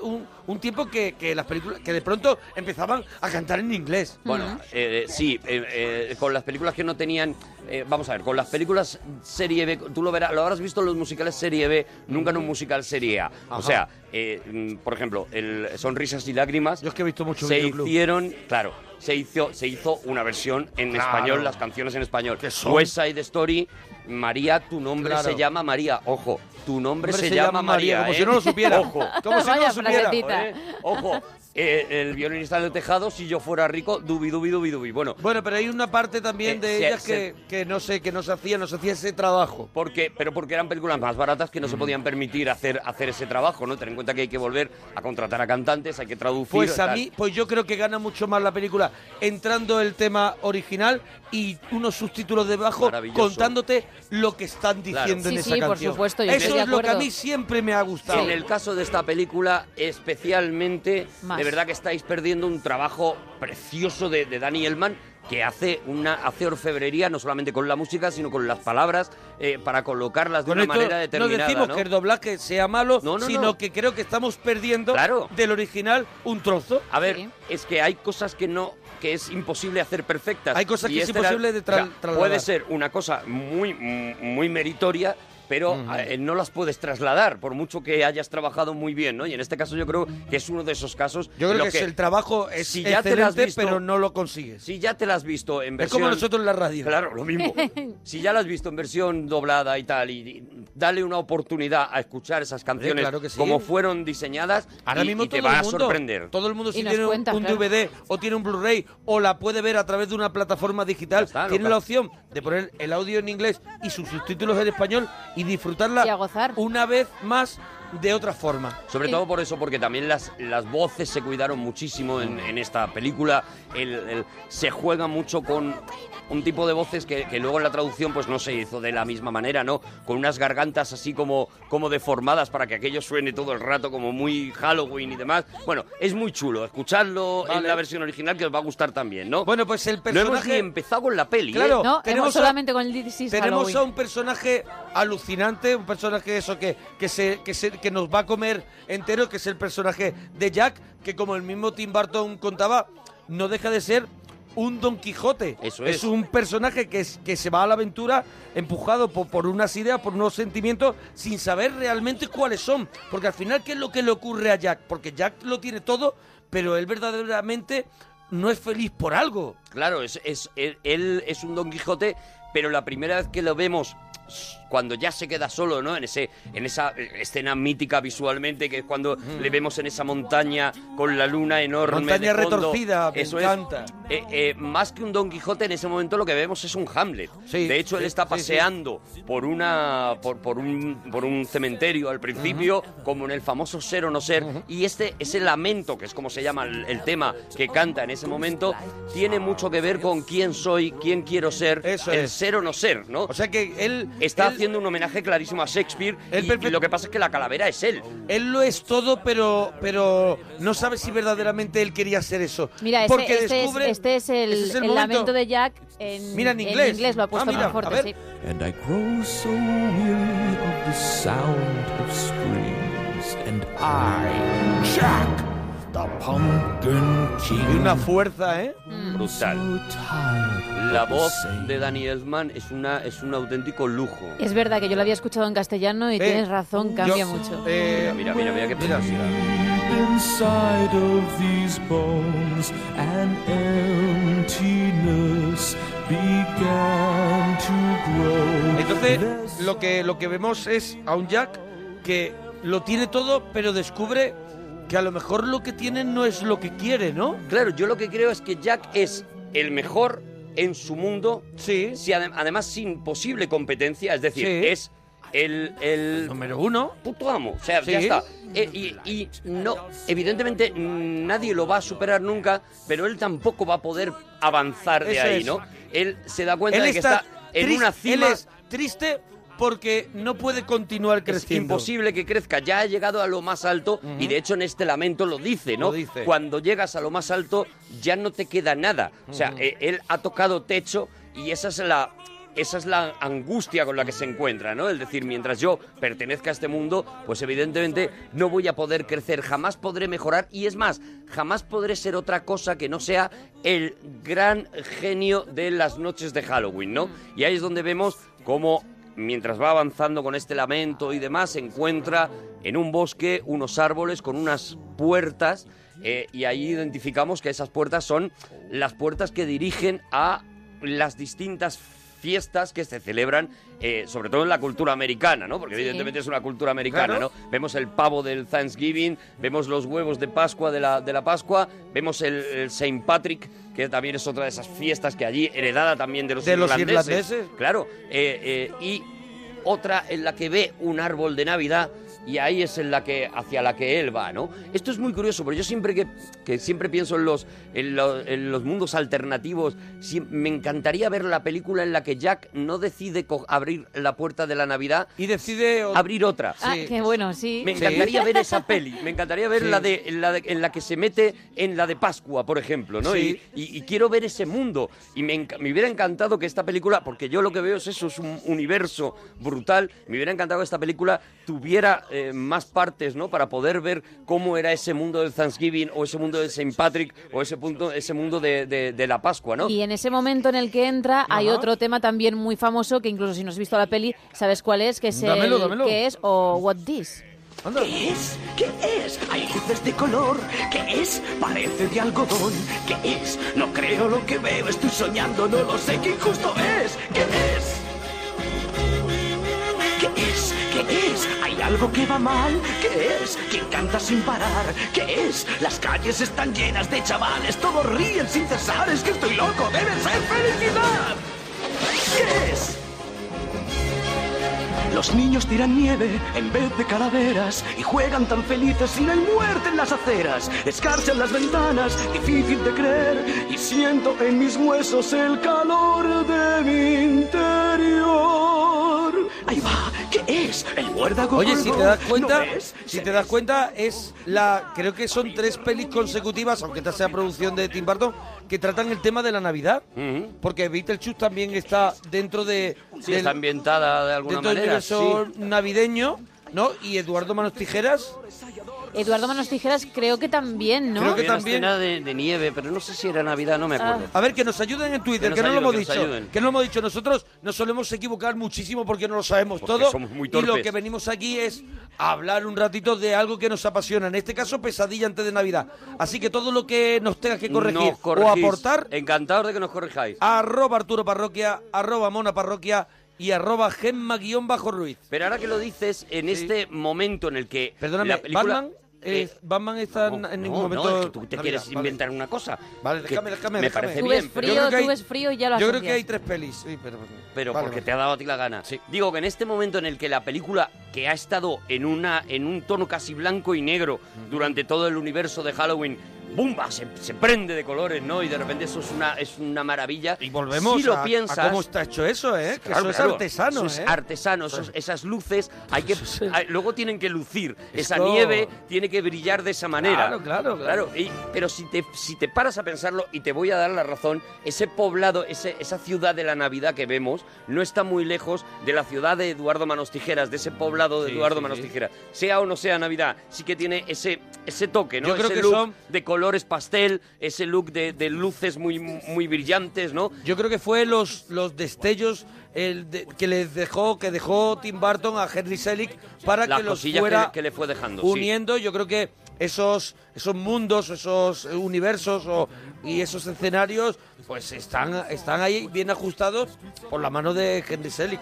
un tiempo que las películas que de pronto empezaban a cantar en inglés. Bueno, sí, con las películas que no tenían... vamos a ver, con las películas serie B, tú lo habrás visto en los musicales serie B, nunca en un musical serie A. Ajá. O sea, por ejemplo, Sonrisas y Lágrimas... Yo es que he visto mucho se hicieron, claro... Se hizo una versión en español, las canciones en español. West Side Story, María, tu nombre se llama María. Ojo, tu nombre se llama María. Como si no lo supiera. Ojo. Como si no lo supiera. Ojo. El violinista del tejado, si yo fuera rico, dubi. Bueno, pero hay una parte también de ellas que no sé, que no se hacía ese trabajo. Pero porque eran películas más baratas que no se podían permitir hacer ese trabajo, ¿no? Ten en cuenta que hay que volver a contratar a cantantes, hay que traducir. Pues yo creo que gana mucho más la película entrando el tema original y unos subtítulos debajo contándote lo que están diciendo en esa canción. Por supuesto, yo eso es lo que a mí siempre me ha gustado. En el caso de esta película, especialmente, de verdad que estáis perdiendo un trabajo precioso de Danny Elfman, que hace orfebrería no solamente con la música, sino con las palabras, para colocarlas de una manera determinada. No decimos que el doblaje sea malo, sino que creo que estamos perdiendo del original un trozo. A ver, es que hay cosas que es imposible hacer perfectas. Hay cosas que es imposible de trasladar. Puede ser una cosa muy, muy meritoria, pero no las puedes trasladar, por mucho que hayas trabajado muy bien, ¿no? Y en este caso yo creo que es uno de esos casos... Yo creo que el trabajo es excelente, pero no lo consigues. Si ya te la has visto en versión... Es como nosotros en la radio. Claro, lo mismo. Si ya la has visto en versión doblada y tal, y dale una oportunidad a escuchar esas canciones claro que sí. como fueron diseñadas, ahora mismo y te va a sorprender. Todo el mundo, si tiene un DVD o tiene un Blu-ray o la puede ver a través de una plataforma digital, tiene la opción de poner el audio en inglés y sus subtítulos en español y disfrutarla una vez más de otra forma. Sobre todo por eso, porque también las voces se cuidaron muchísimo en esta película. Se juega mucho con un tipo de voces que luego en la traducción pues no se hizo de la misma manera, ¿no? Con unas gargantas así como deformadas para que aquello suene todo el rato como muy Halloween y demás. Bueno, es muy chulo. Escuchadlo en la versión original, que os va a gustar también, ¿no? Bueno, pues el personaje... No hemos ni empezado con la peli, claro, no, tenemos solamente con el This is Tenemos Halloween. a un personaje alucinante, un personaje que nos va a comer entero, que es el personaje de Jack, que como el mismo Tim Burton contaba, no deja de ser un Don Quijote. Eso es un personaje que se va a la aventura empujado por unas ideas, por unos sentimientos, sin saber realmente cuáles son. Porque al final, ¿qué es lo que le ocurre a Jack? Porque Jack lo tiene todo, pero él verdaderamente no es feliz por algo. Claro, él es un Don Quijote, pero la primera vez que lo vemos cuando ya se queda solo, ¿no? En esa escena mítica visualmente, que es cuando le vemos en esa montaña con la luna enorme. Montaña de fondo. retorcida, me Eso encanta. Más que un Don Quijote, en ese momento lo que vemos es un Hamlet. De hecho, él está paseando por un cementerio al principio, como en el famoso Ser o no ser, y ese lamento, que es como se llama el tema que canta en ese momento, tiene mucho que ver con quién soy, quién quiero ser, ser o no ser, ¿no? O sea que él está haciendo un homenaje clarísimo a Shakespeare, y lo que pasa es que la calavera es él. Él lo es todo, pero no sabe si verdaderamente él quería ser eso. Mira, este es el lamento de Jack Mira, en inglés lo ha puesto muy fuerte, sí. And I grow so weary of the sound of screams, and I, Jack, the Pumpkin King. Y una fuerza, Brutal. La voz de Danny Elfman es un auténtico lujo. Es verdad que yo lo había escuchado en castellano y tienes razón, cambia mucho. Mira qué preciosidad. Inside of these bones, an emptiness began to grow. Entonces, lo que vemos es a un Jack que lo tiene todo, pero descubre que a lo mejor lo que tiene no es lo que quiere, ¿no? Claro, yo lo que creo es que Jack es el mejor en su mundo, además sin posible competencia, es decir, es el número uno, puto amo, o sea, ya está. Y no, evidentemente nadie lo va a superar nunca, pero él tampoco va a poder avanzar de ahí, ¿no? Él se da cuenta de que está en una cima. Él es triste porque no puede continuar creciendo. Es imposible que crezca, ya ha llegado a lo más alto, y de hecho en este lamento lo dice, ¿no? Cuando llegas a lo más alto ya no te queda nada. O sea, él ha tocado techo, y esa es la angustia con la que se encuentra, ¿no? Es decir, mientras yo pertenezca a este mundo, pues evidentemente no voy a poder crecer, jamás podré mejorar, y es más, jamás podré ser otra cosa que no sea el gran genio de las noches de Halloween, ¿no? Y ahí es donde vemos cómo, mientras va avanzando con este lamento y demás, se encuentra en un bosque unos árboles con unas puertas, y ahí identificamos que esas puertas son las puertas que dirigen a las distintas fiestas que se celebran, sobre todo en la cultura americana, ¿no? Porque evidentemente es una cultura americana, ¿no? Vemos el pavo del Thanksgiving, vemos los huevos de Pascua de la Pascua, vemos el Saint Patrick, que también es otra de esas fiestas que allí, heredada también de los irlandeses. Claro, y otra en la que ve un árbol de Navidad, y ahí es hacia la que él va, ¿no? Esto es muy curioso, porque yo siempre que siempre pienso en los mundos alternativos, me encantaría ver la película en la que Jack no decide abrir la puerta de la Navidad y decide abrir otra. Ah, qué bueno, sí. Me encantaría ver esa peli, me encantaría ver en la que se mete en la de Pascua, por ejemplo, ¿no? Sí. Y quiero ver ese mundo, y me hubiera encantado que esta película, porque yo lo que veo es eso, es un universo brutal, me hubiera encantado que esta película tuviera más partes, ¿no? Para poder ver cómo era ese mundo del Thanksgiving, o ese mundo de Saint Patrick, o ese mundo de la Pascua, ¿no? Y en ese momento en el que entra hay otro tema también muy famoso, que incluso si no has visto la peli, ¿sabes cuál es? Que es Dámelo. que es What This. ¿Qué es? ¿Qué es? Hay luces de color. ¿Qué es? Parece de algodón. ¿Qué es? No creo lo que veo, estoy soñando, no lo sé, qué injusto es. ¿Qué es? ¿Qué es? ¿Qué es? ¿Hay algo que va mal? ¿Qué es? ¿Quién canta sin parar? ¿Qué es? Las calles están llenas de chavales, todos ríen sin cesar, es que estoy loco, debe ser felicidad. ¿Qué es? Los niños tiran nieve en vez de calaveras y juegan tan felices y no hay muerte en las aceras. Escarcha en las ventanas, difícil de creer, y siento en mis huesos el calor de mi interior. Ahí va, ¿qué es? El muérdago. Oye, si te das cuenta, ¿No creo que son 3 pelis consecutivas, aunque esta sea producción de Tim Burton, que tratan el tema de la Navidad, porque Beetlejuice también está dentro de... está ambientada de alguna manera, del universo navideño, ¿no? Y Eduardo Manos Tijeras... Eduardo Manos Tijeras creo que también, ¿no? Creo que también. Una escena de nieve, pero no sé si era Navidad, no me acuerdo. A ver, que nos ayuden en Twitter, que no lo hemos dicho. Que no lo hemos dicho. Nosotros nos solemos equivocar muchísimo porque no lo sabemos todo. Somos muy y torpes. lo que venimos aquí es hablar un ratito de algo que nos apasiona. En este caso, Pesadilla antes de Navidad. Así que todo lo que nos tengas que corregir o aportar... Encantados de que nos corrijáis. @Arturo Parroquia, @Mona Parroquia... y @Gemma_Ruiz. Pero ahora que lo dices, en este momento en el que Perdóname, la película... Batman está en ningún momento... No, es que tú te quieres inventar una cosa. Vale, déjame. Me parece Tú bien. ves frío y ya lo Yo creo asocias. que hay 3 pelis, sí, pero vale, porque vale. te ha dado a ti la gana. Sí. Digo que en este momento en el que la película, que ha estado en un tono casi blanco y negro durante todo el universo de Halloween, ¡bumba! Se prende de colores, ¿no? Y de repente eso es una maravilla. Y volvemos si lo a piensas, cómo está hecho eso, ¿eh? Que claro, eso es artesano, eso es artesano, esas luces, luego tienen que lucir. Esa Esto- nieve tiene que brillar de esa manera. Claro. Pero si te paras a pensarlo, y te voy a dar la razón, ese poblado, esa ciudad de la Navidad que vemos, no está muy lejos de la ciudad de Eduardo Manos Tijeras, de ese poblado de Eduardo Manos Tijeras. Sea o no sea Navidad, sí que tiene ese toque, ¿no? Yo creo ese que look son- de colores pastel, ese look de luces muy brillantes, ¿no? Yo creo que fue los destellos que dejó Tim Burton a Henry Selick para Las que los cosillas fuera que le fue dejando, sí. uniendo. Yo creo que esos mundos, esos universos y esos escenarios, pues están ahí bien ajustados por la mano de Henry Selick.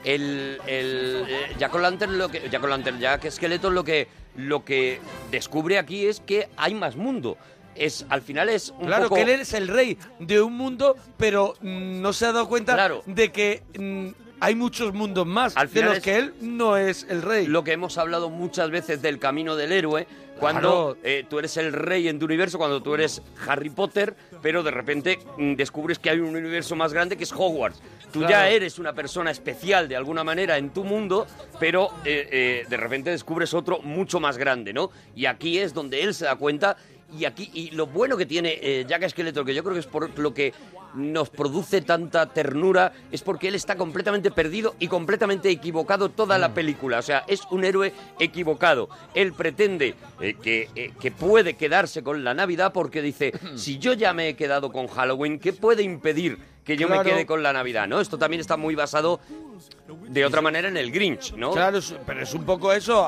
Jack O'Lantern, Jack Skeleton, lo que descubre aquí es que hay más mundo. Al final es un Claro poco... que él es el rey de un mundo, pero no se ha dado cuenta de que hay muchos mundos más Al de final los es que él no es el rey. Lo que hemos hablado muchas veces del camino del héroe, cuando tú eres el rey en tu universo, cuando tú eres Harry Potter, pero de repente descubres que hay un universo más grande que es Hogwarts. Tú ya eres una persona especial de alguna manera en tu mundo, pero de repente descubres otro mucho más grande, ¿no? Y aquí es donde él se da cuenta. Y lo bueno que tiene Jack Skeleton, que yo creo que es por lo que nos produce tanta ternura, es porque él está completamente perdido y completamente equivocado toda la película. O sea, es un héroe equivocado. Él pretende que puede quedarse con la Navidad porque dice, si yo ya me he quedado con Halloween, ¿qué puede impedir que yo me quede con la Navidad, ¿no? Esto también está muy basado de otra manera en el Grinch, ¿no? Claro, pero es un poco eso.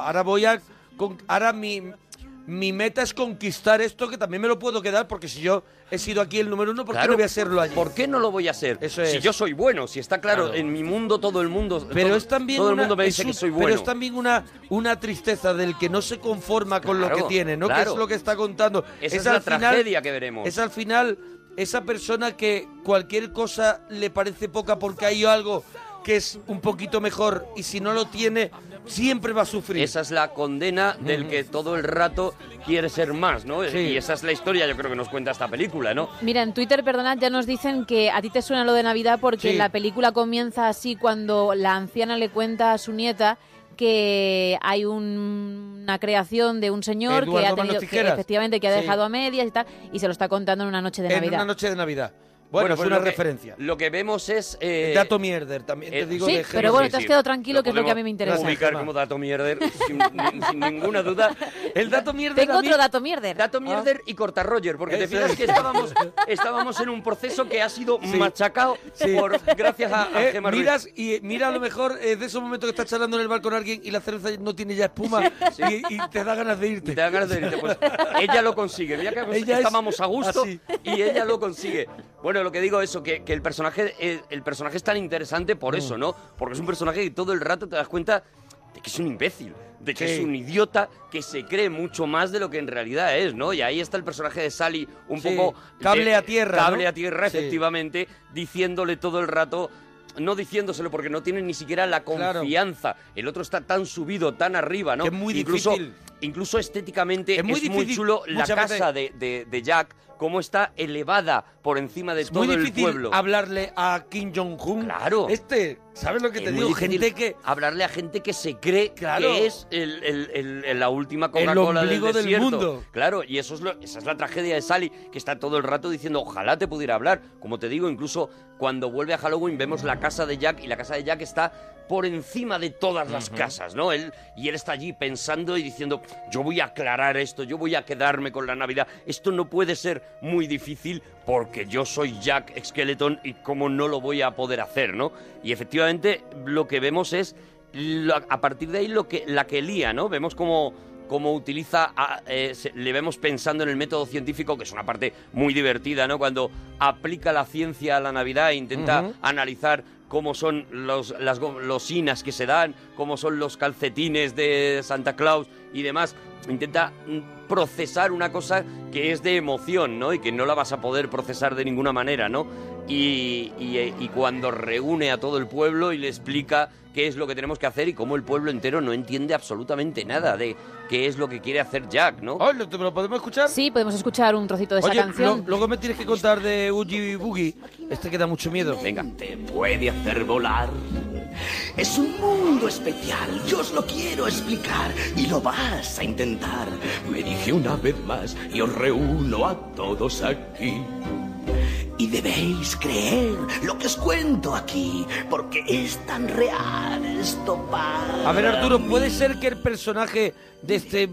Ahora mi meta es conquistar esto, que también me lo puedo quedar, porque si yo he sido aquí el número 1, ¿por qué no voy a serlo allí? ¿Por qué no lo voy a ser? Eso es. Si yo soy bueno, si está claro, en mi mundo todo el mundo... Pero es también todo el mundo me dice que soy bueno. Pero es también una tristeza del que no se conforma con lo que tiene, ¿no? Que es lo que está contando. Esa es la tragedia que veremos. Es al final esa persona que cualquier cosa le parece poca porque hay algo que es un poquito mejor, y si no lo tiene, siempre va a sufrir. Esa es la condena del que todo el rato quiere ser más, ¿no? Sí. Y esa es la historia, yo creo que nos cuenta esta película, ¿no? Mira, en Twitter, perdonad, ya nos dicen que a ti te suena lo de Navidad porque Sí. la película comienza así cuando la anciana le cuenta a su nieta que hay una creación de un señor Eduardo que ha Manos tenido, Tijeras. efectivamente, que ha Sí. dejado a medias y tal, y se lo está contando en una noche de En Navidad. una noche de Navidad. Bueno, es pues una lo que- referencia. Lo que vemos es... Dato mierder, también te digo. Sí, de pero bueno, te has quedado tranquilo, que es lo que a mí me interesa. Ubicar como dato mierder, sin ninguna duda. El dato mierder... Tengo otro dato mierder. Dato mierder y corta Roger, porque te Eso fijas es. que estábamos en un proceso que ha sido Sí. machacado gracias a Gemma Ruiz. Miras y mira, a lo mejor es de esos momentos que estás charlando en el bar con alguien y la cerveza no tiene ya espuma y te da ganas de irte. Te da ganas de irte. Pues ella lo consigue. Mira que Ella es estábamos a gusto así. y ella lo consigue. Bueno, lo que digo es eso, que el personaje es tan interesante por eso, ¿no? Porque es un personaje que todo el rato te das cuenta de que es un imbécil, de que Sí. es un idiota, que se cree mucho más de lo que en realidad es, ¿no? Y ahí está el personaje de Sally un Sí. poco... Cable a tierra, Cable ¿no? a tierra, Sí. efectivamente, diciéndole todo el rato... No diciéndoselo porque no tiene ni siquiera la Claro. confianza. El otro está tan subido, tan arriba, ¿no? Que es muy incluso, difícil. Incluso estéticamente es muy difícil chulo la muchas casa veces. de Jack, cómo está elevada por encima de Es todo muy el difícil pueblo. hablarle a Kim Jong-un. Claro. ¿Sabes lo que te Es digo? muy difícil Gente que... hablarle a gente que se cree Claro. que es la última Coca-Cola del ombligo del desierto. mundo. Claro, y esa es la tragedia de Sally, que está todo el rato diciendo, ojalá te pudiera hablar. Como te digo, incluso cuando vuelve a Halloween vemos la casa de Jack, y la casa de Jack está por encima de todas las casas, ¿no? Él está allí pensando y diciendo, yo voy a aclarar esto, yo voy a quedarme con la Navidad. Esto no puede ser muy difícil porque yo soy Jack Skeleton y cómo no lo voy a poder hacer, ¿no? Y efectivamente lo que vemos es, a partir de ahí, la que lía, ¿no? Vemos cómo utiliza, le vemos pensando en el método científico, que es una parte muy divertida, ¿no? Cuando aplica la ciencia a la Navidad e intenta analizar cómo son las golosinas que se dan, cómo son los calcetines de Santa Claus y demás. Intenta procesar una cosa que es de emoción, ¿no? Y que no la vas a poder procesar de ninguna manera, ¿no? Y cuando reúne a todo el pueblo y le explica qué es lo que tenemos que hacer y cómo el pueblo entero no entiende absolutamente nada de qué es lo que quiere hacer Jack, ¿no? Oh, ¿lo podemos escuchar? Sí, podemos escuchar un trocito de esa canción. Luego me tienes que contar de Oogie Boogie, que da mucho miedo. Venga. Te puede hacer volar. Es un mundo especial, yo os lo quiero explicar y lo vas a intentar. Me dije una vez más y os reúno a todos aquí. Y debéis creer lo que os cuento aquí, porque es tan real esto para A ver, Arturo, mí. ¿puede ser que el personaje de este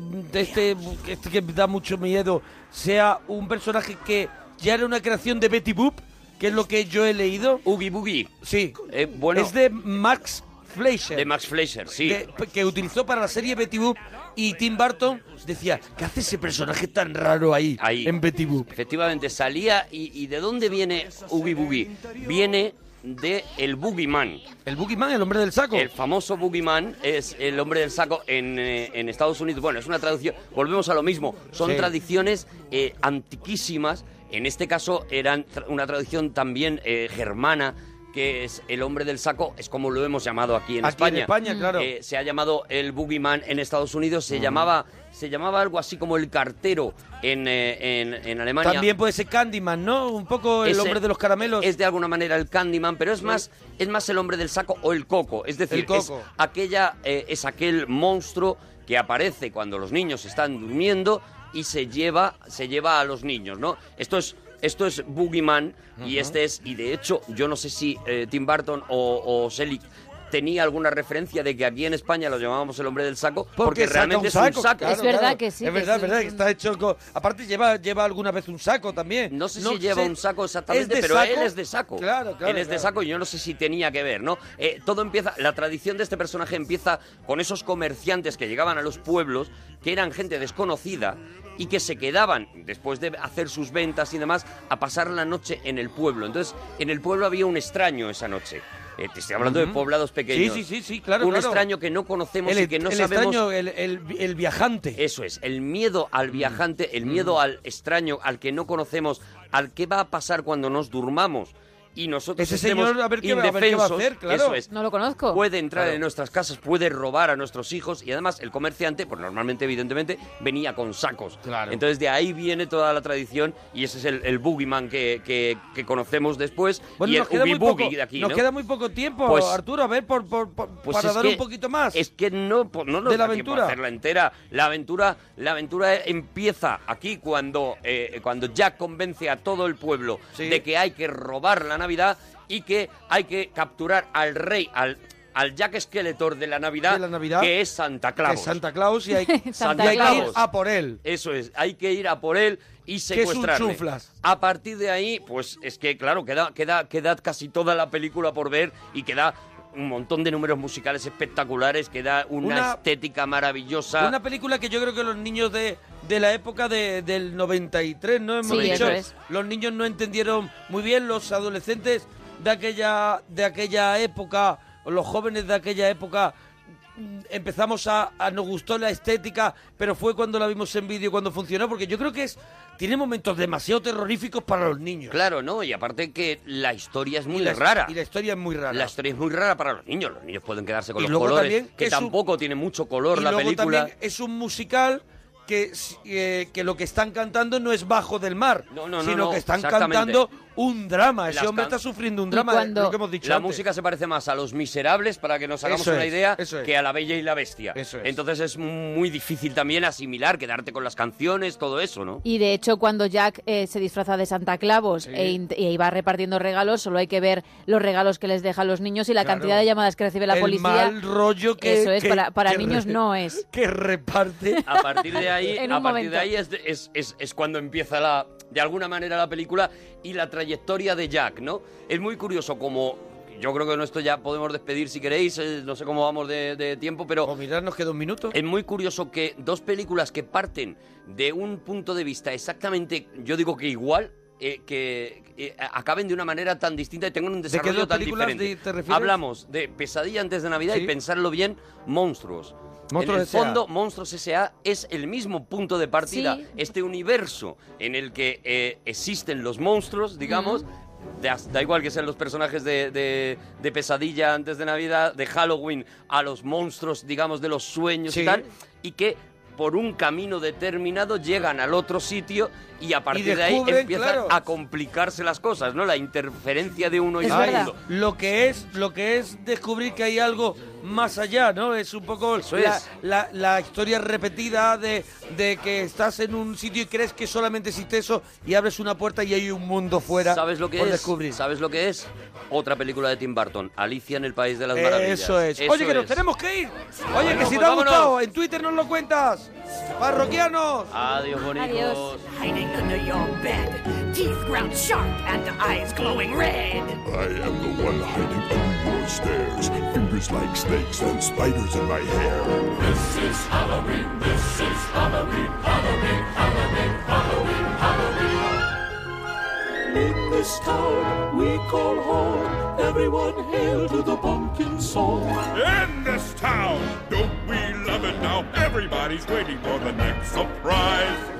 que da mucho miedo sea un personaje que ya era una creación de Betty Boop, que es lo que yo he leído? Oogie Boogie. Sí. Bueno. Es de Max Fleischer. De Max Fleischer, sí. Que utilizó para la serie Betty Boop, y Tim Burton decía, ¿qué hace ese personaje tan raro ahí. En Betty Boop? Efectivamente, salía. ¿Y de dónde viene Oogie Boogie? Viene de el Boogeyman. ¿El Boogeyman, el hombre del saco? El famoso Boogeyman es el hombre del saco en Estados Unidos. Bueno, es una traducción, volvemos a lo mismo, son Sí. tradiciones antiquísimas. En este caso eran una tradición también germana, que es el hombre del saco, es como lo hemos llamado aquí en España. En España, claro. Se ha llamado el Boogeyman en Estados Unidos, se llamaba algo así como el cartero en Alemania. También puede ser Candyman, ¿no? Un poco el hombre de los caramelos. Es de alguna manera el Candyman, pero es más el hombre del saco o el coco. Es decir, El coco. es aquel monstruo que aparece cuando los niños están durmiendo y se lleva a los niños, ¿no? Esto es Boogeyman y de hecho yo no sé si Tim Burton o Selig tenía alguna referencia de que aquí en España lo llamábamos el hombre del saco porque realmente es un saco. Claro, Es verdad claro. que sí, Es que verdad, sí. verdad, que está hecho aparte lleva alguna vez un saco también. No sé si lleva un saco exactamente, ¿Es de pero saco? él es de saco. Claro. Él es de claro. saco y yo no sé si tenía que ver, ¿no? Todo empieza, la tradición de este personaje empieza con esos comerciantes que llegaban a los pueblos, que eran gente desconocida y que se quedaban, después de hacer sus ventas y demás, a pasar la noche en el pueblo. Entonces, en el pueblo había un extraño esa noche. Te estoy hablando de poblados pequeños. Sí, claro. Un claro. extraño que no conocemos y que no el sabemos... extraño, el viajante. Eso es, el miedo al viajante, el miedo al extraño, al que no conocemos, al que va a pasar cuando nos durmamos y nosotros Ese estemos señor, a ver qué va a indefensos. hacer, claro. Eso es. No lo conozco. Puede entrar Claro. en nuestras casas, puede robar a nuestros hijos y además el comerciante, pues normalmente, evidentemente, venía con sacos. Claro. Entonces de ahí viene toda la tradición y ese es el Boogeyman que conocemos después Bueno, y el nos queda Oogie muy poco, Boogie de aquí, nos ¿no? queda muy poco tiempo, Pues- Arturo, a ver, Pues para es dar que- un poquito más. Es que no nos de la da tiempo a aventura. hacerla entera. La aventura empieza aquí cuando Jack convence a todo el pueblo de que hay que robar la Navidad y que hay que capturar al rey, al Jack Skeletor de la Navidad, que es Santa Claus. Que es Santa Claus y hay, Santa y hay que ir Claus. a por él. Eso es, hay que ir a por él y Que es un secuestrarle. chuflas. A partir de ahí, pues es que, claro, queda casi toda la película por ver y queda un montón de números musicales espectaculares, queda una estética maravillosa. Una película que yo creo que los niños de la época del 93, ¿no? Hemos Sí, dicho, eso es. los niños no entendieron muy bien, los adolescentes de aquella época, o los jóvenes de aquella época, empezamos nos gustó la estética, pero fue cuando la vimos en vídeo cuando funcionó, porque yo creo que tiene momentos demasiado terroríficos para los niños. Claro, ¿no? Y aparte que la historia es muy Y la- rara. Y la historia es muy rara. La historia es muy rara para los niños. Los niños pueden quedarse con Y los luego colores, también que es un- tampoco tiene mucho color y la luego película. también es un musical que lo que están cantando no es Bajo del Mar, No, sino no, que están exactamente. cantando un drama. Ese Las hombre can- está sufriendo un drama, lo que hemos dicho la antes. música se parece más a Los Miserables, para que nos hagamos Eso una es, idea, eso es. que a La Bella y la Bestia. Eso es. Entonces es muy difícil también asimilar, quedarte con las canciones, todo eso, ¿no? Y de hecho, cuando Jack se disfraza de Santa Claus e va repartiendo regalos, solo hay que ver los regalos que les deja a los niños y la Claro. cantidad de llamadas que recibe la El policía. mal rollo que... Eso es, que- para que niños no es. Que reparte. A partir de ahí, En un momento. es cuando empieza de alguna manera la película y la trayectoria de Jack, ¿no? Es muy curioso como... Yo creo que con esto ya podemos despedir si queréis, no sé cómo vamos de tiempo, pero... O mirad, nos queda un minuto. Es muy curioso que dos películas que parten de un punto de vista exactamente, yo digo que igual, que acaben de una manera tan distinta y tengan un desarrollo tan diferente. ¿Te refieres? Hablamos de Pesadilla antes de Navidad y pensarlo bien, Monstruos. Monstruos en el S.A. fondo, Monstruos S.A. es el mismo punto de partida. Sí. Este universo en el que existen los monstruos, digamos, da igual que sean los personajes de Pesadilla antes de Navidad, de Halloween, a los monstruos, digamos, de los sueños y tal, y que por un camino determinado llegan al otro sitio y a partir de ahí empiezan a complicarse las cosas, ¿no? La interferencia de uno y del segundo. Lo que es descubrir que hay algo más allá, ¿no? Es un poco la historia repetida de que estás en un sitio y crees que solamente existe eso y abres una puerta y hay un mundo fuera. ¿Sabes lo que por es? descubrir. ¿Sabes lo que es? Otra película de Tim Burton, Alicia en el País de las Maravillas. Eso es. Oye, que nos tenemos que ir. Oye, que si te ha gustado, en Twitter nos lo cuentas. Parroquianos. Adiós, bonitos. Adiós. Hiding under your bed, teeth ground sharp and eyes glowing red. I am the one hiding under your stairs, fingers like snakes and spiders in my hair. This is Halloween, this is Halloween, Halloween, Halloween, Halloween, Halloween. In this town we call home, everyone hail to the pumpkin song. In this town, don't we love it now? Everybody's waiting for the next surprise.